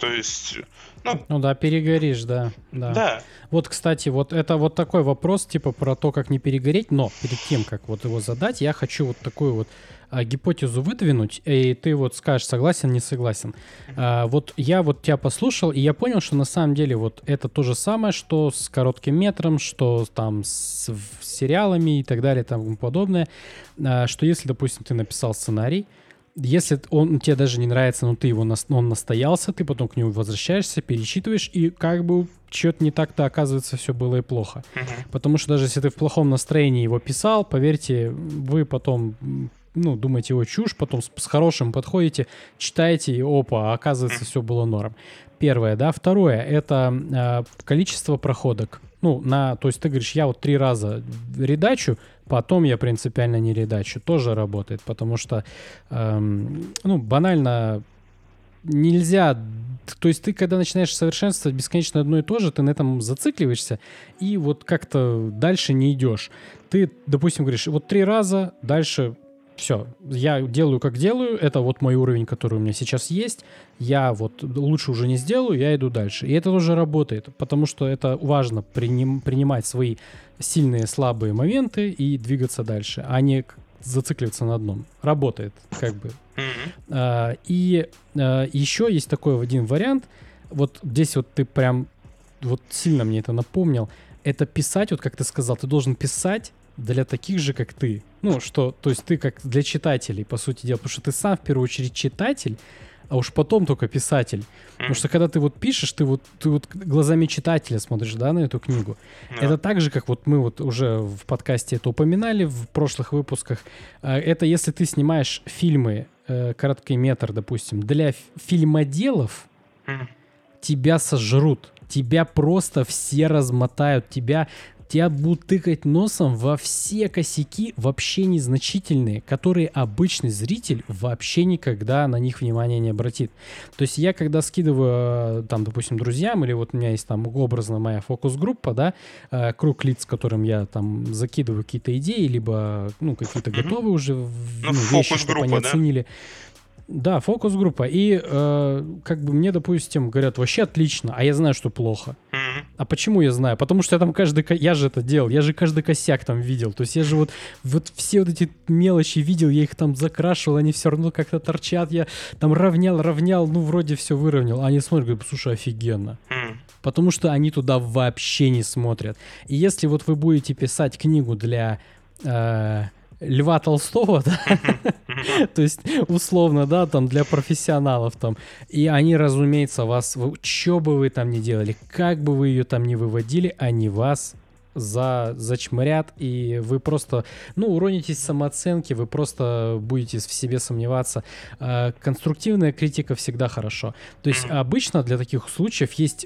То есть, Ну да, перегоришь, да. да. Вот, кстати, вот это вот такой вопрос, типа, про то, как не перегореть, но перед тем, как вот его задать, я хочу вот такую вот гипотезу выдвинуть, и ты вот скажешь, согласен, не согласен. Вот я вот тебя послушал, и я понял, что на самом деле вот это то же самое, что с коротким метром, что там с сериалами и так далее, и тому подобное, что если, допустим, ты написал сценарий, если он тебе даже не нравится, но ты его он настоялся, ты потом к нему возвращаешься, перечитываешь, и как бы что-то не так-то, оказывается, все было и плохо. Потому что даже если ты в плохом настроении его писал, поверьте, вы потом думаете его чушь, потом с хорошим подходите, читаете, и опа, оказывается, все было норм. Первое, да. Второе, это количество проходок. То есть ты говоришь, я вот 3 раза редачу, потом я принципиально не редачу. Тоже работает, потому что, банально нельзя... То есть ты, когда начинаешь совершенствовать бесконечно одно и то же, ты на этом зацикливаешься и вот как-то дальше не идешь. Ты, допустим, говоришь, вот 3 раза, дальше... Все, я делаю, как делаю, это вот мой уровень, который у меня сейчас есть, я вот лучше уже не сделаю, я иду дальше. И это тоже работает, потому что это важно принимать свои сильные, слабые моменты и двигаться дальше, а не зацикливаться на одном. Работает, как бы. И еще есть такой один вариант, вот здесь вот ты прям, вот сильно мне это напомнил, это писать, вот как ты сказал, ты должен писать для таких же, как ты. То есть ты как для читателей, по сути дела, потому что ты сам в первую очередь читатель, а уж потом только писатель. Потому что когда ты вот пишешь, ты вот глазами читателя смотришь, да, на эту книгу. Это так же, как вот мы вот уже в подкасте это упоминали в прошлых выпусках. Это если ты снимаешь фильмы, короткий метр, допустим, для фильмоделов, тебя сожрут. Тебя просто все размотают. Тебя будут тыкать носом во все косяки, вообще незначительные, которые обычный зритель вообще никогда на них внимания не обратит. То есть я, когда скидываю, там, допустим, друзьям, или вот у меня есть там образно моя фокус-группа, да, круг лиц, которым я там закидываю какие-то идеи, либо, какие-то готовые уже вещи, чтобы они оценили. Да, фокус-группа. И как бы мне, допустим, говорят, вообще отлично, а я знаю, что плохо. А почему я знаю? Потому что я там я же это делал, я же каждый косяк там видел. То есть я же вот все вот эти мелочи видел, я их там закрашивал, они все равно как-то торчат. Я там равнял, вроде все выровнял. А они смотрят, говорят, слушай, офигенно. Потому что они туда вообще не смотрят. И если вот вы будете писать книгу для... Льва Толстого, да, то есть условно, да, там для профессионалов там, и они, разумеется, что бы вы там ни делали, как бы вы ее там ни выводили, они вас зачмырят, и вы просто, уронитесь в самооценке, вы просто будете в себе сомневаться. Конструктивная критика всегда хорошо. То есть обычно для таких случаев есть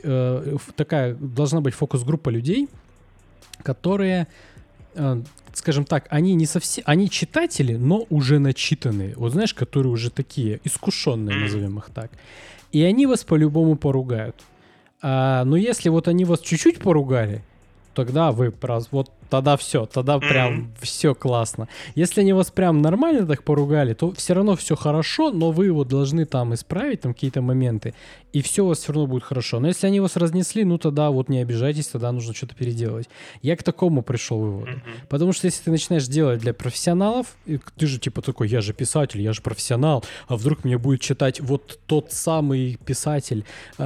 должна быть фокус-группа людей, которые... скажем так, они не совсем... Они читатели, но уже начитанные. Вот знаешь, которые уже такие искушенные, назовем их так. И они вас по-любому поругают. Но если вот они вас чуть-чуть поругали, тогда вы вот тогда все, тогда прям все классно. Если они вас прям нормально так поругали, то все равно все хорошо, но вы его должны там исправить, там какие-то моменты, и все у вас все равно будет хорошо. Но если они вас разнесли, тогда вот не обижайтесь, тогда нужно что-то переделывать. Я к такому пришел выводу. Потому что если ты начинаешь делать для профессионалов, ты же типа такой, я же писатель, я же профессионал, а вдруг мне будет читать вот тот самый писатель,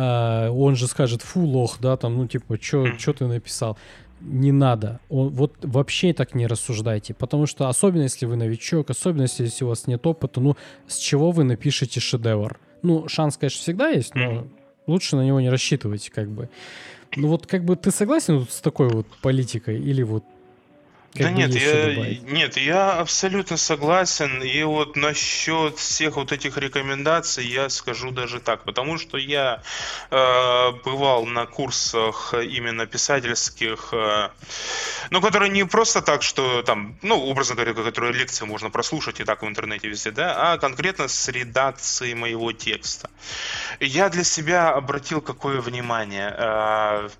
он же скажет, фу, лох, да, там, что ты написал? Не надо. Вот вообще так не рассуждайте. Потому что, особенно если вы новичок, особенно если у вас нет опыта, с чего вы напишете шедевр? Шанс, конечно, всегда есть, но лучше на него не рассчитывать, как бы. Ты согласен с такой вот политикой? Или вот да нет, я абсолютно согласен. И вот насчет всех вот этих рекомендаций я скажу даже так, потому что я бывал на курсах именно писательских, которые не просто так, что там, образно говоря, которые лекции можно прослушать и так в интернете везде, да, а конкретно с редакцией моего текста. Я для себя обратил какое внимание.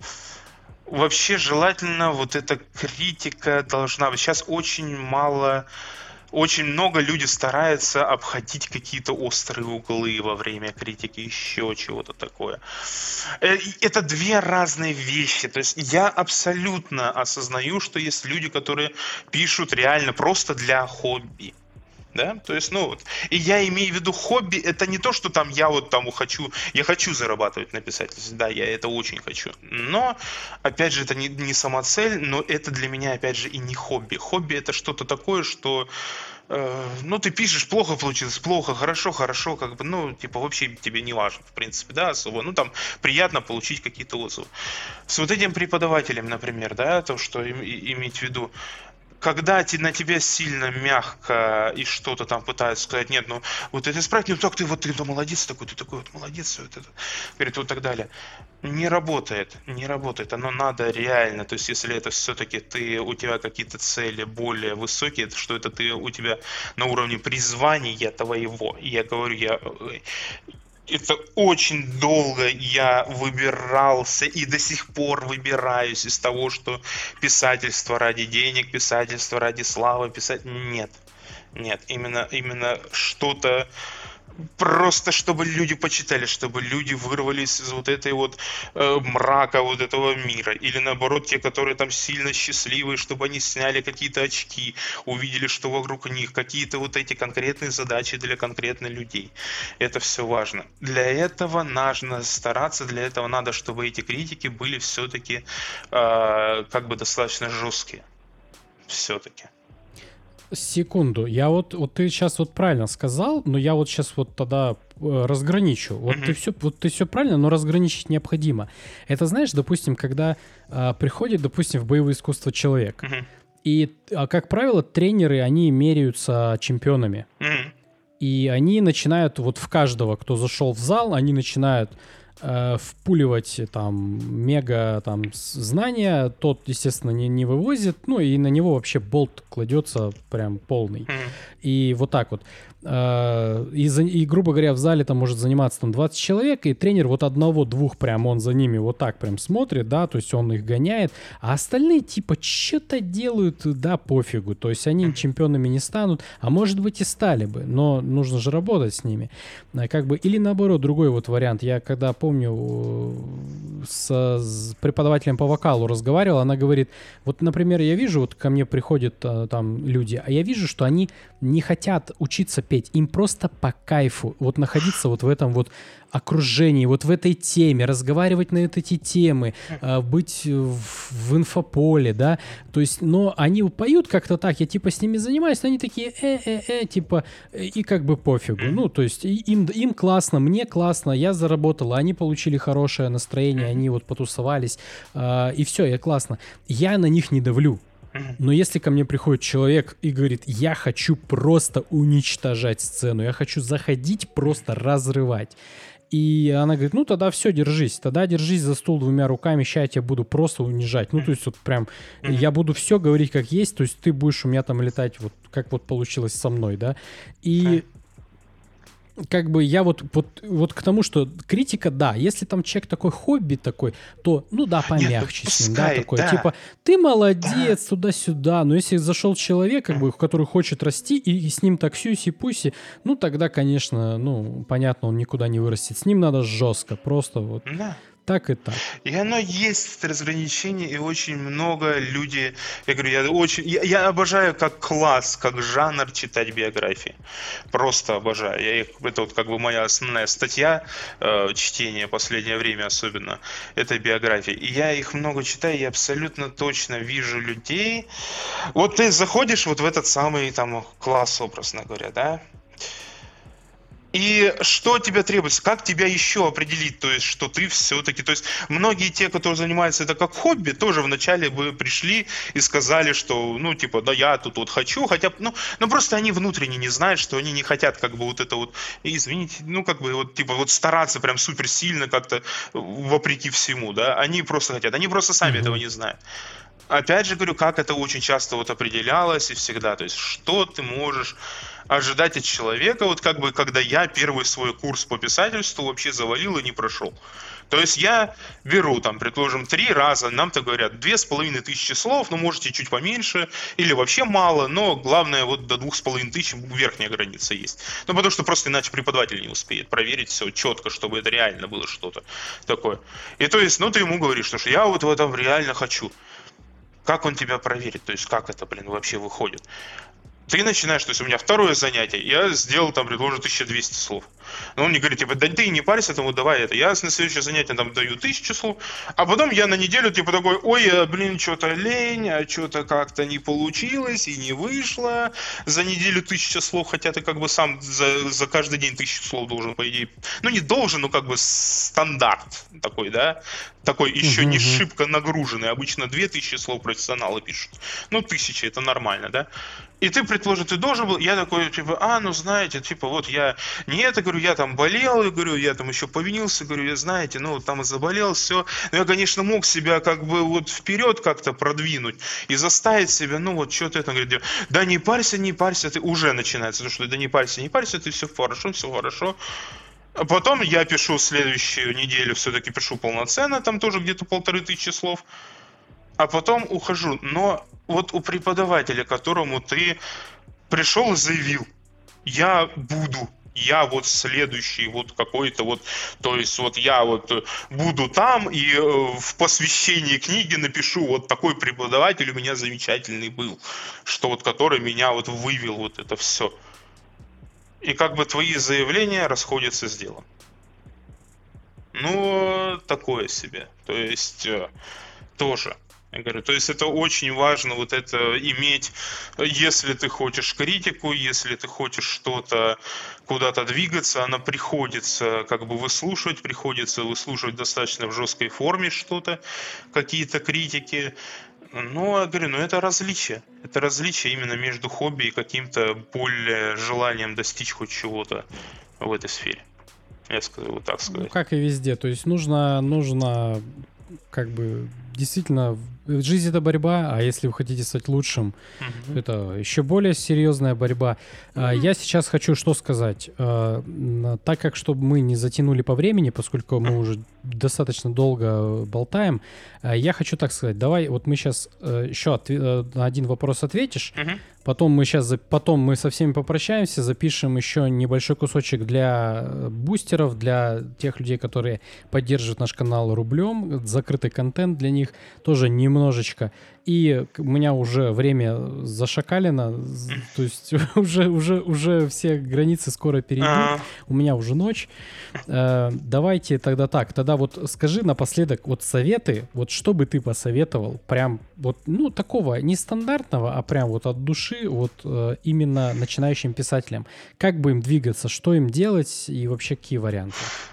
Вообще желательно вот эта критика должна быть. Сейчас очень мало очень много люди стараются обходить какие-то острые углы во время критики, еще чего-то такое. Это две разные вещи. То есть я абсолютно осознаю, что есть люди, которые пишут реально просто для хобби. Да, то есть, ну вот, и я имею в виду хобби, это не то, что там я вот там я хочу зарабатывать на писательстве, да, я это очень хочу, но, опять же, это не самоцель, но это для меня, опять же, и не хобби. Хобби это что-то такое, что, ну, ты пишешь, плохо получилось, плохо, хорошо, хорошо, как бы, ну, типа, вообще тебе не важно, в принципе, да, особо, ну, там, приятно получить какие-то отзывы. С вот этим преподавателем, например, да, то, что иметь в виду, когда на тебя сильно мягко и что-то там пытаются сказать, нет, ну вот это исправить, ну так ты молодец такой, ты такой вот молодец, вот это, говорит, вот так далее. Не работает, не работает, оно надо реально, то есть если это все-таки у тебя какие-то цели более высокие, что это у тебя на уровне призвания твоего, я говорю, это очень долго я выбирался и до сих пор выбираюсь из того, что писательство ради денег, писательство ради славы, Нет, нет, именно что-то просто, чтобы люди почитали, чтобы люди вырвались из вот этой вот мрака вот этого мира. Или наоборот, те, которые там сильно счастливые, чтобы они сняли какие-то очки, увидели, что вокруг них, какие-то вот эти конкретные задачи для конкретных людей. Это все важно. Для этого нужно стараться, для этого надо, чтобы эти критики были все-таки как бы достаточно жесткие. Все-таки. Секунду, я вот ты сейчас вот правильно сказал, но я вот сейчас вот тогда разграничу. Вот ты все правильно, но разграничить необходимо. Это знаешь, допустим, когда приходит, допустим, в боевое искусство человек, и, как правило, тренеры, они меряются чемпионами. И они начинают, вот в каждого, кто зашел в зал, они начинают впуливать там мега там знания, тот, естественно, не вывозит, ну и на него вообще болт кладется прям полный. И вот так вот. И, грубо говоря, в зале там может заниматься там 20 человек, и тренер вот одного-двух прям он за ними вот так прям смотрит, да, то есть он их гоняет, а остальные типа что-то делают, да, пофигу, то есть они чемпионами не станут, а может быть и стали бы, но нужно же работать с ними. Как бы, или наоборот, другой вот вариант. Я когда помню с преподавателем по вокалу разговаривал, она говорит, вот, например, я вижу, вот ко мне приходят там люди, а я вижу, что они не хотят учиться петь, им просто по кайфу вот находиться вот в этом вот окружении, вот в этой теме, разговаривать на эти темы, быть в инфополе, да, то есть, но они поют как-то так, я типа с ними занимаюсь, но они такие типа, и как бы пофигу, ну, то есть им классно, мне классно, я заработал, они получили хорошее настроение, они вот потусовались, и все, и классно. Я на них не давлю. Но если ко мне приходит человек и говорит, я хочу просто уничтожать сцену, я хочу заходить, просто разрывать. И она говорит, ну тогда все, держись за стул двумя руками, сейчас я тебя буду просто унижать. Ну то есть вот прям я буду все говорить как есть, то есть ты будешь у меня там летать вот как вот получилось со мной, да. И как бы я вот к тому, что критика, да, если там человек такой хобби такой, то, ну да, помягче с ним, да, такой, да. Типа, ты молодец, туда-сюда, но если зашел человек, как бы, который хочет расти, и с ним так сюси-пуси, ну тогда, конечно, ну, понятно, он никуда не вырастет, с ним надо жестко, просто вот... Да. Так и так. И оно есть разграничение, и очень много людей, я говорю, я обожаю как класс, как жанр читать биографии. Просто обожаю. Это вот как бы моя основная статья чтения последнее время особенно, это биографии. И я их много читаю, и абсолютно точно вижу людей. Вот ты заходишь вот в этот самый там класс, образно говоря, да? И что от тебя требуется? Как тебя еще определить? То есть, что ты все-таки... То есть, многие те, которые занимаются это как хобби, тоже вначале бы пришли и сказали, что, ну, типа, да я тут вот хочу, хотя... Ну, просто они внутренне не знают, что они не хотят как бы вот это вот... Извините, ну, как бы вот, типа, вот стараться прям супер сильно как-то вопреки всему, да? Они просто хотят, они просто сами этого не знают. Опять же говорю, как это очень часто вот определялось и всегда, то есть что ты можешь ожидать от человека, вот как бы когда я первый свой курс по писательству вообще завалил и не прошел. То есть я беру, там, предположим, 3 раза, нам-то говорят 2500 слов, ну, можете чуть поменьше, или вообще мало, но главное, вот до 2500 верхняя граница есть. Ну, потому что просто иначе преподаватель не успеет проверить все четко, чтобы это реально было что-то такое. И то есть, ну, ты ему говоришь, что я вот в этом реально хочу. Как он тебя проверит? То есть, как это, вообще выходит? Ты начинаешь, то есть у меня второе занятие, я сделал там, предложу 1200 слов. Но он мне говорит, типа, да ты не парься, тому давай это. Я на следующее занятие там даю 1000 слов, а потом я на неделю типа такой, ой, что-то лень, а что-то как-то не получилось и не вышло. За неделю 1000 слов, хотя ты как бы сам за каждый день 1000 слов должен, по идее. Ну не должен, но как бы стандарт такой, да? Такой еще не шибко нагруженный. Обычно 2000 слов профессионалы пишут. Ну 1000 это нормально, да? И ты, предположим, ты должен был, я такой, типа, ну, знаете, типа, вот я, нет, я говорю, я там болел, я говорю, я там еще повинился, говорю, я, знаете, ну, там заболел, все. Но я, конечно, мог себя как бы вот вперед как-то продвинуть и заставить себя, ну, вот, что-то это, говорит, да не парься, ты уже начинается, то, что да не парься, ты все хорошо. А потом я пишу следующую неделю, все-таки пишу полноценно, там тоже где-то 1500 слов, а потом ухожу, но вот у преподавателя, которому ты пришел и заявил, я вот следующий вот какой-то вот, то есть вот я вот буду там и в посвящении книги напишу, вот такой преподаватель у меня замечательный был, что вот который меня вот вывел вот это все. И как бы твои заявления расходятся с делом. Ну, такое себе. То есть тоже. Я говорю, то есть это очень важно вот это иметь, если ты хочешь критику, если ты хочешь что-то куда-то двигаться, она приходится как бы выслушивать в достаточно в жесткой форме что-то, какие-то критики. Но, я говорю, это различие. Это различие именно между хобби и каким-то более желанием достичь хоть чего-то в этой сфере. Я скажу, вот так сказать. Ну, как и везде. То есть нужно как бы действительно, жизнь — это борьба, а если вы хотите стать лучшим, это еще более серьезная борьба. Я сейчас хочу что сказать. Так как, чтобы мы не затянули по времени, поскольку мы уже достаточно долго болтаем, я хочу так сказать. Давай, вот мы сейчас еще на один вопрос ответишь, потом мы со всеми попрощаемся, запишем еще небольшой кусочек для бустеров, для тех людей, которые поддерживают наш канал рублем, закрытый контент для них тоже немножечко. И у меня уже время зашакалено, то есть уже все границы скоро перейдут, у меня уже ночь. Давайте тогда так, тогда вот скажи напоследок вот советы, вот что бы ты посоветовал, прям вот, ну, такого нестандартного, а прям вот от души, вот именно начинающим писателям. Как бы им двигаться, что им делать и вообще какие варианты?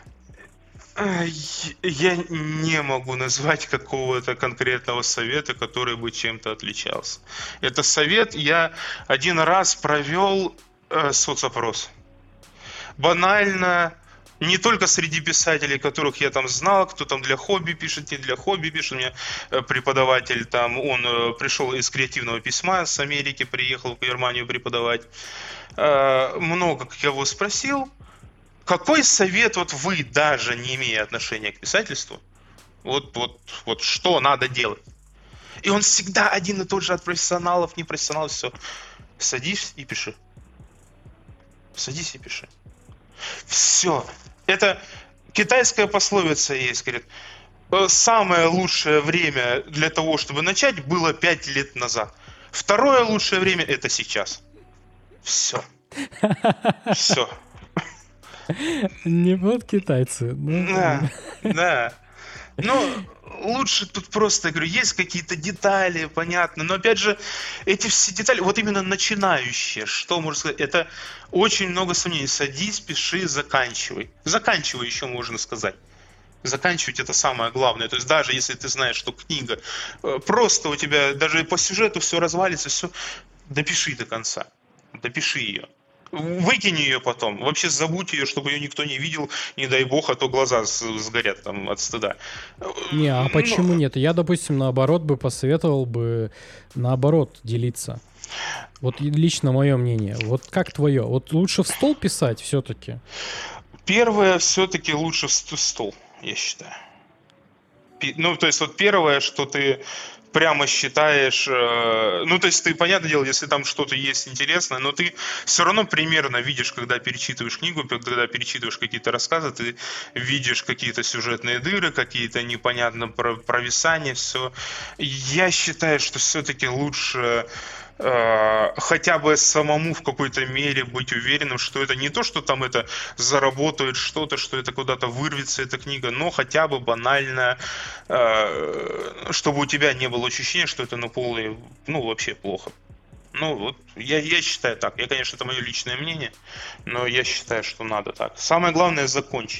Я не могу назвать какого-то конкретного совета, который бы чем-то отличался. Это совет, я один раз провел соцопрос. Банально, не только среди писателей, которых я там знал, кто там для хобби пишет, не для хобби пишет. У меня преподаватель там, он пришел из креативного письма с Америки, приехал в Германию преподавать. Много кого спросил. Какой совет вот вы, даже не имея отношения к писательству, вот что надо делать? И он всегда один и тот же от профессионалов, непрофессионалов, все. Садись и пиши. Садись и пиши. Все. Это китайская пословица есть, говорит, самое лучшее время для того, чтобы начать, было 5 лет назад. Второе лучшее время — это сейчас. Все. Все. Не вот китайцы. Да. Ну, лучше тут просто, я говорю, есть какие-то детали, понятно, но опять же, эти все детали, вот именно начинающие, что можно сказать, это очень много сомнений. Садись, пиши, заканчивай. Заканчивай еще можно сказать. Заканчивать — это самое главное. То есть даже если ты знаешь, что книга просто у тебя, даже по сюжету все развалится, все, допиши до конца. Допиши ее. Выкинь ее потом. Вообще забудь ее, чтобы ее никто не видел, не дай бог, а то глаза сгорят там от стыда. Не, а почему нет? Я, допустим, наоборот бы посоветовал бы наоборот делиться. Вот лично мое мнение. Вот как твое? Вот лучше в стол писать все-таки? Первое, все-таки лучше в стол, я считаю. Ну, то есть вот первое, что ты прямо считаешь, ну, то есть ты, понятное дело, если там что-то есть интересное, но ты все равно примерно видишь, когда перечитываешь книгу, когда перечитываешь какие-то рассказы, ты видишь какие-то сюжетные дыры, какие-то непонятные провисания, все. Я считаю, что все-таки лучше хотя бы самому в какой-то мере быть уверенным, что это не то, что там это заработает что-то, что это куда-то вырвется, эта книга, но хотя бы банально, чтобы у тебя не было ощущения, что это ну, вообще плохо. Ну, вот, я считаю так. Я, конечно, это мое личное мнение, но я считаю, что надо так. Самое главное — закончить.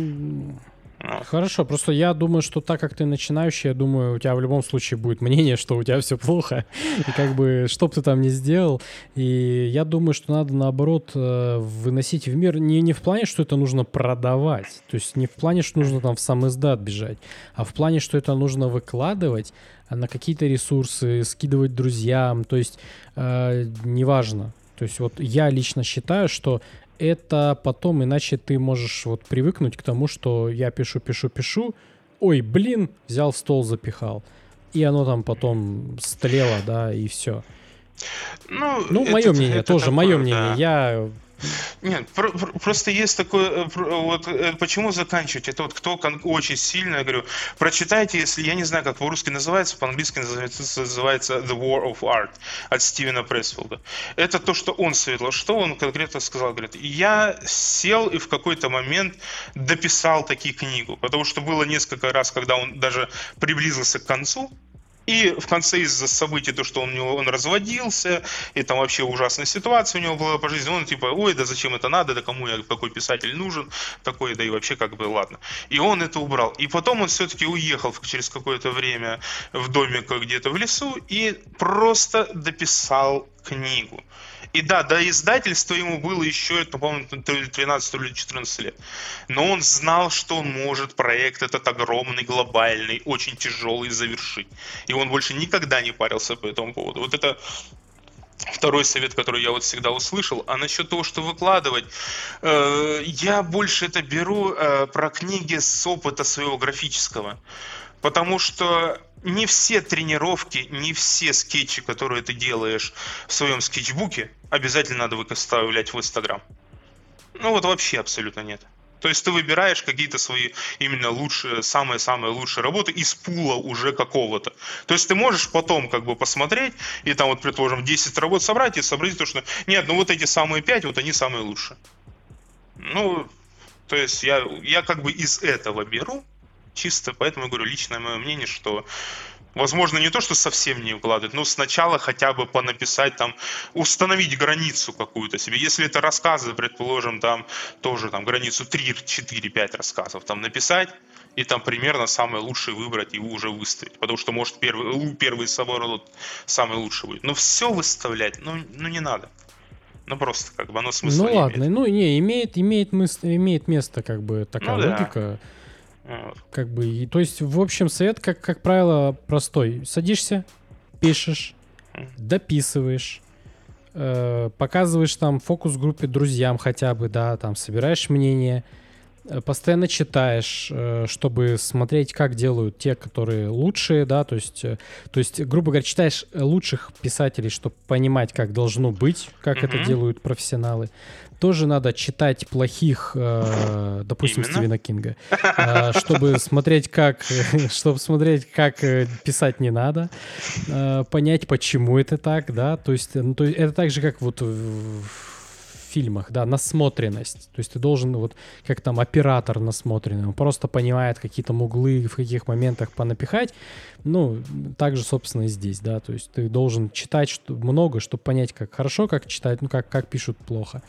Хорошо, просто я думаю, что так как ты начинающий, я думаю, у тебя в любом случае будет мнение, что у тебя все плохо, и как бы, что бы ты там ни сделал, и я думаю, что надо, наоборот, выносить в мир не в плане, что это нужно продавать, то есть не в плане, что нужно там в сам издат бежать, а в плане, что это нужно выкладывать на какие-то ресурсы, скидывать друзьям, то есть неважно. То есть вот я лично считаю, что это потом, иначе ты можешь вот привыкнуть к тому, что я пишу, ой, блин, взял в стол, запихал. И оно там потом стлело, да, и все. Ну, мое мнение, тоже такое, мое мнение. Я... Нет, просто есть такое, вот почему заканчивать? Это вот кто очень сильно, я говорю, прочитайте, если, я не знаю, как по-русски называется, по-английски называется The War of Art от Стивена Пресфилда. Это то, что он советовал. Что он конкретно сказал? Говорит, я сел и в какой-то момент дописал таки книгу, потому что было несколько раз, когда он даже приблизился к концу, и в конце из-за событий, то, что он разводился, и там вообще ужасная ситуация у него была по жизни, он типа, ой, да зачем это надо, да кому я, какой писатель нужен, такой, да и вообще как бы ладно. И он это убрал. И потом он все-таки уехал через какое-то время в домик где-то в лесу и просто дописал книгу. И да, до издательства ему было еще, по-моему, 13 или 14 лет. Но он знал, что он может проект этот огромный, глобальный, очень тяжелый завершить. И он больше никогда не парился по этому поводу. Вот это второй совет, который я вот всегда услышал. А насчет того, что выкладывать, я больше это беру про книги с опыта своего графического. Потому что не все тренировки, не все скетчи, которые ты делаешь в своем скетчбуке, обязательно надо выставлять в Инстаграм. Ну вот вообще абсолютно нет. То есть ты выбираешь какие-то свои именно лучшие, самые-самые лучшие работы из пула уже какого-то. То есть ты можешь потом как бы посмотреть и там вот, предположим, 10 работ собрать и сообразить то, что нет, ну вот эти самые 5, вот они самые лучшие. Ну, то есть я как бы из этого беру. Чисто поэтому я говорю, личное мое мнение, что возможно не то, что совсем не вкладывать, но сначала хотя бы понаписать там, установить границу какую-то себе. Если это рассказы, предположим, там тоже там границу 3, 4, 5 рассказов там написать, и там примерно самое лучшее выбрать и уже выставить. Потому что может первый собор самый лучший будет. Но все выставлять, ну не надо. Ну просто как бы оно смысла не ладно, имеет. Ну не, имеет место как бы такая логика. Как бы, и, то есть, в общем, совет, как правило, простой. Садишься, пишешь, дописываешь, показываешь там фокус-группе друзьям хотя бы, да, там собираешь мнение, постоянно читаешь, чтобы смотреть, как делают те, которые лучшие, да, то есть, грубо говоря, читаешь лучших писателей, чтобы понимать, как должно быть, как это делают профессионалы. Тоже надо читать плохих, допустим, Стивена Кинга, чтобы смотреть, как писать не надо, понять, почему это так, да, то есть это так же, как вот в фильмах, да, насмотренность. То есть ты должен, вот как там оператор насмотренный, он просто понимает какие-то углы, в каких моментах понапихать. Ну, так же, собственно, и здесь, да. То есть ты должен читать много, чтобы понять, как хорошо, как читать, ну, как пишут плохо.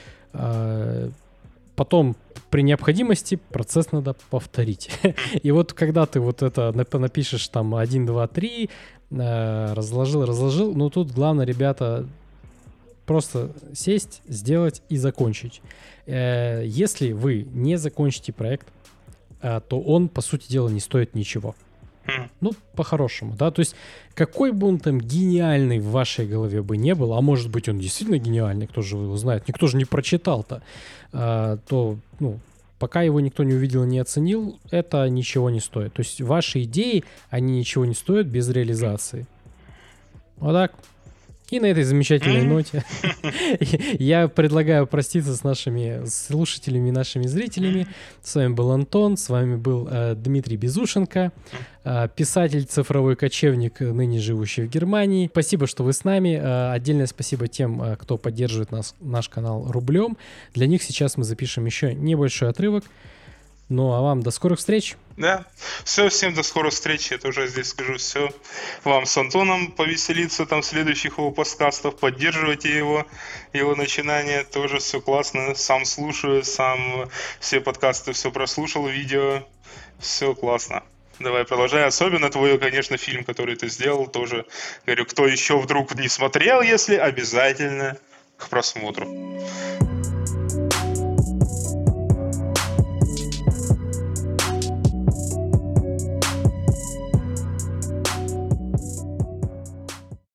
Потом, при необходимости, процесс надо повторить. И вот когда ты вот это напишешь там 1, 2, 3, разложил, ну, тут главное, ребята, просто сесть, сделать и закончить. Если вы не закончите проект, то он, по сути дела, не стоит ничего. Ну, по-хорошему, да, то есть какой бы он там гениальный в вашей голове бы не был, а может быть он действительно гениальный, кто же его знает, никто же не прочитал-то, то, ну, Пока его никто не увидел и не оценил, это ничего не стоит. То есть ваши идеи, они ничего не стоят без реализации. Вот так. И на этой замечательной ноте я предлагаю проститься с нашими слушателями и нашими зрителями. С вами был Антон, с вами был Дмитрий Безушенко, писатель, цифровой кочевник, ныне живущий в Германии. Спасибо, что вы с нами. Отдельное спасибо тем, кто поддерживает наш канал рублем. Для них сейчас мы запишем еще небольшой отрывок. Ну, а вам до скорых встреч. Да, все, всем до скорых встреч, я тоже здесь скажу все. Вам с Антоном повеселиться там в следующих его подкастах, поддерживайте его начинание, тоже все классно, сам слушаю, сам все подкасты все прослушал, видео, все классно. Давай продолжай, особенно твой, конечно, фильм, который ты сделал, тоже, говорю, кто еще вдруг не смотрел, если обязательно к просмотру.